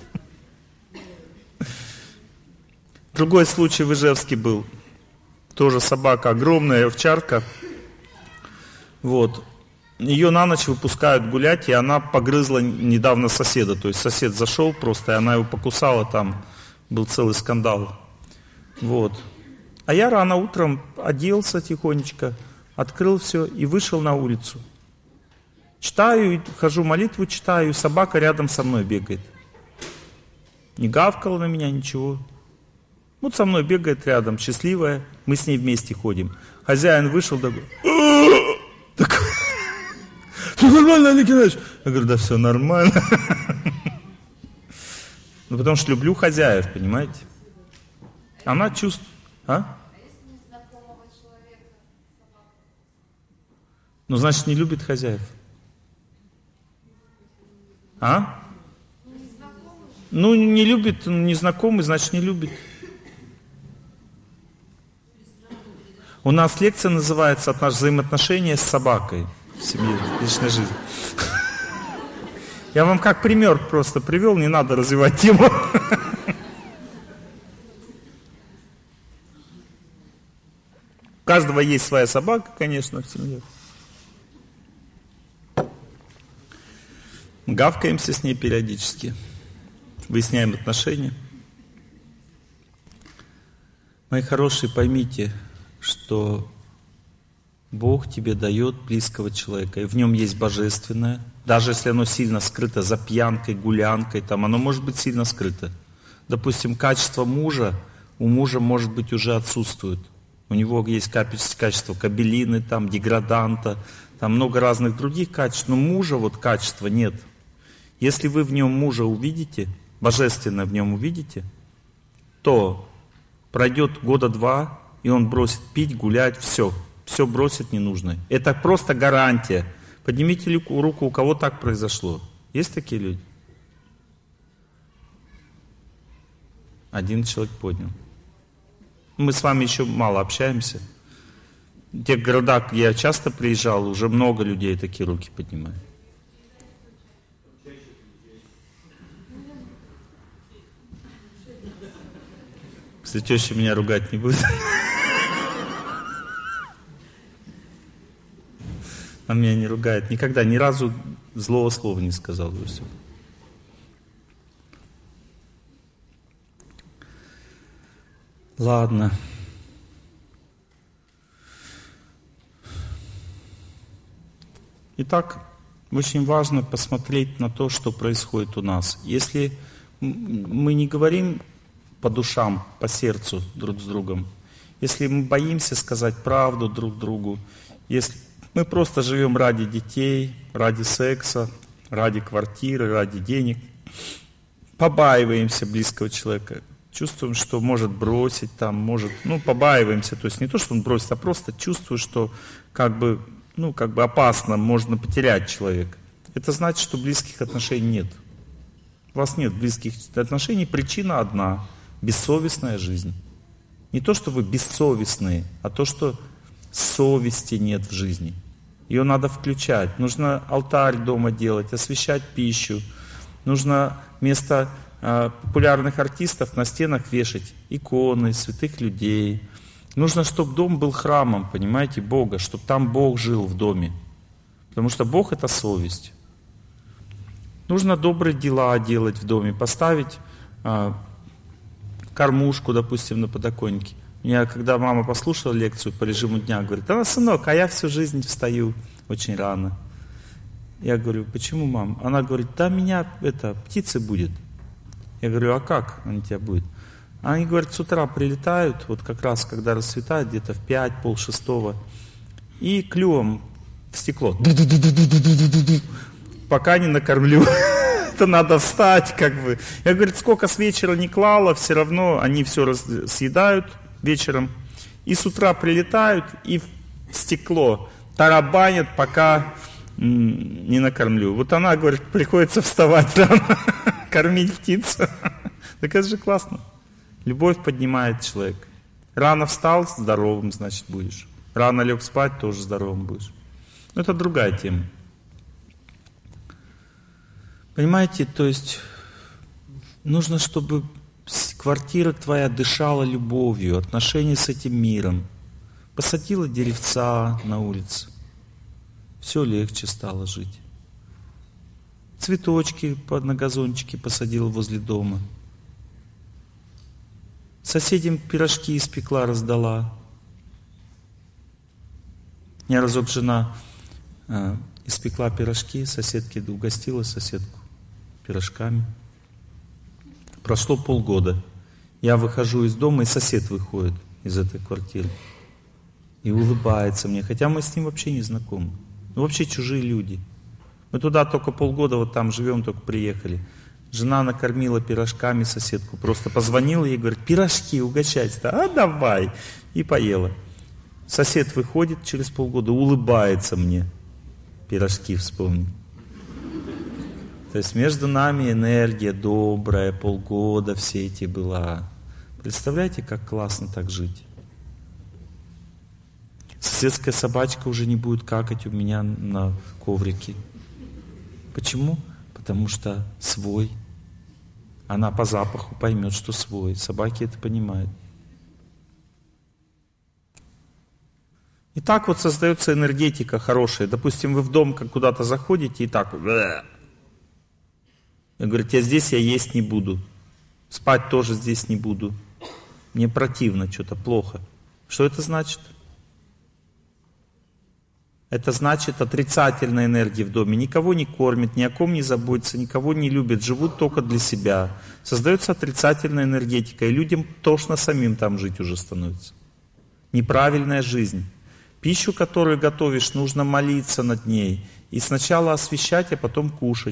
Другой случай в Ижевске был. Тоже собака огромная, овчарка. Вот. Ее на ночь выпускают гулять, и она погрызла недавно соседа. То есть сосед зашел просто, и она его покусала, там был целый скандал. Вот. А я рано утром оделся тихонечко, открыл все и вышел на улицу. Читаю, хожу, молитву читаю, и собака рядом со мной бегает. Не гавкала на меня, ничего. Вот со мной бегает рядом, счастливая, мы с ней вместе ходим. Хозяин вышел, такой... такой все нормально, Олег Геннадьевич? Я говорю: да все нормально. Ну потому что люблю хозяев, понимаете? Она чувствует... А? Ну значит не любит хозяев. А? Ну не любит, незнакомый, значит не любит. У нас лекция называется «От наших взаимоотношения с собакой в семье, в личной жизни». Я вам как пример просто привел, не надо развивать тему. У каждого есть своя собака, конечно, в семье. Гавкаемся с ней периодически, выясняем отношения. Мои хорошие, поймите, что Бог тебе дает близкого человека, и в нем есть божественное. Даже если оно сильно скрыто за пьянкой, гулянкой, там оно может быть сильно скрыто. Допустим, качество мужа, у мужа, может быть, уже отсутствует. У него есть качество кабелины, там, деграданта, там много разных других качеств, но мужа вот качества нет. Если вы в нем мужа увидите, божественное в нем увидите, то пройдет года два, и он бросит пить, гулять, все. Все бросит ненужное. Это просто гарантия. Поднимите руку, у кого так произошло. Есть такие люди? Один человек поднял. Мы с вами еще мало общаемся. В тех городах, где я часто приезжал, уже много людей такие руки поднимают. Если теща меня ругать не будет. Она меня не ругает. Никогда, ни разу злого слова не сказал. И все. Ладно. Итак, очень важно посмотреть на то, что происходит у нас. Если мы не говорим по душам, по сердцу друг с другом, если мы боимся сказать правду друг другу, если мы просто живем ради детей, ради секса, ради квартиры, ради денег, побаиваемся близкого человека, чувствуем, что может бросить, там, может, ну, побаиваемся, то есть не то, что он бросит, а просто чувствую, что как бы, ну, как бы опасно, можно потерять человека. Это значит, что близких отношений нет. У вас нет близких отношений, причина одна – бессовестная жизнь. Не то, что вы бессовестные, а то, что совести нет в жизни. Ее надо включать. Нужно алтарь дома делать, освещать пищу. Нужно вместо э, популярных артистов на стенах вешать иконы святых людей. Нужно, чтобы дом был храмом, понимаете, Бога, чтобы там Бог жил в доме. Потому что Бог – это совесть. Нужно добрые дела делать в доме, поставить э, кормушку, допустим, на подоконнике. Меня, когда мама послушала лекцию по режиму дня, говорит: да, сынок, а я всю жизнь встаю очень рано. Я говорю: почему, мам? Она говорит: да, меня это, птицы будет. Я говорю: а как они тебя будут? Они, говорят, с утра прилетают, вот как раз, когда рассветает, где-то в пять, пол шестого, и клювом в стекло. Пока не накормлю. Это надо встать, как бы. Я, говорит, сколько с вечера не клала, все равно они все раз съедают вечером. И с утра прилетают и в стекло тарабанят, пока м- не накормлю. Вот она, говорит, приходится вставать рано, кормить птицу. Так это же классно. Любовь поднимает человека. Рано встал, здоровым, значит, будешь. Рано лег спать, тоже здоровым будешь. Но это другая тема. Понимаете, то есть нужно, чтобы квартира твоя дышала любовью, отношения с этим миром. Посадила деревца на улице, все легче стало жить. Цветочки на газончике посадила возле дома. Соседям пирожки испекла, раздала. У меня разок жена э, испекла пирожки, соседке угостила соседку пирожками. Прошло полгода. Я выхожу из дома, и сосед выходит из этой квартиры. И улыбается мне, хотя мы с ним вообще не знакомы. Мы вообще чужие люди. Мы туда только полгода, вот там живем, только приехали. Жена накормила пирожками соседку, просто позвонила ей, говорит: пирожки угощать-то, а давай. И поела. Сосед выходит через полгода, улыбается мне. Пирожки вспомнил. То есть между нами энергия добрая, полгода все эти была. Представляете, как классно так жить? Соседская собачка уже не будет какать у меня на коврике. Почему? Потому что свой. Она по запаху поймет, что свой. Собаки это понимают. И так вот создается энергетика хорошая. Допустим, вы в дом как куда-то заходите и так... И говорит, я здесь, я есть не буду. Спать тоже здесь не буду. Мне противно, что-то плохо. Что это значит? Это значит отрицательная энергия в доме. Никого не кормит, ни о ком не заботится, никого не любит, живут только для себя. Создается отрицательная энергетика, и людям тошно самим там жить уже становится. Неправильная жизнь. Пищу, которую готовишь, нужно молиться над ней. И сначала освещать, а потом кушать.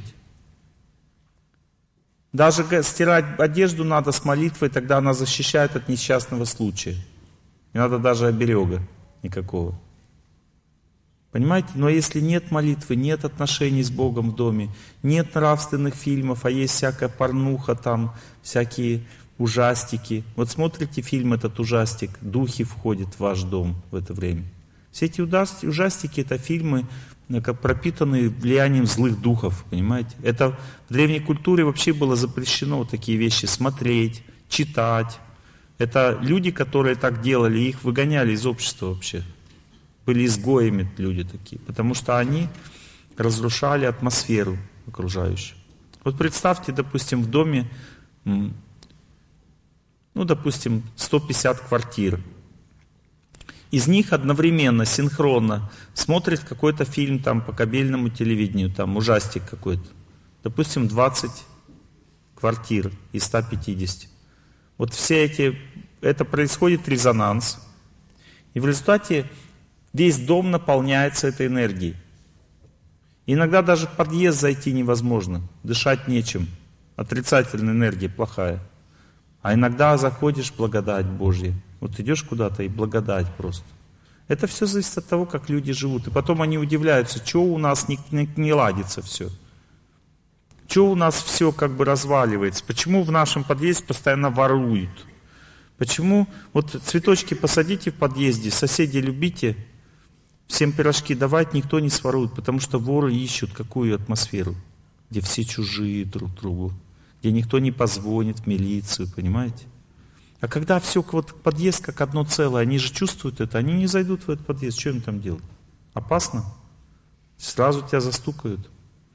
Даже стирать одежду надо с молитвой, тогда она защищает от несчастного случая. Не надо даже оберега никакого. Понимаете? Но если нет молитвы, нет отношений с Богом в доме, нет нравственных фильмов, а есть всякая порнуха там, всякие ужастики. Вот смотрите фильм этот ужастик, духи входят в ваш дом в это время. Все эти ужастики, это фильмы, как пропитанные влиянием злых духов, понимаете? Это в древней культуре вообще было запрещено вот такие вещи смотреть, читать. Это люди, которые так делали, их выгоняли из общества вообще. Были изгоями люди такие, потому что они разрушали атмосферу окружающую. Вот представьте, допустим, в доме, ну, допустим, сто пятьдесят квартир. Из них одновременно, синхронно смотрит какой-то фильм там по кабельному телевидению, там ужастик какой-то. Допустим, двадцать квартир из ста пятидесяти. Вот все эти, это происходит резонанс. И в результате весь дом наполняется этой энергией. Иногда даже в подъезд зайти невозможно, дышать нечем. Отрицательная энергия плохая. А иногда заходишь, благодать Божья. Вот идешь куда-то и благодать просто. Это все зависит от того, как люди живут. И потом они удивляются, что у нас не, не, не ладится все. Что у нас все как бы разваливается. Почему в нашем подъезде постоянно воруют. Почему вот цветочки посадите в подъезде, соседей любите, всем пирожки давать, никто не сворует. Потому что воры ищут какую атмосферу, где все чужие друг другу, где никто не позвонит в милицию, понимаете? А когда все вот подъезд как одно целое, они же чувствуют это, они не зайдут в этот подъезд, что им там делать? Опасно? Сразу тебя застукают.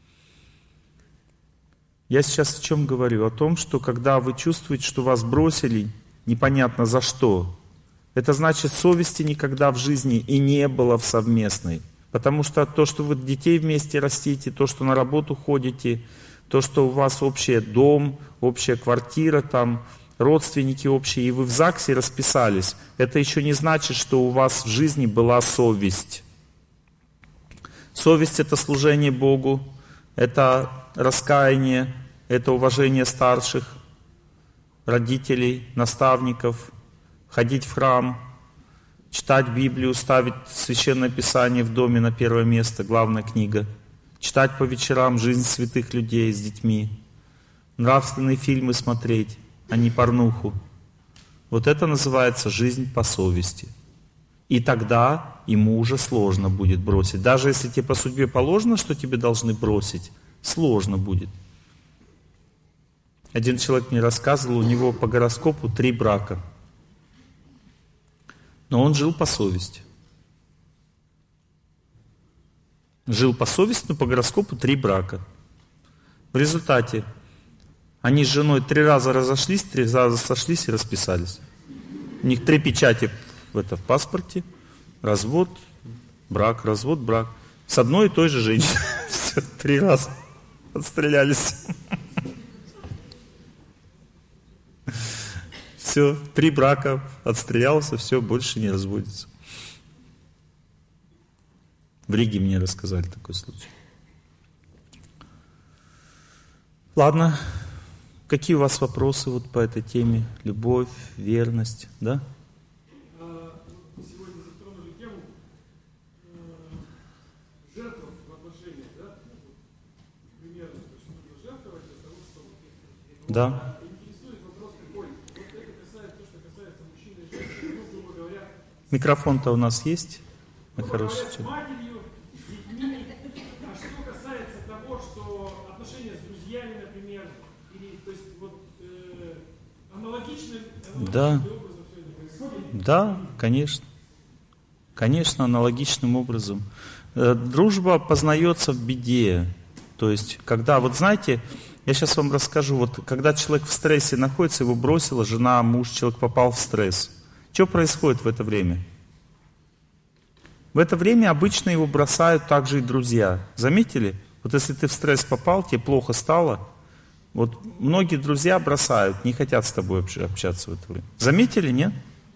Я сейчас о чем говорю? О том, что когда вы чувствуете, что вас бросили, непонятно за что, это значит, совести никогда в жизни и не было в совместной. Потому что то, что вы детей вместе растите, то, что на работу ходите, то, что у вас общий дом, общая квартира, там, родственники общие, и вы в ЗАГСе расписались, это еще не значит, что у вас в жизни была совесть. Совесть — это служение Богу, это раскаяние, это уважение старших, родителей, наставников, ходить в храм, читать Библию, ставить Священное Писание в доме на первое место, главная книга, читать по вечерам жизнь святых людей с детьми, нравственные фильмы смотреть, а не порнуху. Вот это называется жизнь по совести. И тогда ему уже сложно будет бросить. Даже если тебе по судьбе положено, что тебе должны бросить, сложно будет. Один человек мне рассказывал, у него по гороскопу три брака. Но он жил по совести. Жил по совести, но по гороскопу три брака. В результате они с женой три раза разошлись, три раза сошлись и расписались. У них три печати в, это, в паспорте. Развод, брак, развод, брак. С одной и той же женщиной. Все, три раза отстрелялись. Все, три брака отстрелялся, все, больше не разводится. В Риге мне рассказали такой случай. Ладно. Какие у вас вопросы вот по этой теме? Любовь, верность, да? Мы сегодня затронули тему жертв в отношениях, да? Примерно, что нужно жертвовать для того, чтобы... Да. Интересует вопрос такой. Вот это касается, то, что касается мужчин и женщин, ну, грубо говоря... Микрофон-то у нас есть? Мы Грубо хороший. говоря, с матерью, с детьми. А что касается того, что отношения с друзьями, например, или, то есть, вот, э, аналогичным, аналогичным Да. образом все это происходит? Да, конечно. Конечно, аналогичным образом. Дружба познается в беде. То есть, когда, вот знаете, я сейчас вам расскажу, вот когда человек в стрессе находится, его бросила жена, муж, человек попал в стресс. Что происходит в это время? В это время обычно его бросают также и друзья. Заметили? Вот если ты в стресс попал, тебе плохо стало, вот многие друзья бросают, не хотят с тобой общаться в это время. Заметили, нет?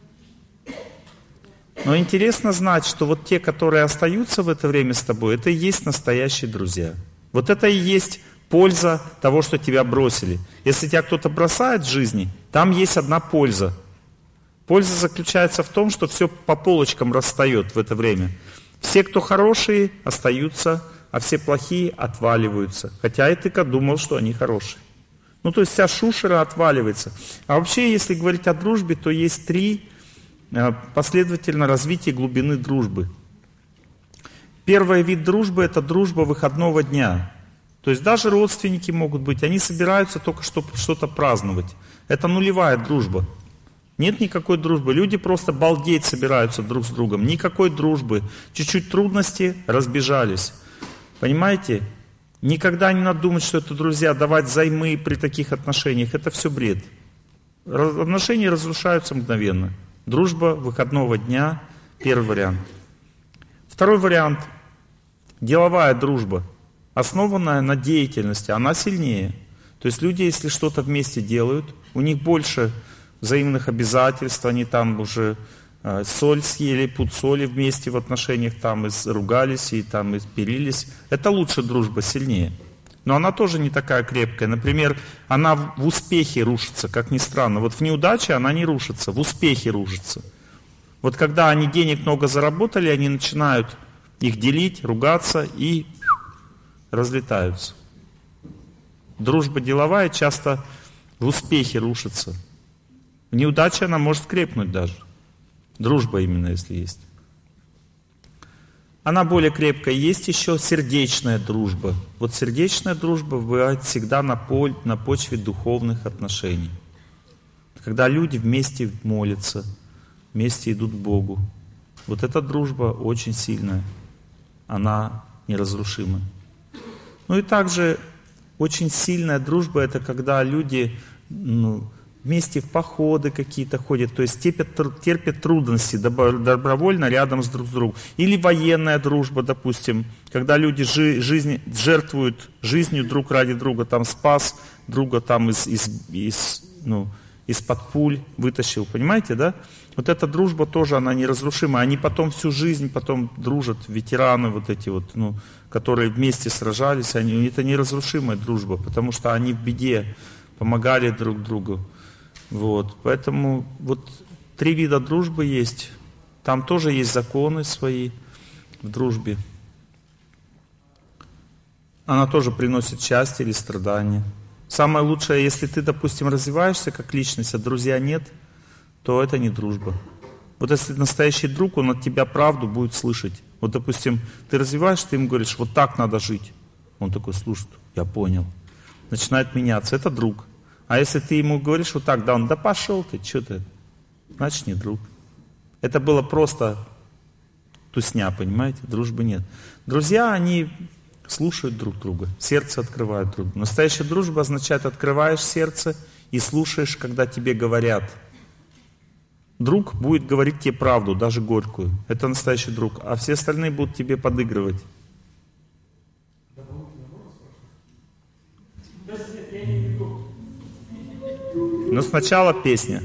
Но интересно знать, что вот те, которые остаются в это время с тобой, это и есть настоящие друзья. Вот это и есть польза того, что тебя бросили. Если тебя кто-то бросает в жизни, там есть одна польза. Польза заключается в том, что все по полочкам расстает в это время. Все, кто хорошие, остаются, а все плохие отваливаются. Хотя и ты думал, что они хорошие. Ну, то есть вся шушера отваливается. А вообще, если говорить о дружбе, то есть три последовательно развития глубины дружбы. Первый вид дружбы – это дружба выходного дня. То есть даже родственники могут быть, они собираются только чтобы что-то праздновать. Это нулевая дружба. Нет никакой дружбы. Люди просто балдеть собираются друг с другом. Никакой дружбы. Чуть-чуть трудности, разбежались. Понимаете? Никогда не надо думать, что это друзья, давать займы при таких отношениях. Это все бред. Отношения разрушаются мгновенно. Дружба выходного дня – первый вариант. Второй вариант – деловая дружба, основанная на деятельности. Она сильнее. То есть люди, если что-то вместе делают, у них больше взаимных обязательств, они там уже э, соль съели, пуд соли вместе в отношениях, там и ругались, и там и пилились. Это лучше дружба, сильнее. Но она тоже не такая крепкая. Например, она в успехе рушится, как ни странно. Вот в неудаче она не рушится, в успехе рушится. Вот когда они денег много заработали, они начинают их делить, ругаться и разлетаются. Дружба деловая часто в успехе рушится. В неудаче она может крепнуть даже. Дружба именно, если есть. Она более крепкая. Есть еще сердечная дружба. Вот сердечная дружба бывает всегда на, поль, на почве духовных отношений. Когда люди вместе молятся, вместе идут к Богу. Вот эта дружба очень сильная. Она неразрушима. Ну и также очень сильная дружба — это когда люди ну, вместе в походы какие-то ходят, то есть терпят, терпят трудности добровольно рядом с друг с другом. Или военная дружба, допустим, когда люди жи, жизнь, жертвуют жизнью друг ради друга, там спас друга там из, из, из, ну, из-под пуль, вытащил, понимаете, да? Вот эта дружба тоже, она неразрушима. Они потом всю жизнь потом дружат, ветераны вот эти вот, ну, которые вместе сражались, они, это неразрушимая дружба, потому что они в беде помогали друг другу. Вот, поэтому вот три вида дружбы есть. Там тоже есть законы свои в дружбе. Она тоже приносит счастье или страдания. Самое лучшее, если ты, допустим, развиваешься как личность, а друзья нет, то это не дружба. Вот если настоящий друг, он от тебя правду будет слышать. Вот, допустим, ты развиваешься, ты ему говоришь, вот так надо жить. Он такой, слушай, я понял. Начинает меняться. Это друг. А если ты ему говоришь вот так, да, он, да пошел ты, что ты, значит не друг. Это было просто тусня, понимаете, дружбы нет. Друзья, они слушают друг друга, сердце открывают друг друга. Настоящая дружба означает, открываешь сердце и слушаешь, когда тебе говорят. Друг будет говорить тебе правду, даже горькую. Это настоящий друг. А все остальные будут тебе подыгрывать. Но сначала песня.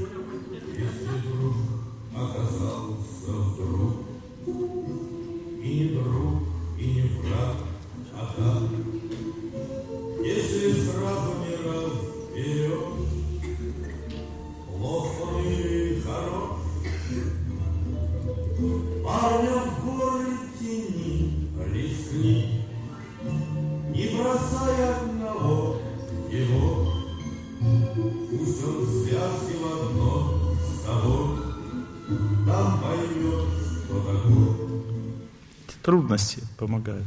Трудности помогают.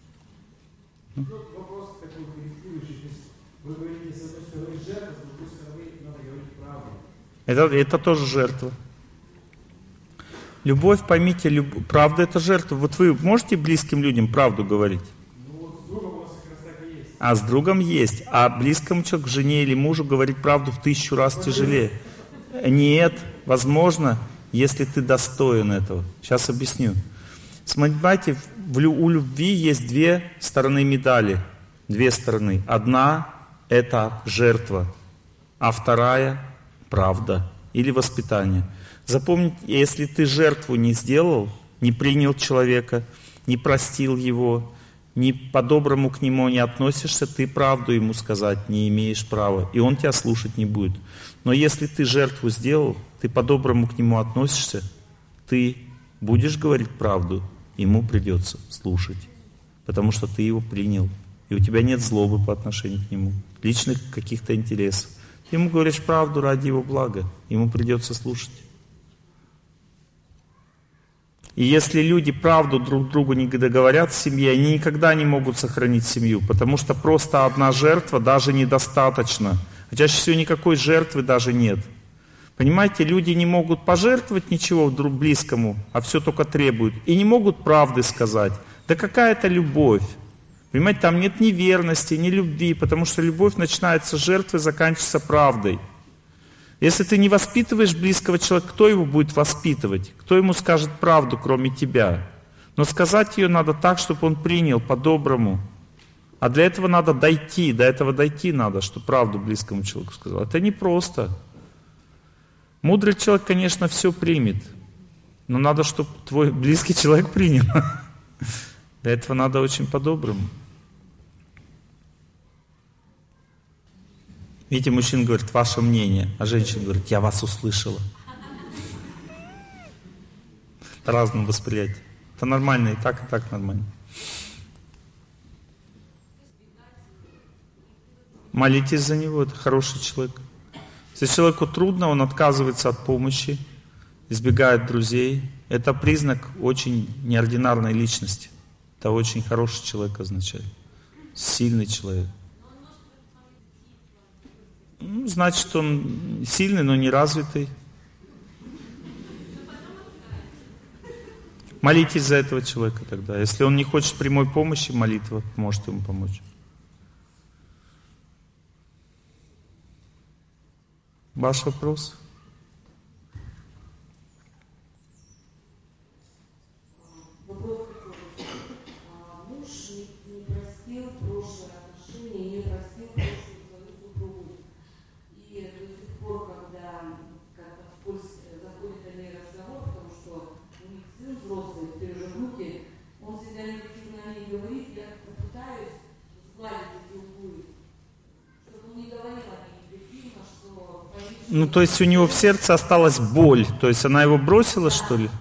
Вопрос такой корректирующий. Вы говорите, с одной стороны жертва, с другой стороны надо говорить правду. Это, это тоже жертва. Любовь, поймите, люб... правда это жертва. Вот вы можете близким людям правду говорить? Ну вот с другом у вас как раз так и есть. А с другом есть. А близкому человеку, жене или мужу говорить правду в тысячу раз тяжелее. Нет, возможно, если ты достоин этого. Сейчас объясню. Смотрите, у любви есть две стороны медали. Две стороны. Одна – это жертва, а вторая – правда или воспитание. Запомните, если ты жертву не сделал, не принял человека, не простил его, не по-доброму к нему не относишься, ты правду ему сказать не имеешь права, и он тебя слушать не будет. Но если ты жертву сделал, ты по-доброму к нему относишься, ты будешь говорить правду, ему придется слушать, потому что ты его принял, и у тебя нет злобы по отношению к нему, личных каких-то интересов. Ты ему говоришь правду ради его блага, ему придется слушать. И если люди правду друг другу не договорят в семье, они никогда не могут сохранить семью, потому что просто одна жертва даже недостаточно. А чаще всего никакой жертвы даже нет. Понимаете, люди не могут пожертвовать ничего друг близкому, а все только требуют. И не могут правды сказать. Да какая это любовь? Понимаете, там нет ни верности, ни любви, потому что любовь начинается с жертвы, заканчивается правдой. Если ты не воспитываешь близкого человека, кто его будет воспитывать? Кто ему скажет правду, кроме тебя? Но сказать ее надо так, чтобы он принял по-доброму. А для этого надо дойти, до этого дойти надо, чтобы правду близкому человеку сказал. Это непросто. Мудрый человек, конечно, все примет, но надо, чтобы твой близкий человек принял. Для этого надо очень по-доброму. Видите, мужчина говорит, ваше мнение, а женщина говорит, я вас услышала. Разным восприятием. Это нормально, и так, и так нормально. Молитесь за него, это хороший человек. Если человеку трудно, он отказывается от помощи, избегает друзей. Это признак очень неординарной личности. Это очень хороший человек означает. Сильный человек. Ну, значит, он сильный, но не развитый. Молитесь за этого человека тогда. Если он не хочет прямой помощи, молитва может ему помочь. Ваш вопрос? Вопрос такой. Муж не простил прошлые отношения, не простил прошлую свою супругу. И до сих пор, когда как-то вскользь заходит о ней разговор, потому что у них сын взрослый, теперь уже внуки, он всегда негативно о ней говорит, я попытаюсь сгладить эти углы, чтобы он не говорил о ней негативно, что... Ну, то есть у него в сердце осталась боль. То есть она его бросила, что ли?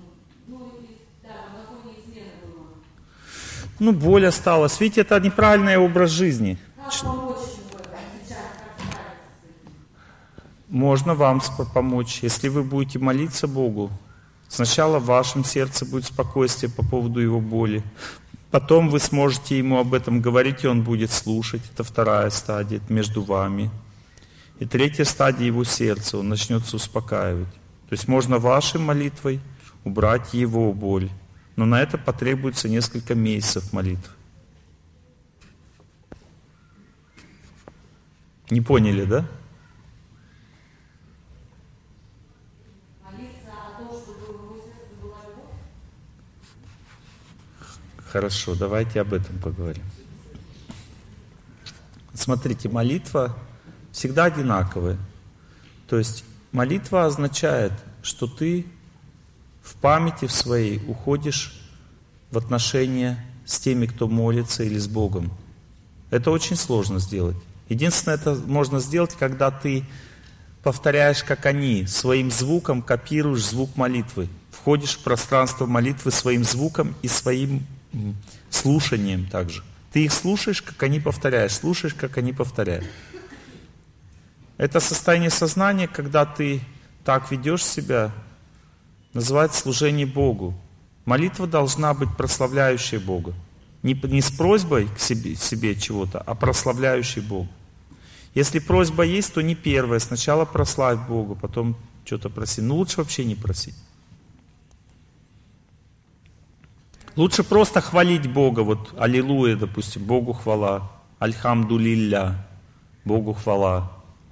Ну, боль осталась. Видите, это неправильный образ жизни. Можно вам помочь, если вы будете молиться Богу. Сначала в вашем сердце будет спокойствие по поводу его боли. Потом вы сможете ему об этом говорить, и он будет слушать. Это вторая стадия, это между вами. И третья стадия его сердца, он начнется успокаивать. То есть можно вашей молитвой убрать его боль. Но на это потребуется несколько месяцев молитвы. Не поняли, да? Молиться о том, чтобы в его сердце была любовь? Хорошо, давайте об этом поговорим. Смотрите, молитва всегда одинаковая. То есть молитва означает, что ты в памяти в своей уходишь в отношения с теми, кто молится, или с Богом. Это очень сложно сделать. Единственное, это можно сделать, когда ты повторяешь, как они, своим звуком копируешь звук молитвы. Входишь в пространство молитвы своим звуком и своим слушанием также. Ты их слушаешь, как они повторяют, слушаешь, как они повторяют. Это состояние сознания, когда ты так ведешь себя, называется служение Богу. Молитва должна быть прославляющей Бога. Не, не с просьбой к себе, себе чего-то, а прославляющей Бога. Если просьба есть, то не первая. Сначала прославь Бога, потом что-то проси. Ну лучше вообще не просить. Лучше просто хвалить Бога. Вот аллилуйя, допустим, Богу хвала. Альхамдулилля, Богу хвала.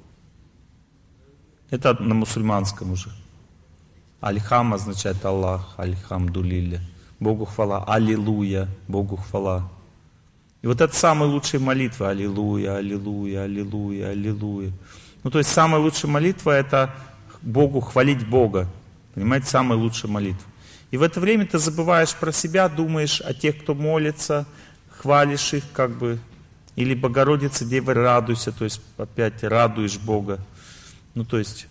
Это на мусульманском уже. Альхам означает Аллах, Альхамдулилля. Богу хвала, Аллилуйя, Богу хвала. И вот это самая лучшая молитва. Аллилуйя, Аллилуйя, Аллилуйя, Аллилуйя. Ну то есть самая лучшая молитва это Богу хвалить Бога. Понимаете, самая лучшая молитва. И в это время ты забываешь про себя, думаешь о тех, кто молится, хвалишь их как бы. Или Богородица, Дева, радуйся, то есть опять радуешь Бога. Ну то есть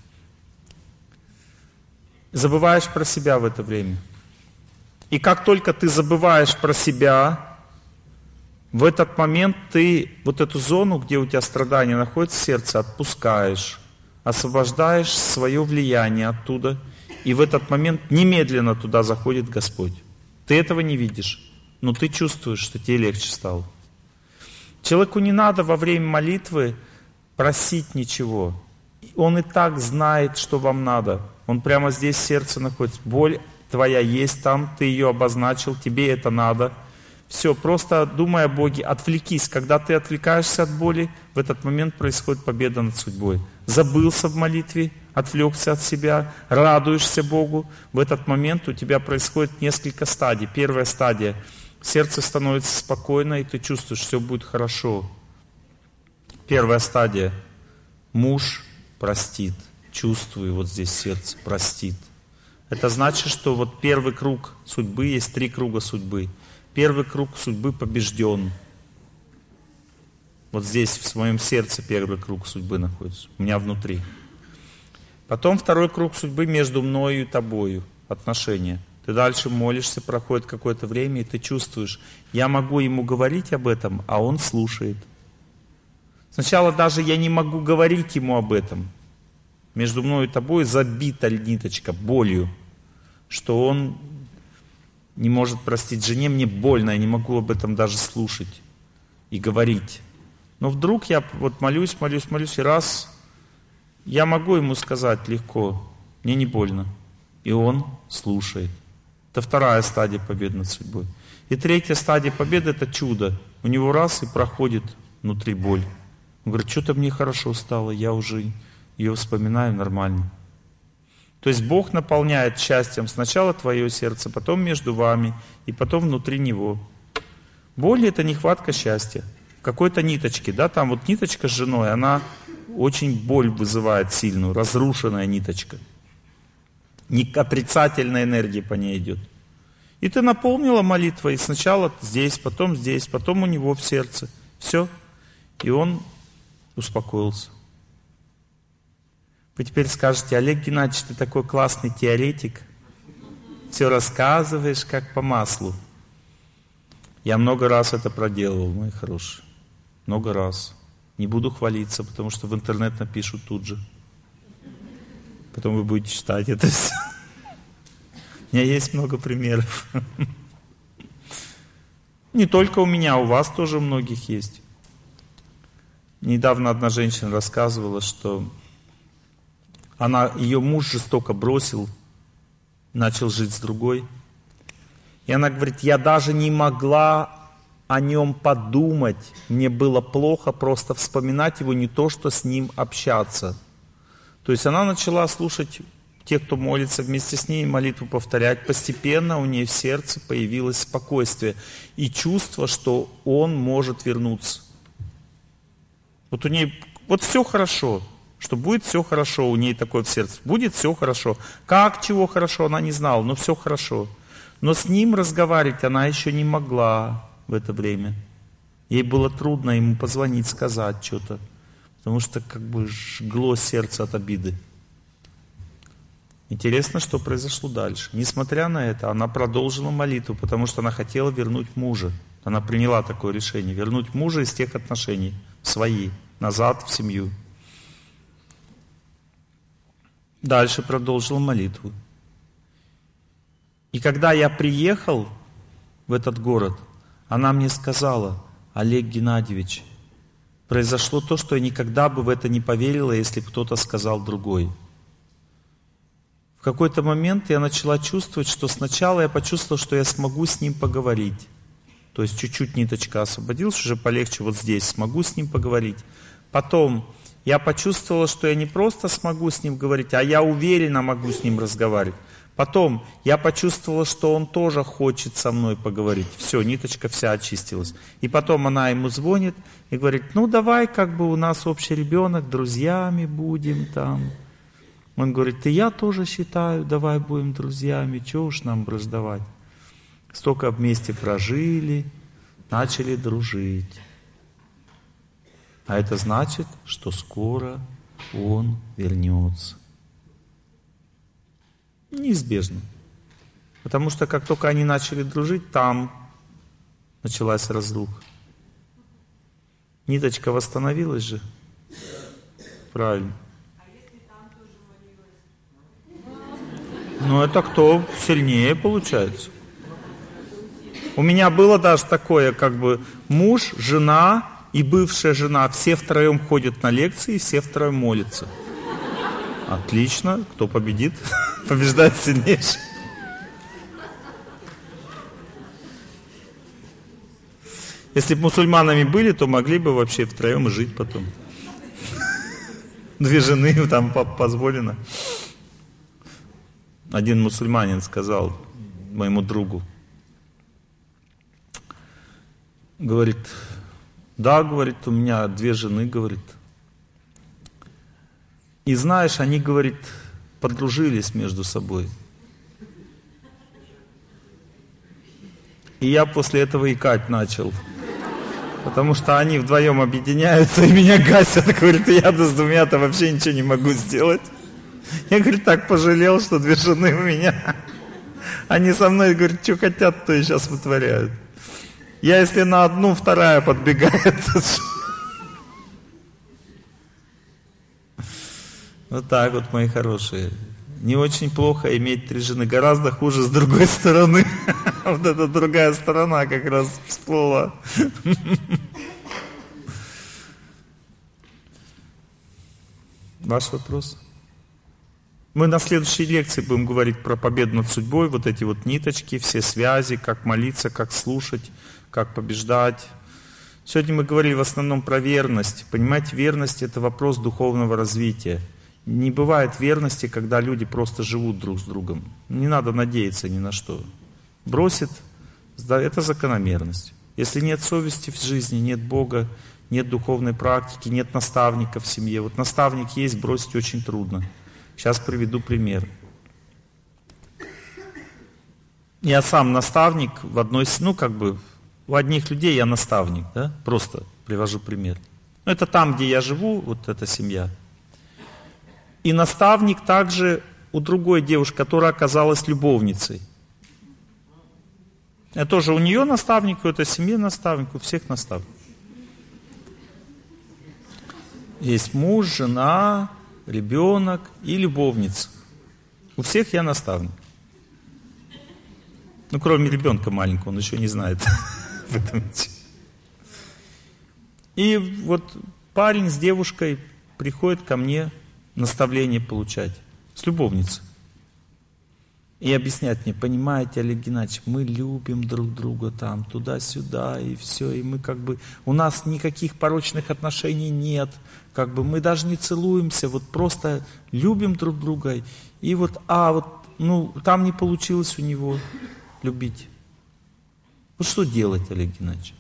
забываешь про себя в это время. И как только ты забываешь про себя, в этот момент ты вот эту зону, где у тебя страдания находятся в сердце, отпускаешь, освобождаешь свое влияние оттуда, и в этот момент немедленно туда заходит Господь. Ты этого не видишь, но ты чувствуешь, что тебе легче стало. Человеку не надо во время молитвы просить ничего. Он и так знает, что вам надо. Он прямо здесь в сердце находится. Боль твоя есть там, ты ее обозначил, тебе это надо. Все, просто думай о Боге, отвлекись. Когда ты отвлекаешься от боли, в этот момент происходит победа над судьбой. Забылся в молитве, отвлекся от себя, радуешься Богу. В этот момент у тебя происходит несколько стадий. Первая стадия. Сердце становится спокойно, и ты чувствуешь, все будет хорошо. Первая стадия. Муж простит. Чувствую вот здесь сердце, простит. Это значит, что вот первый круг судьбы, есть три круга судьбы. Первый круг судьбы побежден. Вот здесь, в своем сердце, первый круг судьбы находится. У меня внутри. Потом второй круг судьбы между мною и тобою. Отношения. Ты дальше молишься, проходит какое-то время, и ты чувствуешь, я могу ему говорить об этом, а он слушает. Сначала даже я не могу говорить ему об этом. Между мной и тобой забита ниточка болью, что он не может простить жене, мне больно, я не могу об этом даже слушать и говорить. Но вдруг я вот молюсь, молюсь, молюсь, и раз я могу ему сказать легко, мне не больно, и он слушает. Это вторая стадия победы над судьбой. И третья стадия победы — это чудо. У него раз и проходит внутри боль. Он говорит, что-то мне хорошо стало, я уже ее вспоминаю нормально. То есть Бог наполняет счастьем сначала твое сердце, потом между вами, и потом внутри него. Боль — это нехватка счастья. В какой-то ниточке, да, там вот ниточка с женой, она очень боль вызывает сильную, разрушенная ниточка. Отрицательная энергия по ней идет. И ты наполнила молитвой, и сначала здесь, потом здесь, потом у него в сердце. Все. И он успокоился. Вы теперь скажете, Олег Геннадьевич, ты такой классный теоретик, все рассказываешь как по маслу. Я много раз это проделывал, мои хорошие. Много раз. Не буду хвалиться, потому что в интернет напишут тут же. Потом вы будете читать это все. У меня есть много примеров. Не только у меня, у вас тоже у многих есть. Недавно одна женщина рассказывала, что она, ее муж жестоко бросил, начал жить с другой. И она говорит, я даже не могла о нем подумать. Мне было плохо просто вспоминать его, не то что с ним общаться. То есть она начала слушать тех, кто молится вместе с ней, молитву повторять. Постепенно у нее в сердце появилось спокойствие и чувство, что он может вернуться. Вот у нее, вот все хорошо, что будет все хорошо, у нее такое в сердце. Будет все хорошо. Как, чего хорошо, она не знала, но все хорошо. Но с ним разговаривать она еще не могла в это время. Ей было трудно ему позвонить, сказать что-то. Потому что как бы жгло сердце от обиды. Интересно, что произошло дальше. Несмотря на это, она продолжила молитву, потому что она хотела вернуть мужа. Она приняла такое решение. Вернуть мужа из тех отношений, в свои, назад в семью. Дальше продолжила молитву. И когда я приехал в этот город, она мне сказала, Олег Геннадьевич, произошло то, что я никогда бы в это не поверила, если бы кто-то сказал другой. В какой-то момент я начала чувствовать, что сначала я почувствовала, что я смогу с ним поговорить. То есть чуть-чуть ниточка освободилась, уже полегче вот здесь, смогу с ним поговорить. Потом я почувствовала, что я не просто смогу с ним говорить, а я уверенно могу с ним разговаривать. Потом я почувствовала, что он тоже хочет со мной поговорить. Все, ниточка вся очистилась. И потом она ему звонит и говорит, ну давай, как бы у нас общий ребенок, друзьями будем там. Он говорит, и я тоже считаю, давай будем друзьями, чего уж нам враждовать. Столько вместе прожили, начали дружить. А это значит, что скоро он вернется. Неизбежно. Потому что как только они начали дружить, там началась разруха. Ниточка восстановилась же. Правильно. Ну это кто сильнее получается. У меня было даже такое, как бы муж, жена и бывшая жена, все втроем ходят на лекции, все втроем молятся. Отлично, кто победит? Побеждает сильнейший. Если бы мусульманами были, то могли бы вообще втроем жить потом. Две жены там позволено. Один мусульманин сказал моему другу, говорит, да, говорит, у меня две жены, говорит. И знаешь, они, говорит, подружились между собой. И я после этого икать начал. Потому что они вдвоем объединяются и меня гасят. Говорит, я-то с двумя-то вообще ничего не могу сделать. Я, говорит, так пожалел, что две жены у меня. Они со мной, говорит, что хотят, то и сейчас вытворяют. Я если на одну, вторая подбегает. Вот так вот, мои хорошие. Не очень плохо иметь три жены. Гораздо хуже с другой стороны. Вот эта другая сторона как раз всплыла. Ваш вопрос? Мы на следующей лекции будем говорить про победу над судьбой, вот эти вот ниточки, все связи, как молиться, как слушать, как побеждать. Сегодня мы говорили в основном про верность. Понимаете, верность — это вопрос духовного развития. Не бывает верности, когда люди просто живут друг с другом. Не надо надеяться ни на что. Бросит — это закономерность. Если нет совести в жизни, нет Бога, нет духовной практики, нет наставника в семье. Вот наставник есть, бросить очень трудно. Сейчас приведу пример. Я сам наставник в одной, ну как бы, у одних людей я наставник, да? Просто привожу пример. Ну, это там, где я живу, вот эта семья. И наставник также у другой девушки, которая оказалась любовницей. Я тоже у нее наставник, у этой семьи наставник, у всех наставник. Есть муж, жена, ребенок и любовница. У всех я наставник. Ну, кроме ребенка маленького, он еще не знает в этом. И вот парень с девушкой приходит ко мне наставление получать с любовницей. И объяснять мне, понимаете, Олег Геннадьевич, мы любим друг друга там, туда-сюда, и все, и мы как бы, у нас никаких порочных отношений нет, как бы мы даже не целуемся, вот просто любим друг друга, и вот, а вот, ну, там не получилось у него любить. Вот что делать, Олег Геннадьевич?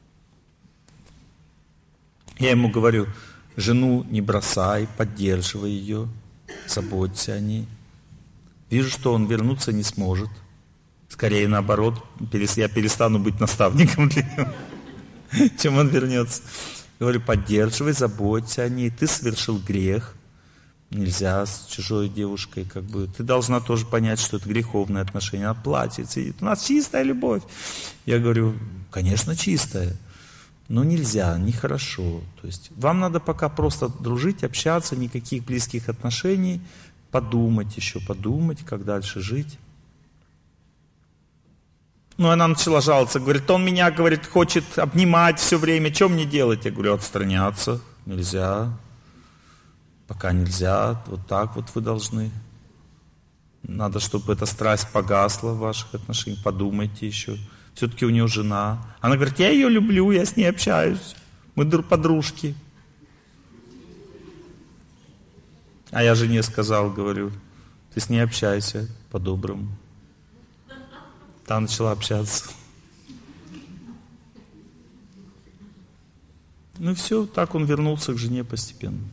Я ему говорю, жену не бросай, поддерживай ее, заботься о ней. Вижу, что он вернуться не сможет. Скорее наоборот, я перестану быть наставником для него, чем он вернется. Говорю, поддерживай, заботься о ней. Ты совершил грех. Нельзя с чужой девушкой, как бы. Ты должна тоже понять, что это греховное отношение. Она платит, сидит. У нас чистая любовь. Я говорю, конечно, чистая. Но нельзя, нехорошо. То есть вам надо пока просто дружить, общаться, никаких близких отношений. Подумать еще, подумать, как дальше жить. Ну, она начала жаловаться, говорит, он меня, говорит, хочет обнимать все время, что мне делать? Я говорю, отстраняться нельзя, пока нельзя, вот так вот вы должны. Надо, чтобы эта страсть погасла в ваших отношениях, подумайте еще. Все-таки у нее жена. Она говорит, я ее люблю, я с ней общаюсь. Мы подружки. А я жене сказал, говорю, ты с ней общайся по-доброму. Та начала общаться. Ну все, так он вернулся к жене постепенно.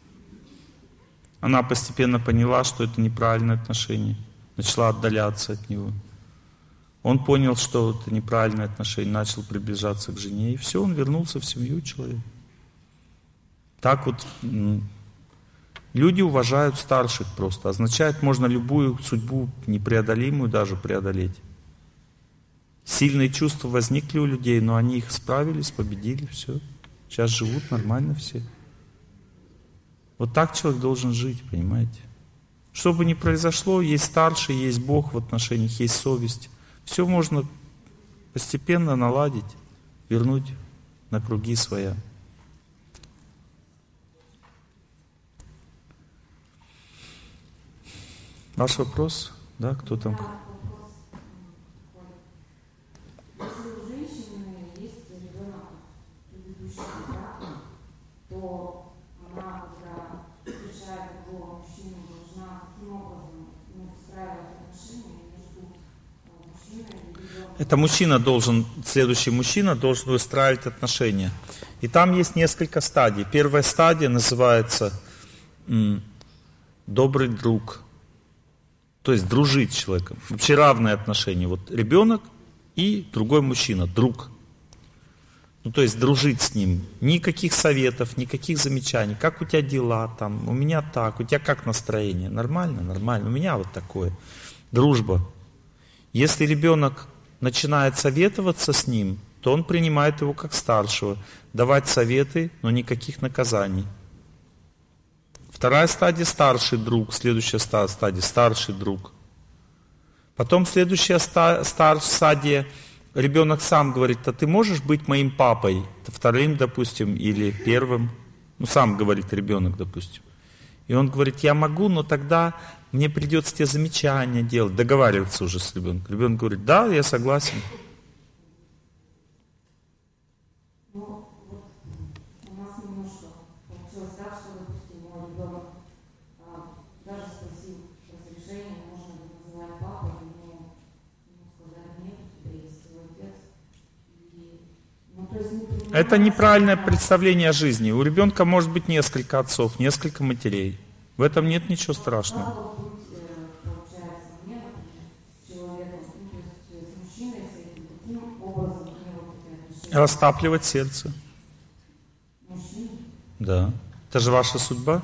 Она постепенно поняла, что это неправильное отношение. Начала отдаляться от него. Он понял, что это неправильное отношение, начал приближаться к жене. И все, он вернулся в семью человека. Так вот, люди уважают старших просто. Означает, можно любую судьбу, непреодолимую даже преодолеть. Сильные чувства возникли у людей, но они их справились, победили, все. Сейчас живут нормально все. Вот так человек должен жить, понимаете? Что бы ни произошло, есть старший, есть Бог в отношениях, есть совесть. Все можно постепенно наладить, вернуть на круги своя. Ваш вопрос? Да, кто там? Если у женщины есть ребенок, предыдущий брак, то она, когда встречает другого мужчину, должна каким образом ну, встраивать отношения между мужчиной и ребенком? Это мужчина должен, следующий мужчина должен выстраивать отношения. И там есть несколько стадий. Первая стадия называется м, «добрый друг». То есть дружить с человеком. Вообще равные отношения. Вот ребенок и другой мужчина, друг. Ну, то есть дружить с ним. Никаких советов, никаких замечаний. Как у тебя дела там? У меня так. У тебя как настроение? Нормально? Нормально. У меня вот такое. Дружба. Если ребенок начинает советоваться с ним, то он принимает его как старшего. Давать советы, но никаких наказаний. Вторая стадия – старший друг. Следующая стадия – старший друг. Потом следующая стадия – ребенок сам говорит, а ты можешь быть моим папой? Вторым, допустим, или первым. Ну, сам говорит ребенок, допустим. И он говорит, я могу, но тогда мне придется тебе замечания делать. Договариваться уже с ребенком. Ребенок говорит, да, я согласен. Это неправильное представление о жизни. У ребенка может быть несколько отцов, несколько матерей. В этом нет ничего страшного. Растапливать сердце. Да. Это же ваша судьба.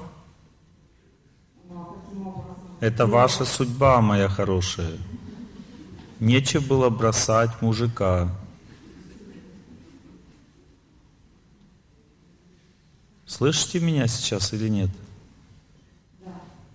Это ваша судьба, моя хорошая. Нечего было бросать мужика. Слышите меня сейчас или нет? Да.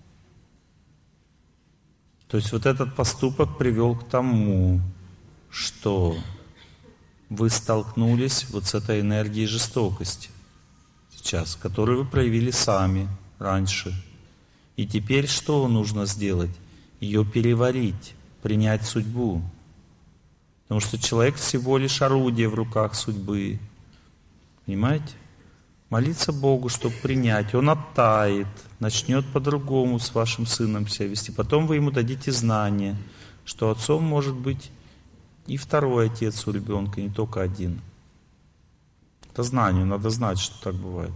То есть вот этот поступок привел к тому, что вы столкнулись вот с этой энергией жестокости сейчас, которую вы проявили сами раньше. И теперь что нужно сделать? Ее переварить, принять судьбу. Потому что человек всего лишь орудие в руках судьбы. Понимаете? Молиться Богу, чтобы принять. Он оттает, начнет по-другому с вашим сыном себя вести. Потом вы ему дадите знание, что отцом может быть и второй отец у ребенка, не только один. Это знание, надо знать, что так бывает.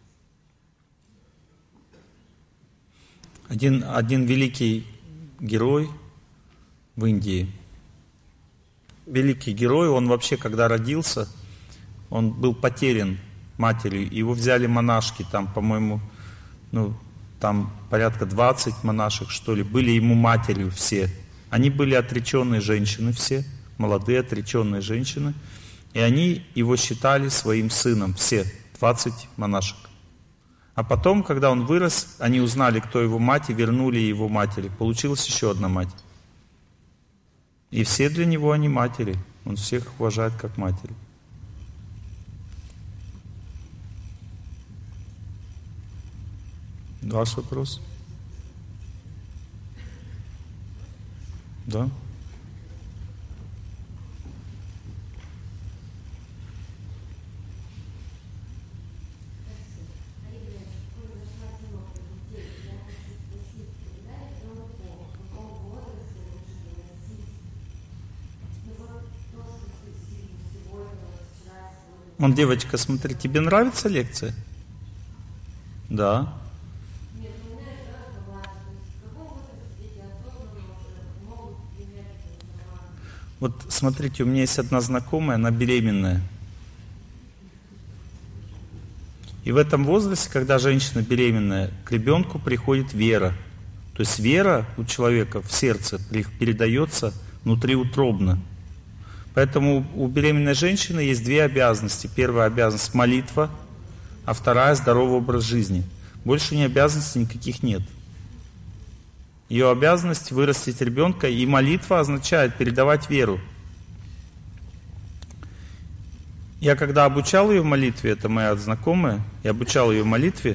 Один, один великий герой в Индии, великий герой, он вообще, когда родился, он был потерян матерью. Его взяли монашки, там, по-моему, ну, там порядка двадцать монашек, что ли, были ему матерью все. Они были отреченные женщины все, молодые отреченные женщины, и они его считали своим сыном, все, двадцать монашек. А потом, когда он вырос, они узнали, кто его мать, и вернули его матери. Получилась еще одна мать. И все для него они матери. Он всех уважает как матери. Ваш вопрос? Да? Вон, девочка, смотри, тебе нравится лекция? Да. Нет, у меня это раз бывает. В каком возрасте дети осознанно уже могут принять информацию? Вот смотрите, у меня есть одна знакомая, она беременная. И в этом возрасте, когда женщина беременная, к ребенку приходит вера. То есть вера у человека в сердце передается внутриутробно. Поэтому у беременной женщины есть две обязанности. Первая обязанность – молитва, а вторая – здоровый образ жизни. Больше ни обязанностей никаких нет. Ее обязанность – вырастить ребенка, и молитва означает передавать веру. Я когда обучал ее молитве, это моя знакомая, я обучал ее молитве,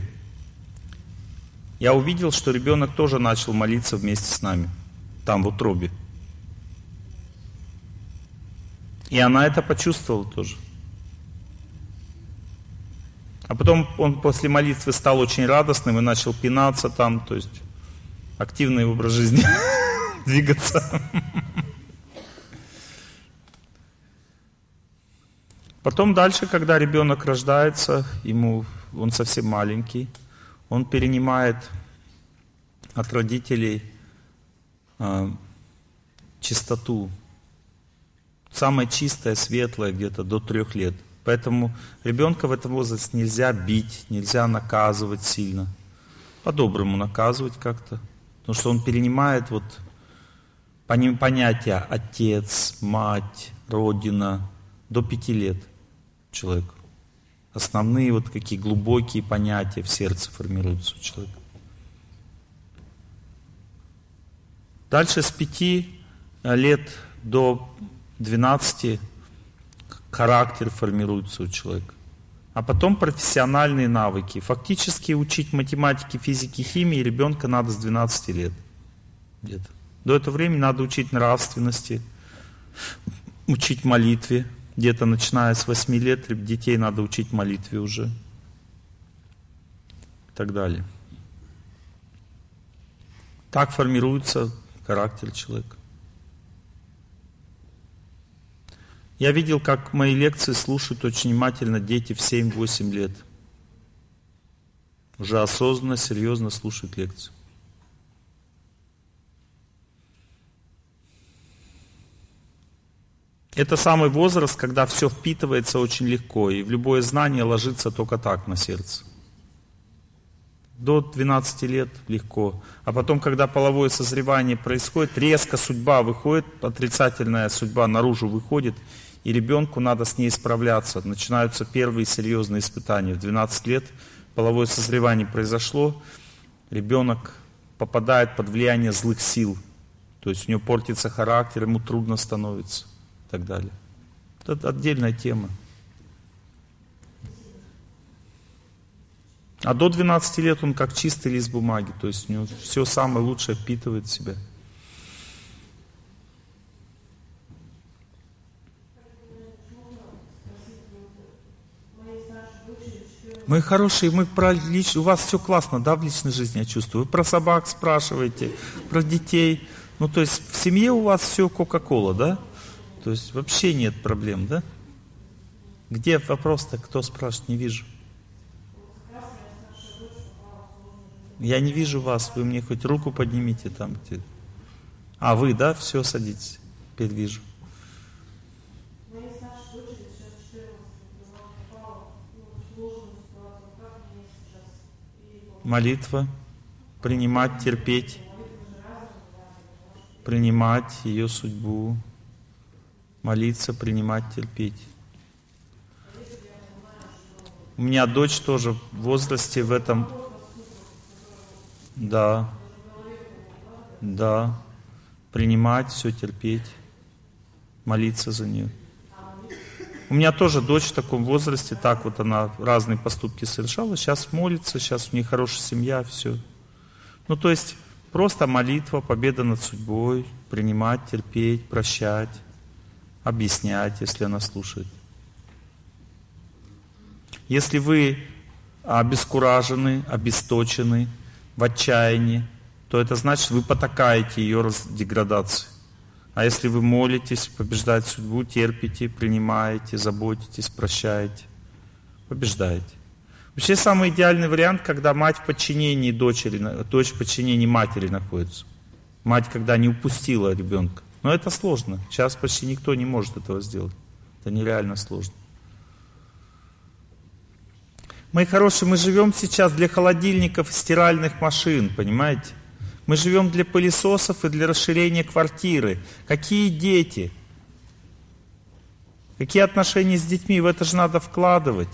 я увидел, что ребенок тоже начал молиться вместе с нами, там в утробе. И она это почувствовала тоже. А потом он после молитвы стал очень радостным и начал пинаться там, то есть активный образ жизни, двигаться. Потом дальше, когда ребенок рождается, ему, он совсем маленький, он перенимает от родителей э, чистоту. Самое чистое, светлое, где-то до трех лет. Поэтому ребенка в этом возрасте нельзя бить, нельзя наказывать сильно. По-доброму наказывать как-то. Потому что он перенимает вот понятия отец, мать, родина до пяти лет. Человек. Основные вот какие глубокие понятия в сердце формируются у человека. Дальше с пяти лет до двенадцати характер формируется у человека. А потом профессиональные навыки. Фактически учить математике, физике, химии ребенка надо с двенадцати лет. Где-то. До этого времени надо учить нравственности, учить молитве. Где-то начиная с восьми лет детей надо учить молитве уже. И так далее. Так формируется характер человека. Я видел, как мои лекции слушают очень внимательно дети в семь-восемь лет. Уже осознанно, серьезно слушают лекции. Это самый возраст, когда все впитывается очень легко, и в любое знание ложится только так на сердце. До двенадцати лет легко. А потом, когда половое созревание происходит, резко судьба выходит, отрицательная судьба наружу выходит, и ребенку надо с ней справляться. Начинаются первые серьезные испытания. В двенадцать лет половое созревание произошло, ребенок попадает под влияние злых сил. То есть у него портится характер, ему трудно становится. И так далее. Это отдельная тема. А до двенадцати лет он как чистый лист бумаги, то есть у него все самое лучшее впитывает в себя. Мои хорошие, мы про лич... у вас все классно, да, в личной жизни, я чувствую. Вы про собак спрашиваете, про детей. Ну, то есть в семье у вас все Кока-Кола, да? То есть вообще нет проблем, да? Где вопрос-то, кто спрашивает, не вижу. Я не вижу вас, вы мне хоть руку поднимите там где. А, вы, да? Все, садитесь. Теперь вижу. Молитва, принимать, терпеть, принимать ее судьбу, молиться, принимать, терпеть. У меня дочь тоже в возрасте в этом, да, да, принимать, все терпеть, молиться за нее. У меня тоже дочь в таком возрасте, так вот она разные поступки совершала, сейчас молится, сейчас у нее хорошая семья, все. Ну, то есть просто молитва, победа над судьбой, принимать, терпеть, прощать, объяснять, если она слушает. Если вы обескуражены, обесточены, в отчаянии, то это значит, вы потакаете ее деградации. А если вы молитесь, побеждаете судьбу, терпите, принимаете, заботитесь, прощаете, побеждаете. Вообще самый идеальный вариант, когда мать в подчинении дочери, дочь в подчинении матери находится. Мать, когда не упустила ребенка. Но это сложно. Сейчас почти никто не может этого сделать. Это нереально сложно. Мои хорошие, мы живем сейчас для холодильников и стиральных машин, понимаете? Мы живем для пылесосов и для расширения квартиры. Какие дети? Какие отношения с детьми? В это же надо вкладывать.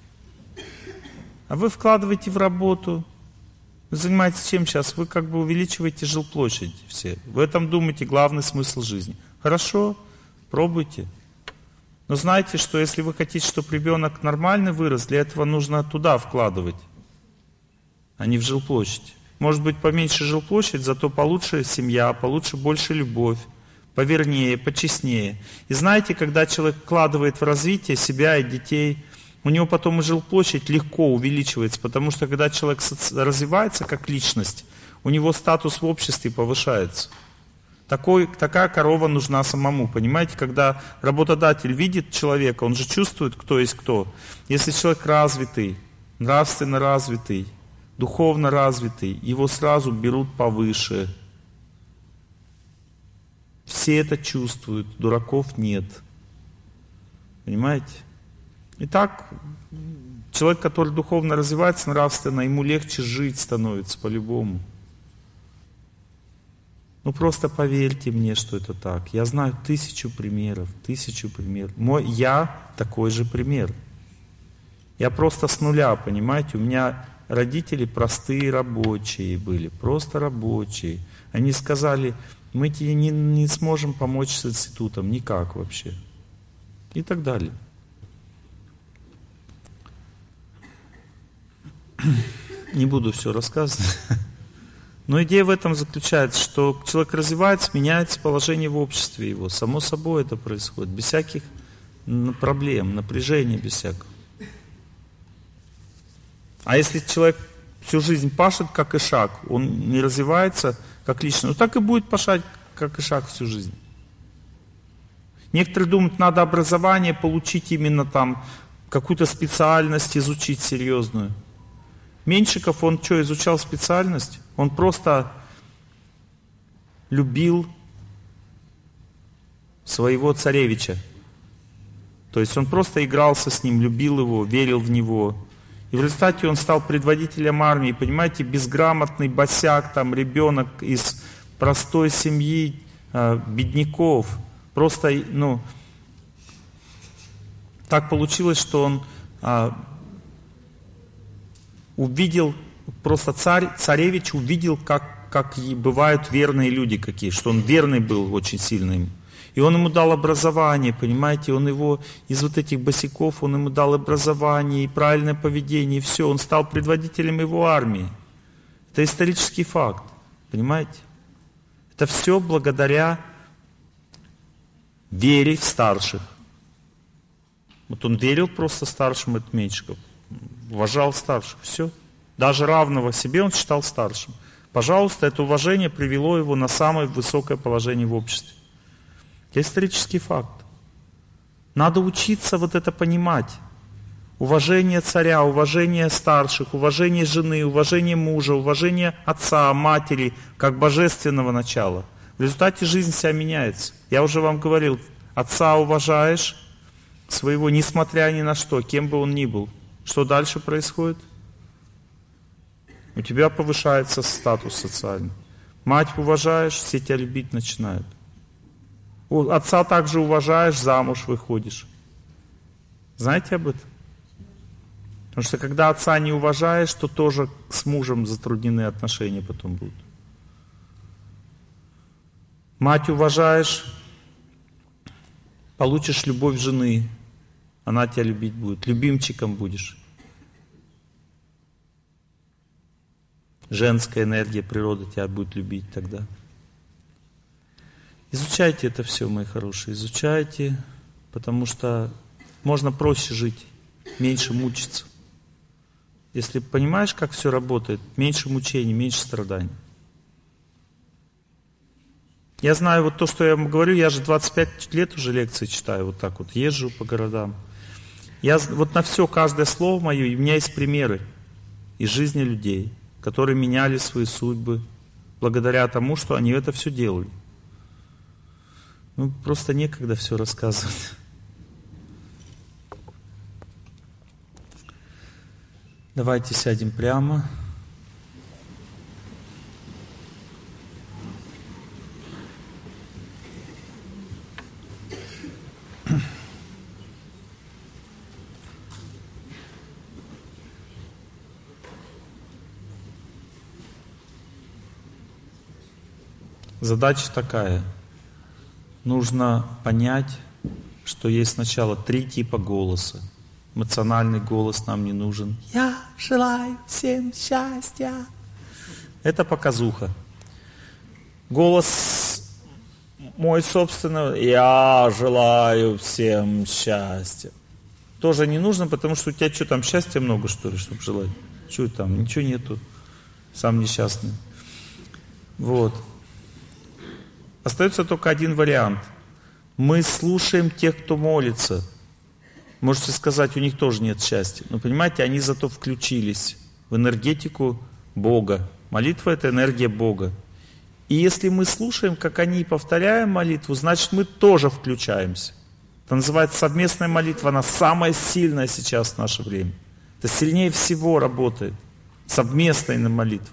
А вы вкладываете в работу. Вы занимаетесь чем сейчас? Вы как бы увеличиваете жилплощадь все. В этом думаете главный смысл жизни. Хорошо, пробуйте. Но знайте, что если вы хотите, чтобы ребенок нормально вырос, для этого нужно туда вкладывать, а не в жилплощадь. Может быть, поменьше жилплощадь, зато получше семья, получше больше любовь, повернее, почестнее. И знаете, когда человек вкладывает в развитие себя и детей, у него потом и жилплощадь легко увеличивается, потому что когда человек развивается как личность, у него статус в обществе повышается. Такой, такая корова нужна самому, понимаете? Когда работодатель видит человека, он же чувствует, кто есть кто. Если человек развитый, нравственно развитый, духовно развитый, его сразу берут повыше. Все это чувствуют, дураков нет. Понимаете? Итак, человек, который духовно развивается, нравственно, ему легче жить становится по-любому. Ну просто поверьте мне, что это так. Я знаю тысячу примеров, тысячу примеров. Мой, я такой же пример. Я просто с нуля, понимаете, у меня родители простые рабочие были, просто рабочие. Они сказали, мы тебе не, не сможем помочь с институтом, никак вообще. И так далее. Не буду все рассказывать. Но идея в этом заключается, что человек развивается, меняется положение в обществе его. Само собой это происходит, без всяких проблем, напряжения, без всякого. А если человек всю жизнь пашет, как ишак, он не развивается как личность, ну так и будет пашать, как ишак всю жизнь. Некоторые думают, надо образование получить именно там, какую-то специальность изучить серьезную. Меньшиков, он что, изучал специальность? Он просто любил своего царевича. То есть он просто игрался с ним, любил его, верил в него. И в результате он стал предводителем армии. Понимаете, безграмотный босяк, там, ребенок из простой семьи, э, бедняков. Просто, ну, так получилось, что он э, увидел, просто царь, царевич увидел, как, как и бывают верные люди какие, что он верный был очень сильно ему. И он ему дал образование, понимаете, он его из вот этих босяков, он ему дал образование и правильное поведение, и все, он стал предводителем его армии. Это исторический факт, понимаете? Это все благодаря вере в старших. Вот он верил просто старшим, это Меньшиков, уважал старших, все. Даже равного себе он считал старшим. Пожалуйста, это уважение привело его на самое высокое положение в обществе. Это исторический факт. Надо учиться вот это понимать. Уважение царя, уважение старших, уважение жены, уважение мужа, уважение отца, матери, как божественного начала. В результате жизнь вся меняется. Я уже вам говорил, отца уважаешь своего, несмотря ни на что, кем бы он ни был. Что дальше происходит? У тебя повышается статус социальный. Мать уважаешь, все тебя любить начинают. Отца также уважаешь, замуж выходишь. Знаете об этом? Потому что когда отца не уважаешь, то тоже с мужем затруднены отношения потом будут. Мать уважаешь, получишь любовь жены, она тебя любить будет, любимчиком будешь. Женская энергия природы тебя будет любить тогда. Изучайте это все, мои хорошие, изучайте, потому что можно проще жить, меньше мучиться. Если понимаешь, как все работает, меньше мучений, меньше страданий. Я знаю вот то, что я вам говорю, я же двадцать пять лет уже лекции читаю, вот так вот, езжу по городам. Я вот на все, каждое слово мое, и у меня есть примеры из жизни людей, которые меняли свои судьбы благодаря тому, что они это все делали. Ну, просто некогда все рассказывать. Давайте сядем прямо. Задача такая. Нужно понять, что есть сначала три типа голоса. Эмоциональный голос нам не нужен. Я желаю всем счастья. Это показуха. Голос мой собственный. Я желаю всем счастья. Тоже не нужно, потому что у тебя что там, счастья много, что ли, чтобы желать? Что там? Ничего нету. Сам несчастный. Вот. Остается только один вариант. Мы слушаем тех, кто молится. Можете сказать, у них тоже нет счастья. Но понимаете, они зато включились в энергетику Бога. Молитва — это энергия Бога. И если мы слушаем, как они, и повторяем молитву, значит, мы тоже включаемся. Это называется совместная молитва. Она самая сильная сейчас в наше время. Это сильнее всего работает. Совместная молитва.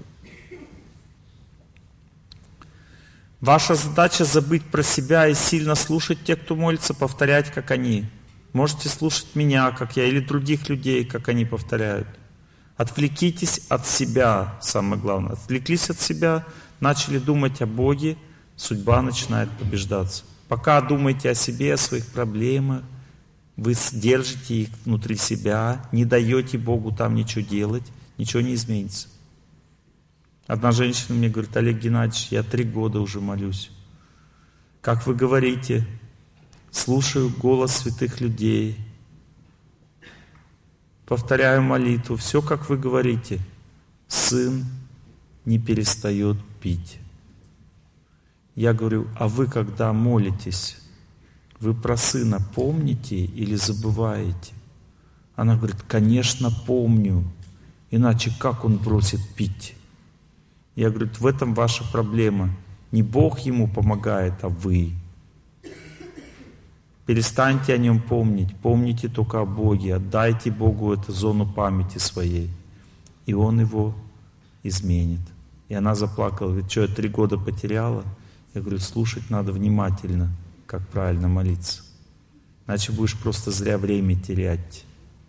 Ваша задача забыть про себя и сильно слушать тех, кто молится, повторять, как они. Можете слушать меня, как я, или других людей, как они повторяют. Отвлекитесь от себя, самое главное. Отвлеклись от себя, начали думать о Боге, судьба начинает побеждаться. Пока думаете о себе, о своих проблемах, вы держите их внутри себя, не даете Богу там ничего делать, ничего не изменится. Одна женщина мне говорит: Олег Геннадьевич, я три года уже молюсь. Как вы говорите, слушаю голос святых людей, повторяю молитву, все, как вы говорите. Сын не перестает пить. Я говорю: а вы, когда молитесь, вы про сына помните или забываете? Она говорит: конечно, помню, иначе как он бросит пить? Я говорю: в этом ваша проблема. Не Бог ему помогает, а вы. Перестаньте о нем помнить. Помните только о Боге. Отдайте Богу эту зону памяти своей. И Он его изменит. И она заплакала. Говорит: что, я три года потеряла? Я говорю: слушать надо внимательно, как правильно молиться. Иначе будешь просто зря время терять.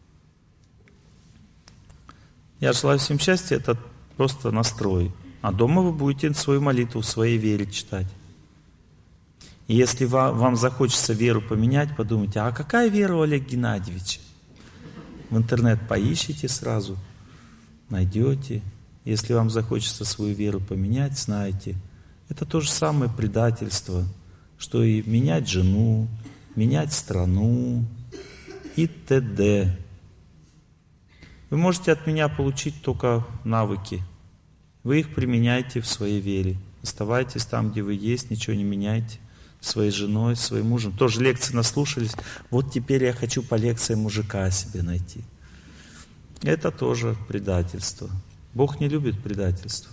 Я желаю всем счастья. Это просто настрой. А дома вы будете свою молитву в своей вере читать. И если вам, вам захочется веру поменять, подумайте: а какая вера у Олега Геннадьевича? В интернет поищите сразу, найдете. Если вам захочется свою веру поменять, знайте, это то же самое предательство, что и менять жену, менять страну и т.д. Вы можете от меня получить только навыки. Вы их применяйте в своей вере. Оставайтесь там, где вы есть, ничего не меняйте. Своей женой, своим мужем. Тоже лекции наслушались. Вот теперь я хочу по лекциям мужика себе найти. Это тоже предательство. Бог не любит предательство.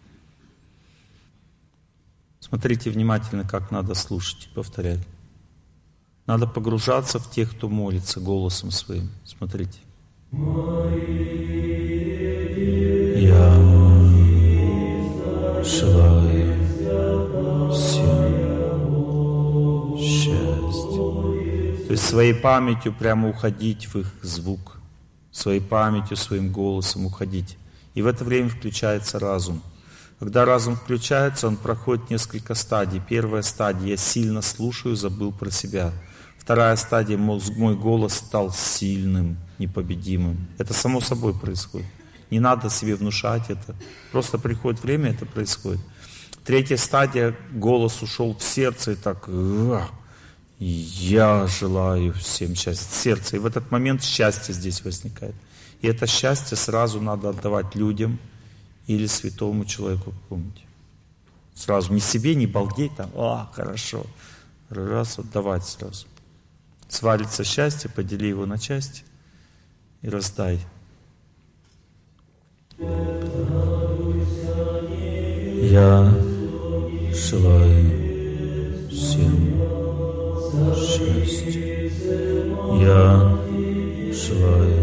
Смотрите внимательно, как надо слушать и повторять. Надо погружаться в тех, кто молится голосом своим. Смотрите. Я желаю всем счастья. То есть своей памятью прямо уходить в их звук, своей памятью, своим голосом уходить. И в это время включается разум. Когда разум включается, он проходит несколько стадий. Первая стадия — я сильно слушаю, забыл про себя. Вторая стадия — мой голос стал сильным, непобедимым. Это само собой происходит. Не надо себе внушать это. Просто приходит время, это происходит. Третья стадия — голос ушел в сердце и так: я желаю всем счастья. Сердце. И в этот момент счастье здесь возникает. И это счастье сразу надо отдавать людям или святому человеку. Помните? Сразу. Не себе, не балдеть там. А, хорошо. Раз, отдавать сразу. Свалится счастье, подели его на части. и раздай. Я желаю всем счастья. Я желаю